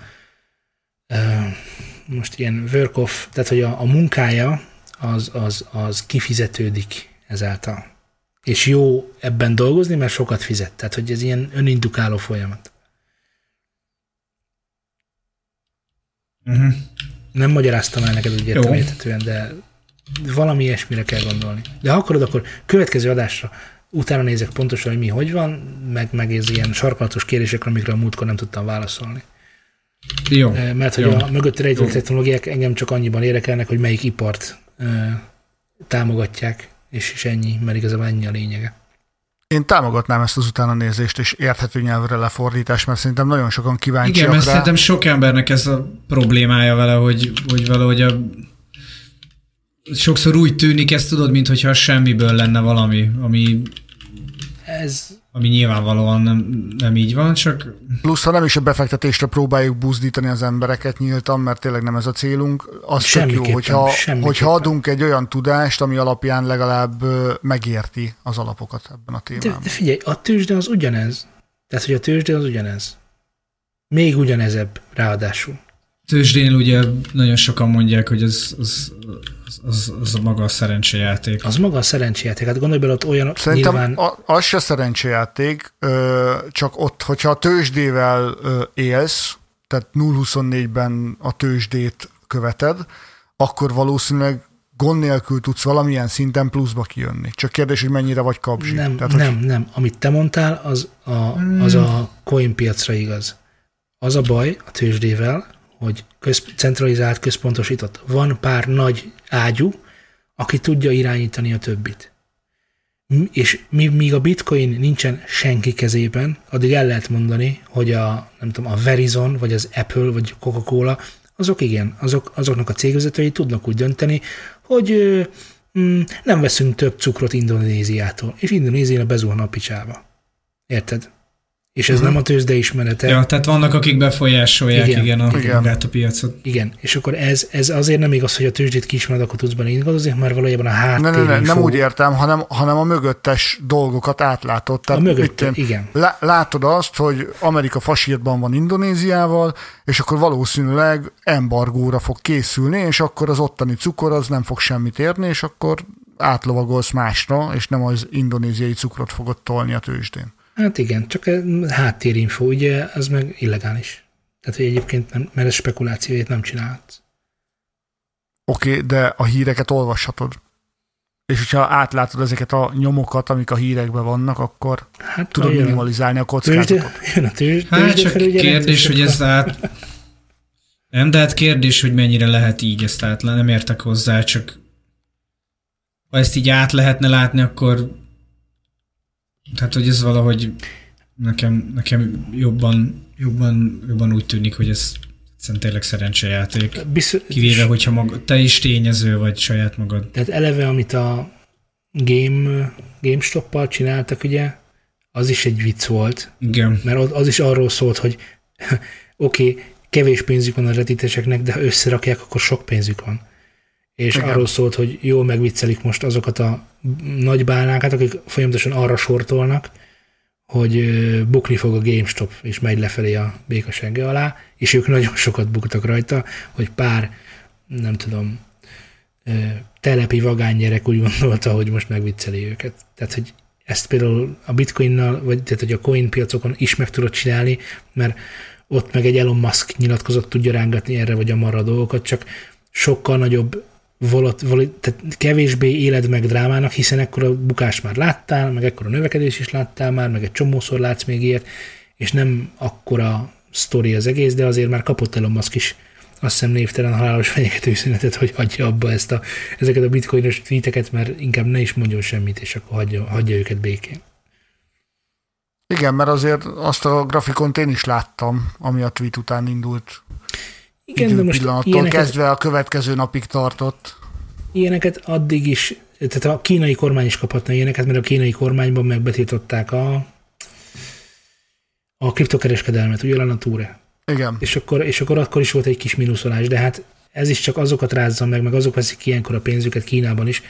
most ilyen work off, tehát, hogy a munkája az kifizetődik ezáltal. És jó ebben dolgozni, mert sokat fizet. Tehát, hogy ez ilyen önindukáló folyamat. Uh-huh. Nem magyaráztam el neked úgy értelmérthetően, de valami ilyesmire kell gondolni. De ha akarod, akkor következő adásra utána nézek pontosan, hogy hogy van, meg ez ilyen sarkalatos kérdésekre, amikre a múltkor nem tudtam válaszolni. Jó. Mert hogy a mögött rejtő technológiák engem csak annyiban érdekelnek, hogy melyik ipart támogatják, és ennyi, mert igazából ennyi a lényege. Én támogatnám ezt az utánanézést és érthető nyelvre lefordítást, mert szerintem nagyon sokan kíváncsiak rá. Igen, mert szerintem sok embernek ez a problémája vele, hogy valahogy sokszor úgy tűnik, ezt tudod, mintha semmiből lenne valami, ami nyilvánvalóan nem így van, csak... Plusz, ha nem is a befektetésre próbáljuk buzdítani az embereket nyíltan, mert tényleg nem ez a célunk, az tök jó, hogyha adunk egy olyan tudást, ami alapján legalább megérti az alapokat ebben a témában. De figyelj, a tőzsde az ugyanez. Tehát, hogy a tőzsde az ugyanez. Még ugyanezebb ráadásul. Tőzsdénél ugye nagyon sokan mondják, hogy az a maga a szerencsejáték. Az maga a szerencsejáték. Hát gondolj bele, ott olyan szerintem nyilván... az se szerencsejáték, csak ott, hogyha a tőzsdével élsz, tehát 0-24-ben a tőzsdét követed, akkor valószínűleg gond nélkül tudsz valamilyen szinten pluszba kijönni. Csak kérdés, hogy mennyire vagy kapzsi. Nem. Amit te mondtál, az a coin piacra igaz. Az a baj a tőzsdével, hogy centralizált, központosított. Van pár nagy ágyú, aki tudja irányítani a többit. És míg a bitcoin nincsen senki kezében, addig el lehet mondani, hogy a Verizon, vagy az Apple, vagy Coca-Cola, azoknak a cégvezetői tudnak úgy dönteni, hogy nem veszünk több cukrot Indonéziától, és Indonézia bezuhan a picsába. Érted? És ez nem a tőzsde ismerete. Ja, tehát vannak, akik befolyásolják magát a piacot. Igen, és akkor ez azért nem igaz, hogy a tőzsdét kiismered, akkor tudsz benne indulni, mert valójában a háttér. Nem úgy értem, hanem a mögöttes dolgokat átlátod. Tehát a mögötte, igen. Látod azt, hogy Amerika fasírtban van Indonéziával, és akkor valószínűleg embargóra fog készülni, és akkor az ottani cukor az nem fog semmit érni, és akkor átlovagolsz másra, és nem az indonéziai cukrot fogod tolni a tőzsdén. Hát igen, csak háttérinfo, ugye, az meg illegális. Tehát, hogy egyébként nem, mert ez spekulációját nem csinálhatsz. Oké, de a híreket olvashatod. És hogyha átlátod ezeket a nyomokat, amik a hírekben vannak, akkor tudod minimalizálni a kockázatot. Hát csak kérdés, hogy ez Nem, de hát kérdés, hogy mennyire lehet így ezt átlátni. Nem értek hozzá, csak ha ezt így át lehetne látni, akkor tehát, hogy ez valahogy nekem jobban úgy tűnik, hogy ez tényleg szerencsejáték. Kivéve, hogyha te is tényező vagy saját magad. Tehát eleve, amit a GameStop-pal csináltak, ugye, az is egy vicc volt. Igen. Mert az is arról szólt, hogy oké, kevés pénzük van a redditeseknek, de ha összerakják, akkor sok pénzük van. És igen. Arról szólt, hogy jól megviccelik most azokat a nagy bálnákat, akik folyamatosan arra sortolnak, hogy bukni fog a GameStop, és megy lefelé a békasegge alá, és ők nagyon sokat buktak rajta, hogy pár, nem tudom, telepi vagánygyerek úgy gondolta, hogy most megvicceli őket. Tehát, hogy ezt például a bitcoinnal, vagy tehát, hogy a coin piacokon is meg tudod csinálni, mert ott meg egy Elon Musk nyilatkozat tudja rángatni erre vagy amarra a dolgokat, csak sokkal nagyobb tehát kevésbé éled meg drámának, hiszen ekkora bukást már láttál, meg ekkora növekedés is láttál már, meg egy csomószor látsz még ilyet, és nem akkora sztori az egész, de azért már kapott Elon Musk is azt hiszem névtelen halálos fenyegető üzenetet, hogy hagyja abba ezeket a bitcoinos tweeteket, mert inkább ne is mondjon semmit, és akkor hagyja őket békén. Igen, mert azért azt a grafikont én is láttam, ami a tweet után indult. Igen, de most pillanattól kezdve a következő napig tartott. Ilyeneket addig is, tehát a kínai kormány is kaphatna ilyeneket, mert a kínai kormányban megbetiltották a kriptokereskedelmet, ugye a túre. Igen. És akkor is volt egy kis mínuszolás, de hát ez is csak azokat rázza meg azok veszik ilyenkor a pénzüket Kínában is,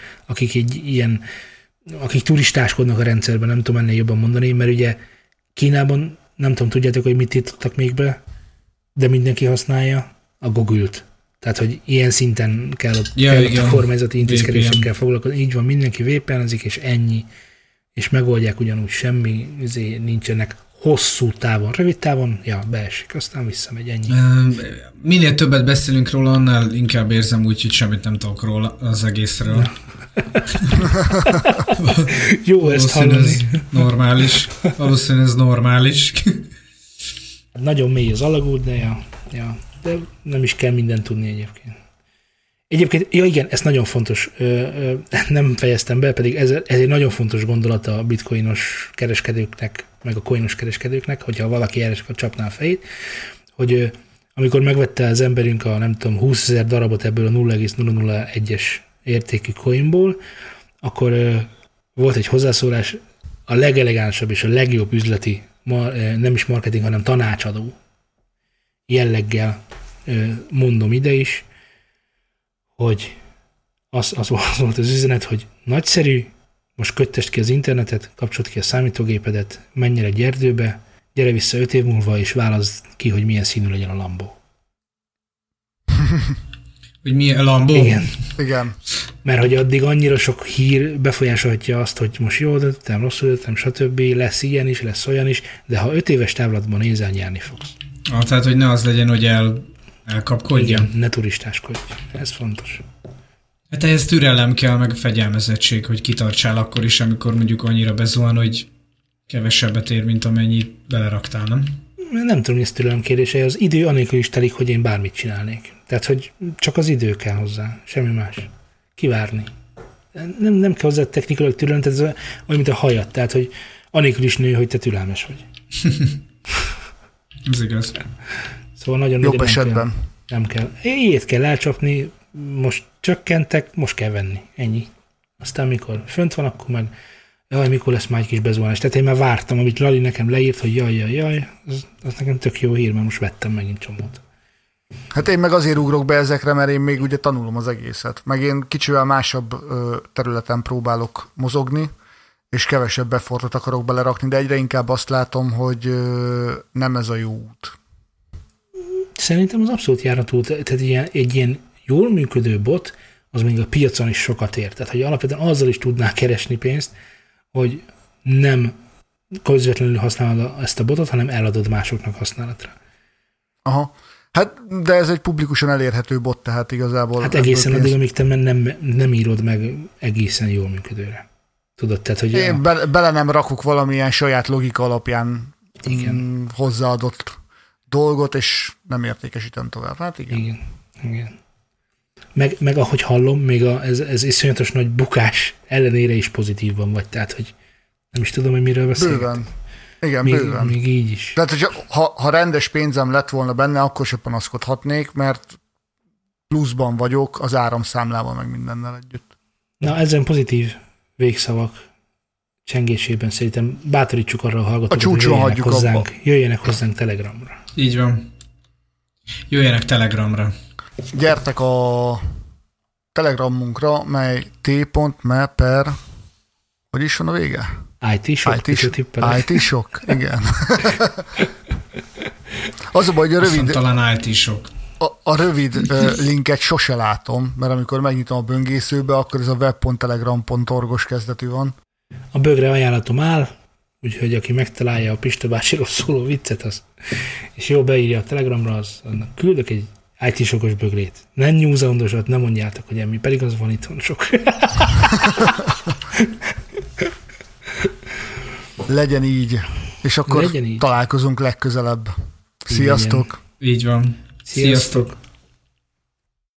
akik turistáskodnak a rendszerben, nem tudom ennél jobban mondani, mert ugye Kínában, nem tudom, tudjátok, hogy mit tiltottak még be, de mindenki használja a Google-t. Tehát, hogy ilyen szinten kell a kormányzati intézkedésekkel foglalkozni. Így van, mindenki VPN-ezik, és ennyi. És megoldják ugyanúgy, semmi nincsenek hosszú távon. Rövid távon, beesik, aztán visszamegy, ennyi. Minél többet beszélünk róla, annál inkább érzem úgy, hogy semmit nem tudok róla az egészről. Jó ezt hallani. Valószínűleg ez normális. Nagyon mély az alagút, de de nem is kell mindent tudni egyébként. Egyébként, igen, ez nagyon fontos. Nem fejeztem be, pedig ez egy nagyon fontos gondolat a bitcoinos kereskedőknek, meg a coinos kereskedőknek, hogyha valaki erre csapná a fejét, hogy amikor megvette az emberünk a, nem tudom, 20 000 darabot ebből a 0,001-es értékű coinból, akkor volt egy hozzászólás, a legelegánsabb és a legjobb üzleti, nem is marketing, hanem tanácsadó jelleggel mondom ide is, hogy az volt az üzenet, hogy nagyszerű, most köttest ki az internetet, kapcsolt ki a számítógépedet, menj el egy erdőbe, gyere vissza 5 év múlva, és válaszd ki, hogy milyen színű legyen a Lambo. Hogy milyen Lambo? Igen. Mert hogy addig annyira sok hír befolyásolhatja azt, hogy most jól döntöttem, rosszul döntöttem, stb. Lesz ilyen is, lesz olyan is, de ha 5 éves távlatban nézel, nyerni fogsz. Tehát, hogy ne az legyen, hogy elkapkodjon. Igen, ne turistáskodj. Ez fontos. Hát ehhez türelem kell, meg fegyelmezettség, hogy kitartsál akkor is, amikor mondjuk annyira bezuhan, hogy kevesebbet ér, mint amennyit beleraktál, nem? Nem tudom, hogy ez türelem kérdése. Az idő anélkül is telik, hogy én bármit csinálnék. Tehát, hogy csak az idő kell hozzá, semmi más. Kivárni. Nem kell hozzá technikailag türelem, tehát ez olyan, mint a hajat. Tehát, hogy anélkül is nő, hogy te türelmes vagy. Ez igaz. Szóval nagyon jobb esetben. Nem kell. Ilyet kell elcsapni, most csökkentek, most kell venni. Ennyi. Aztán mikor fönt van, akkor meg mikor lesz már egy kis bezuhanás. Tehát én már vártam, amit Lali nekem leírt, hogy jaj, az nekem tök jó hír, mert most vettem megint csomót. Hát én meg azért ugrok be ezekre, mert én még ugye tanulom az egészet. Meg én kicsivel másabb területen próbálok mozogni, és kevesebb effortot akarok belerakni, de egyre inkább azt látom, hogy nem ez a jó út. Szerintem az abszolút járató út. Tehát egy ilyen jól működő bot, az még a piacon is sokat ér. Tehát, hogy alapvetően azzal is tudnál keresni pénzt, hogy nem közvetlenül használod ezt a botot, hanem eladod másoknak használatra. Aha. Hát, de ez egy publikusan elérhető bot, tehát igazából... Hát egészen addig, amíg te nem írod meg egészen jól működőre. Tudod, tehát, hogy... Én bele nem rakok valamilyen saját logika alapján hozzáadott dolgot, és nem értékesítem tovább. Hát igen. Igen. Meg ahogy hallom, még ez iszonyatos nagy bukás ellenére is pozitívan vagy, tehát, hogy nem is tudom, hogy miről beszélget. Bőven. Igen, bőven. Még így is. Tehát, hogy ha rendes pénzem lett volna benne, akkor se panaszkodhatnék, mert pluszban vagyok az áramszámlával, meg mindennel együtt. Na, ezen pozitív végszavak csengésében szerintem bátorítsuk arra a hallgatókat, a csúcson hagyjuk abba. Jöjjenek hozzánk Telegramra. Így van. Jöjjenek Telegramra. Gyertek a Telegramunkra, mely t.me/, hogy is van a vége? IT-sok? IT-sok? Igen. Az a baj, hogy a rövid... talán IT-sok. A rövid linket sose látom, mert amikor megnyitom a böngészőbe, akkor ez a web.telegram.org-os kezdetű van. A bögre ajánlatom áll, úgyhogy aki megtalálja a Pista bácsiról szóló viccet, és jó beírja a Telegramra, annak küldök egy IT-sokos bögrét. Nem nyúzaundosat, nem mondjátok, hogy mi pedig az van itthon sok. Legyen így. És akkor találkozunk legközelebb. Sziasztok! Így van. Sziasztok!